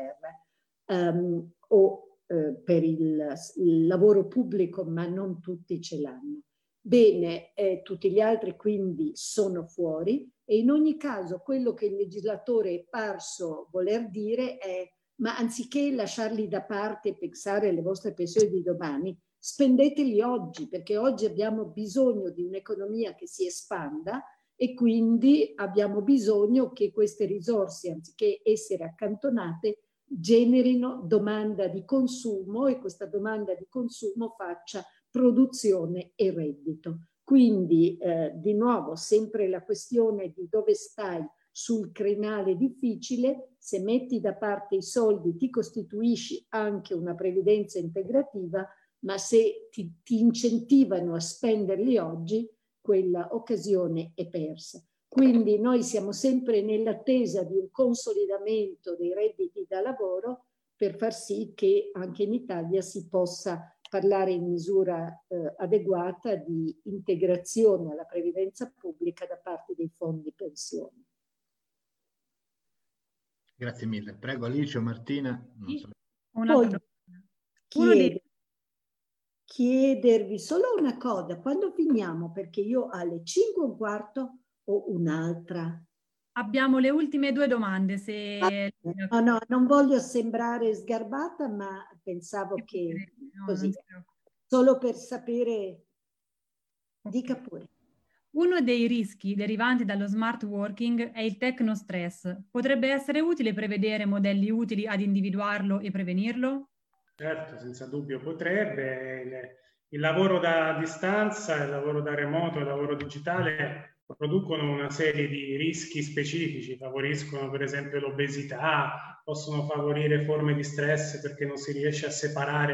TFR per il lavoro pubblico, ma non tutti ce l'hanno. Bene, tutti gli altri quindi sono fuori, e in ogni caso quello che il legislatore è parso voler dire è: ma anziché lasciarli da parte e pensare alle vostre pensioni di domani, spendeteli oggi, perché oggi abbiamo bisogno di un'economia che si espanda, e quindi abbiamo bisogno che queste risorse, anziché essere accantonate, generino domanda di consumo, e questa domanda di consumo faccia produzione e reddito. Quindi di nuovo sempre la questione di dove stai sul crinale difficile. Se metti da parte i soldi ti costituisci anche una previdenza integrativa, ma se ti incentivano a spenderli oggi, quella occasione è persa. Quindi noi siamo sempre nell'attesa di un consolidamento dei redditi da lavoro per far sì che anche in Italia si possa parlare in misura adeguata di integrazione alla previdenza pubblica da parte dei fondi pensione. Grazie mille. Prego Alice o Martina. Non so. Poi chiedervi solo una cosa: quando finiamo? Perché io alle 5:15 ho un'altra. Abbiamo le ultime 2 domande. Se... No, non voglio sembrare sgarbata, ma pensavo che così, solo per sapere. Dica pure. Uno dei rischi derivanti dallo smart working è il tecnostress. Potrebbe essere utile prevedere modelli utili ad individuarlo e prevenirlo? Certo, senza dubbio potrebbe. Il lavoro da distanza, il lavoro da remoto, il lavoro digitale producono una serie di rischi specifici, favoriscono per esempio l'obesità, possono favorire forme di stress perché non si riesce a separare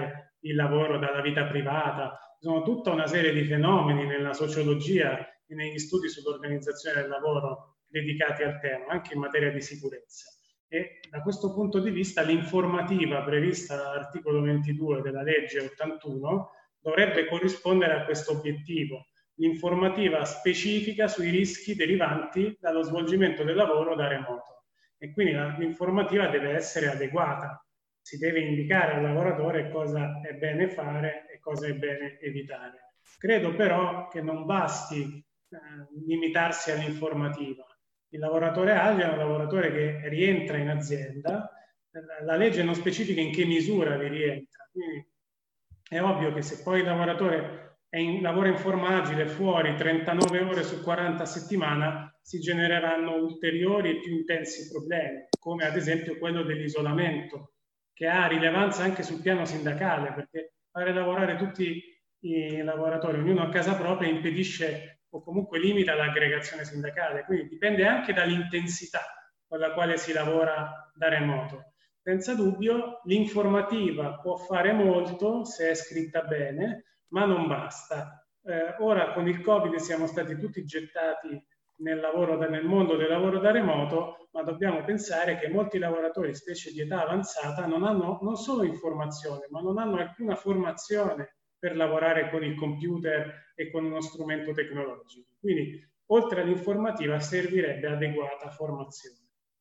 il lavoro dalla vita privata. Ci sono tutta una serie di fenomeni nella sociologia e negli studi sull'organizzazione del lavoro dedicati al tema, anche in materia di sicurezza. E da questo punto di vista l'informativa prevista dall'articolo 22 della legge 81 dovrebbe corrispondere a questo obiettivo, l'informativa specifica sui rischi derivanti dallo svolgimento del lavoro da remoto. E quindi l'informativa deve essere adeguata, si deve indicare al lavoratore cosa è bene fare e cosa è bene evitare. Credo però che non basti limitarsi all'informativa. Il lavoratore agile è un lavoratore che rientra in azienda, la legge non specifica in che misura vi rientra, quindi è ovvio che se poi il lavoratore lavora in forma agile fuori 39 ore su 40 a settimana, si genereranno ulteriori e più intensi problemi, come ad esempio quello dell'isolamento, che ha rilevanza anche sul piano sindacale, perché fare lavorare tutti i lavoratori, ognuno a casa propria, impedisce o comunque limita l'aggregazione sindacale, quindi dipende anche dall'intensità con la quale si lavora da remoto. Senza dubbio l'informativa può fare molto se è scritta bene, ma non basta. Ora con il Covid siamo stati tutti gettati nel mondo del lavoro da remoto, ma dobbiamo pensare che molti lavoratori, specie di età avanzata, non hanno non solo informazione, ma non hanno alcuna formazione per lavorare con il computer e con uno strumento tecnologico. Quindi, oltre all'informativa, servirebbe adeguata formazione.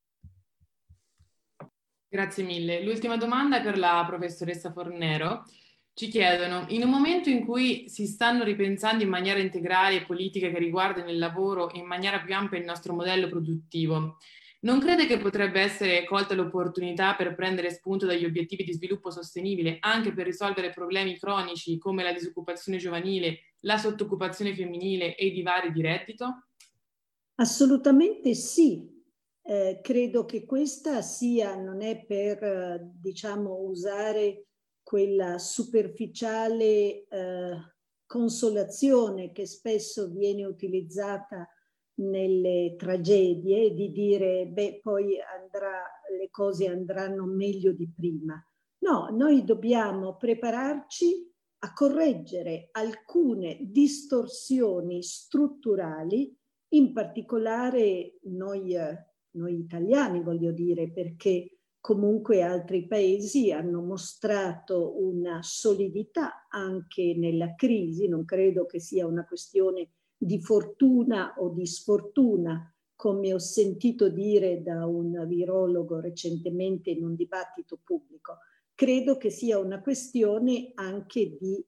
Grazie mille. L'ultima domanda è per la professoressa Fornero. Ci chiedono, in un momento in cui si stanno ripensando in maniera integrale politiche che riguardano il lavoro e in maniera più ampia il nostro modello produttivo, non crede che potrebbe essere colta l'opportunità per prendere spunto dagli obiettivi di sviluppo sostenibile anche per risolvere problemi cronici come la disoccupazione giovanile, la sottoccupazione femminile e i divari di reddito? Assolutamente sì. Credo che questa sia, non è per, diciamo, usare quella superficiale consolazione che spesso viene utilizzata nelle tragedie, di dire beh poi le cose andranno meglio di prima. No, noi dobbiamo prepararci a correggere alcune distorsioni strutturali, in particolare noi italiani, voglio dire, perché comunque altri paesi hanno mostrato una solidità anche nella crisi. Non credo che sia una questione di fortuna o di sfortuna, come ho sentito dire da un virologo recentemente in un dibattito pubblico. Credo che sia una questione anche di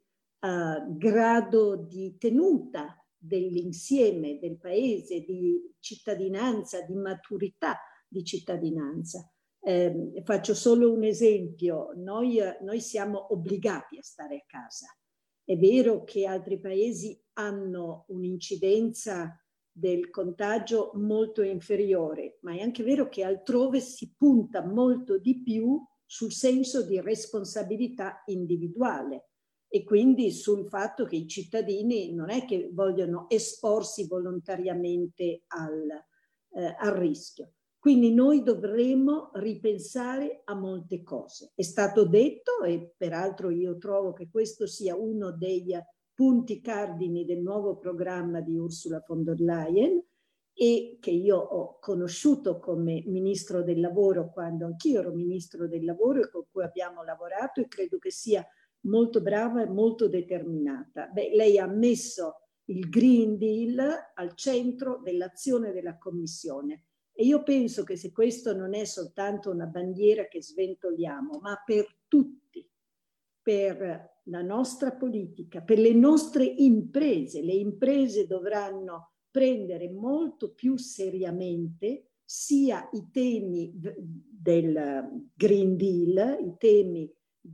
grado di tenuta dell'insieme del paese, di cittadinanza, di maturità di cittadinanza. Faccio solo un esempio, noi siamo obbligati a stare a casa. È vero che altri paesi hanno un'incidenza del contagio molto inferiore, ma è anche vero che altrove si punta molto di più sul senso di responsabilità individuale e quindi sul fatto che i cittadini non è che vogliono esporsi volontariamente al rischio. Quindi noi dovremo ripensare a molte cose. È stato detto, e peraltro io trovo che questo sia uno dei punti cardini del nuovo programma di Ursula von der Leyen, e che io ho conosciuto come ministro del lavoro quando anch'io ero ministro del lavoro e con cui abbiamo lavorato, e credo che sia molto brava e molto determinata. Beh, lei ha messo il Green Deal al centro dell'azione della Commissione. E io penso che se questo non è soltanto una bandiera che sventoliamo, ma per tutti, per la nostra politica, per le nostre imprese, le imprese dovranno prendere molto più seriamente sia i temi del Green Deal, i temi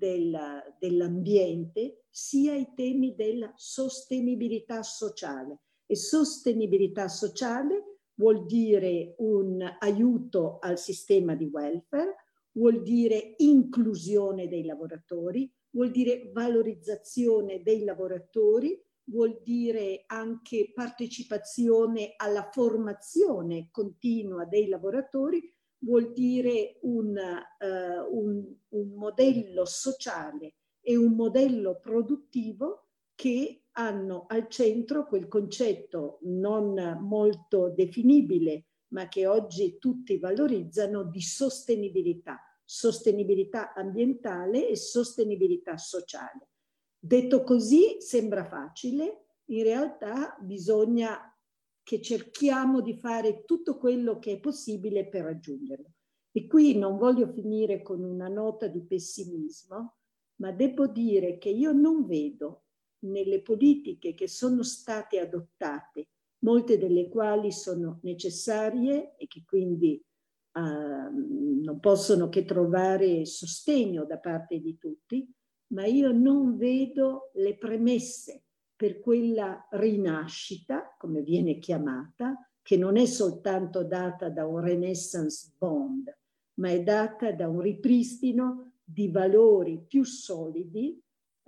dell'ambiente, sia i temi della sostenibilità sociale. E sostenibilità sociale vuol dire un aiuto al sistema di welfare, vuol dire inclusione dei lavoratori, vuol dire valorizzazione dei lavoratori, vuol dire anche partecipazione alla formazione continua dei lavoratori, vuol dire un modello sociale e un modello produttivo che hanno al centro quel concetto non molto definibile, ma che oggi tutti valorizzano, di sostenibilità ambientale e sostenibilità sociale. Detto così sembra facile, in realtà bisogna che cerchiamo di fare tutto quello che è possibile per raggiungerlo. E qui non voglio finire con una nota di pessimismo, ma devo dire che io non vedo nelle politiche che sono state adottate, molte delle quali sono necessarie e che quindi non possono che trovare sostegno da parte di tutti, ma io non vedo le premesse per quella rinascita, come viene chiamata, che non è soltanto data da un Renaissance Bond, ma è data da un ripristino di valori più solidi,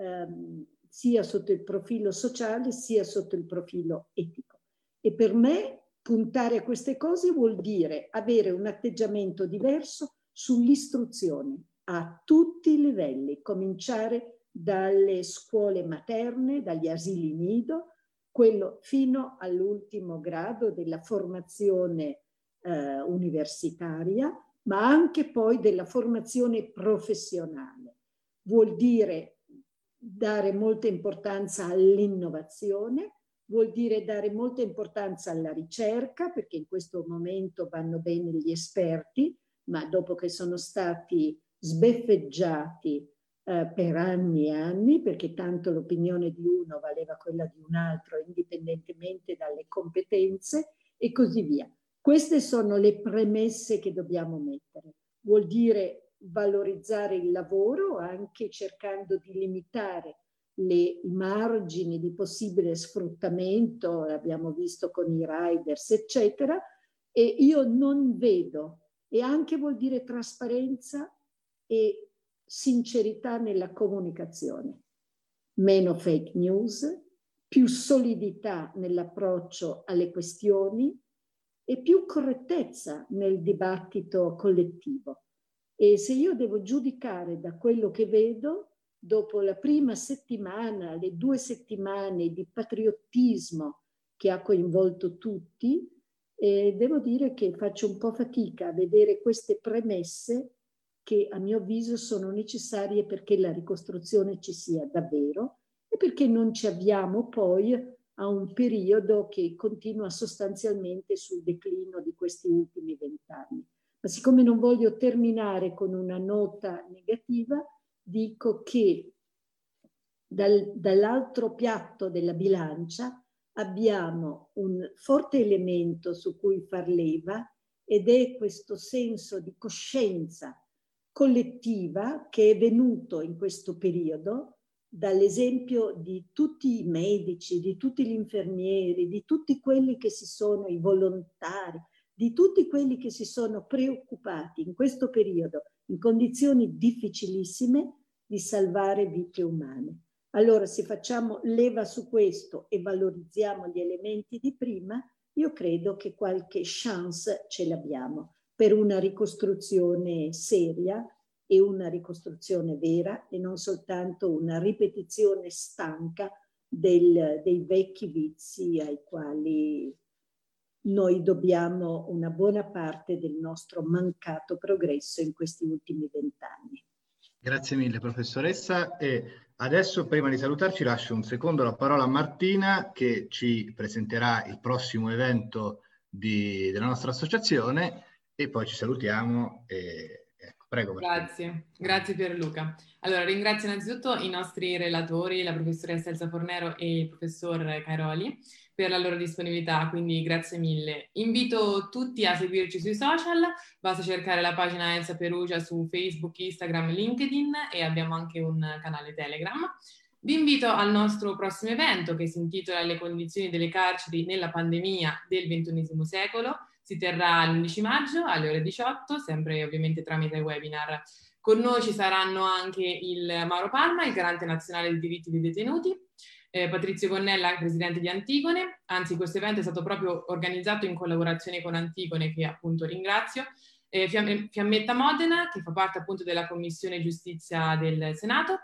sia sotto il profilo sociale sia sotto il profilo etico. E per me puntare a queste cose vuol dire avere un atteggiamento diverso sull'istruzione a tutti i livelli, cominciare dalle scuole materne, dagli asili nido, quello fino all'ultimo grado della formazione universitaria, ma anche poi della formazione professionale. Vuol dire dare molta importanza all'innovazione, vuol dire dare molta importanza alla ricerca, perché in questo momento vanno bene gli esperti, ma dopo che sono stati sbeffeggiati per anni e anni, perché tanto l'opinione di uno valeva quella di un altro, indipendentemente dalle competenze, e così via. Queste sono le premesse che dobbiamo mettere. Vuol dire valorizzare il lavoro, anche cercando di limitare i margini di possibile sfruttamento, l'abbiamo visto con i riders, eccetera, e io non vedo, e anche vuol dire trasparenza e sincerità nella comunicazione, meno fake news, più solidità nell'approccio alle questioni e più correttezza nel dibattito collettivo. E se io devo giudicare da quello che vedo, dopo la prima settimana, le 2 settimane di patriottismo che ha coinvolto tutti, devo dire che faccio un po' fatica a vedere queste premesse che a mio avviso sono necessarie perché la ricostruzione ci sia davvero e perché non ci avviamo poi a un periodo che continua sostanzialmente sul declino di questi ultimi 20 anni. Ma siccome non voglio terminare con una nota negativa, dico che dall'altro piatto della bilancia abbiamo un forte elemento su cui far leva ed è questo senso di coscienza collettiva che è venuto in questo periodo dall'esempio di tutti i medici, di tutti gli infermieri, di tutti quelli che si sono, i volontari, di tutti quelli che si sono preoccupati in questo periodo, in condizioni difficilissime, di salvare vite umane. Allora, se facciamo leva su questo e valorizziamo gli elementi di prima, io credo che qualche chance ce l'abbiamo per una ricostruzione seria e una ricostruzione vera e non soltanto una ripetizione stanca dei vecchi vizi ai quali noi dobbiamo una buona parte del nostro mancato progresso in questi ultimi 20 anni. Grazie mille professoressa e adesso prima di salutarci lascio un secondo la parola a Martina che ci presenterà il prossimo evento della nostra associazione e poi ci salutiamo. Ecco, prego Martina. Grazie Pierluca. Allora ringrazio innanzitutto i nostri relatori, la professoressa Elsa Fornero e il professor Cairoli per la loro disponibilità, quindi grazie mille. Invito tutti a seguirci sui social, basta cercare la pagina Elsa Perugia su Facebook, Instagram, LinkedIn e abbiamo anche un canale Telegram. Vi invito al nostro prossimo evento che si intitola Le condizioni delle carceri nella pandemia del XXI secolo. Si terrà l'11 maggio alle ore 18, sempre ovviamente tramite webinar. Con noi ci saranno anche il Mauro Palma, il garante nazionale dei diritti dei detenuti, Patrizio Gonnella, presidente di Antigone, anzi questo evento è stato proprio organizzato in collaborazione con Antigone, che appunto ringrazio, Fiammetta Modena, che fa parte appunto della Commissione Giustizia del Senato,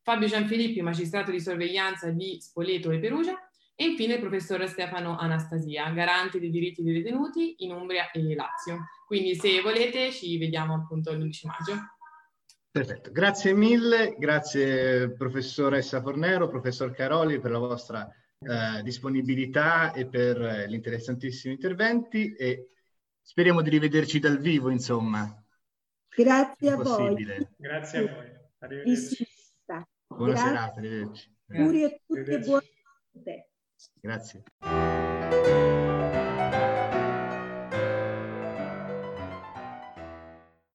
Fabio Cianfilippi, magistrato di sorveglianza di Spoleto e Perugia, e infine il professor Stefano Anastasia, garante dei diritti dei detenuti in Umbria e Lazio. Quindi se volete ci vediamo appunto l'11 maggio. Perfetto, grazie mille, grazie professoressa Fornero, professor Caroli per la vostra disponibilità e per gli interessantissimi interventi e speriamo di rivederci dal vivo, insomma. Grazie a voi. Grazie a voi. Arrivederci. Buona serata, arrivederci. Auguri a tutti e buon. Grazie.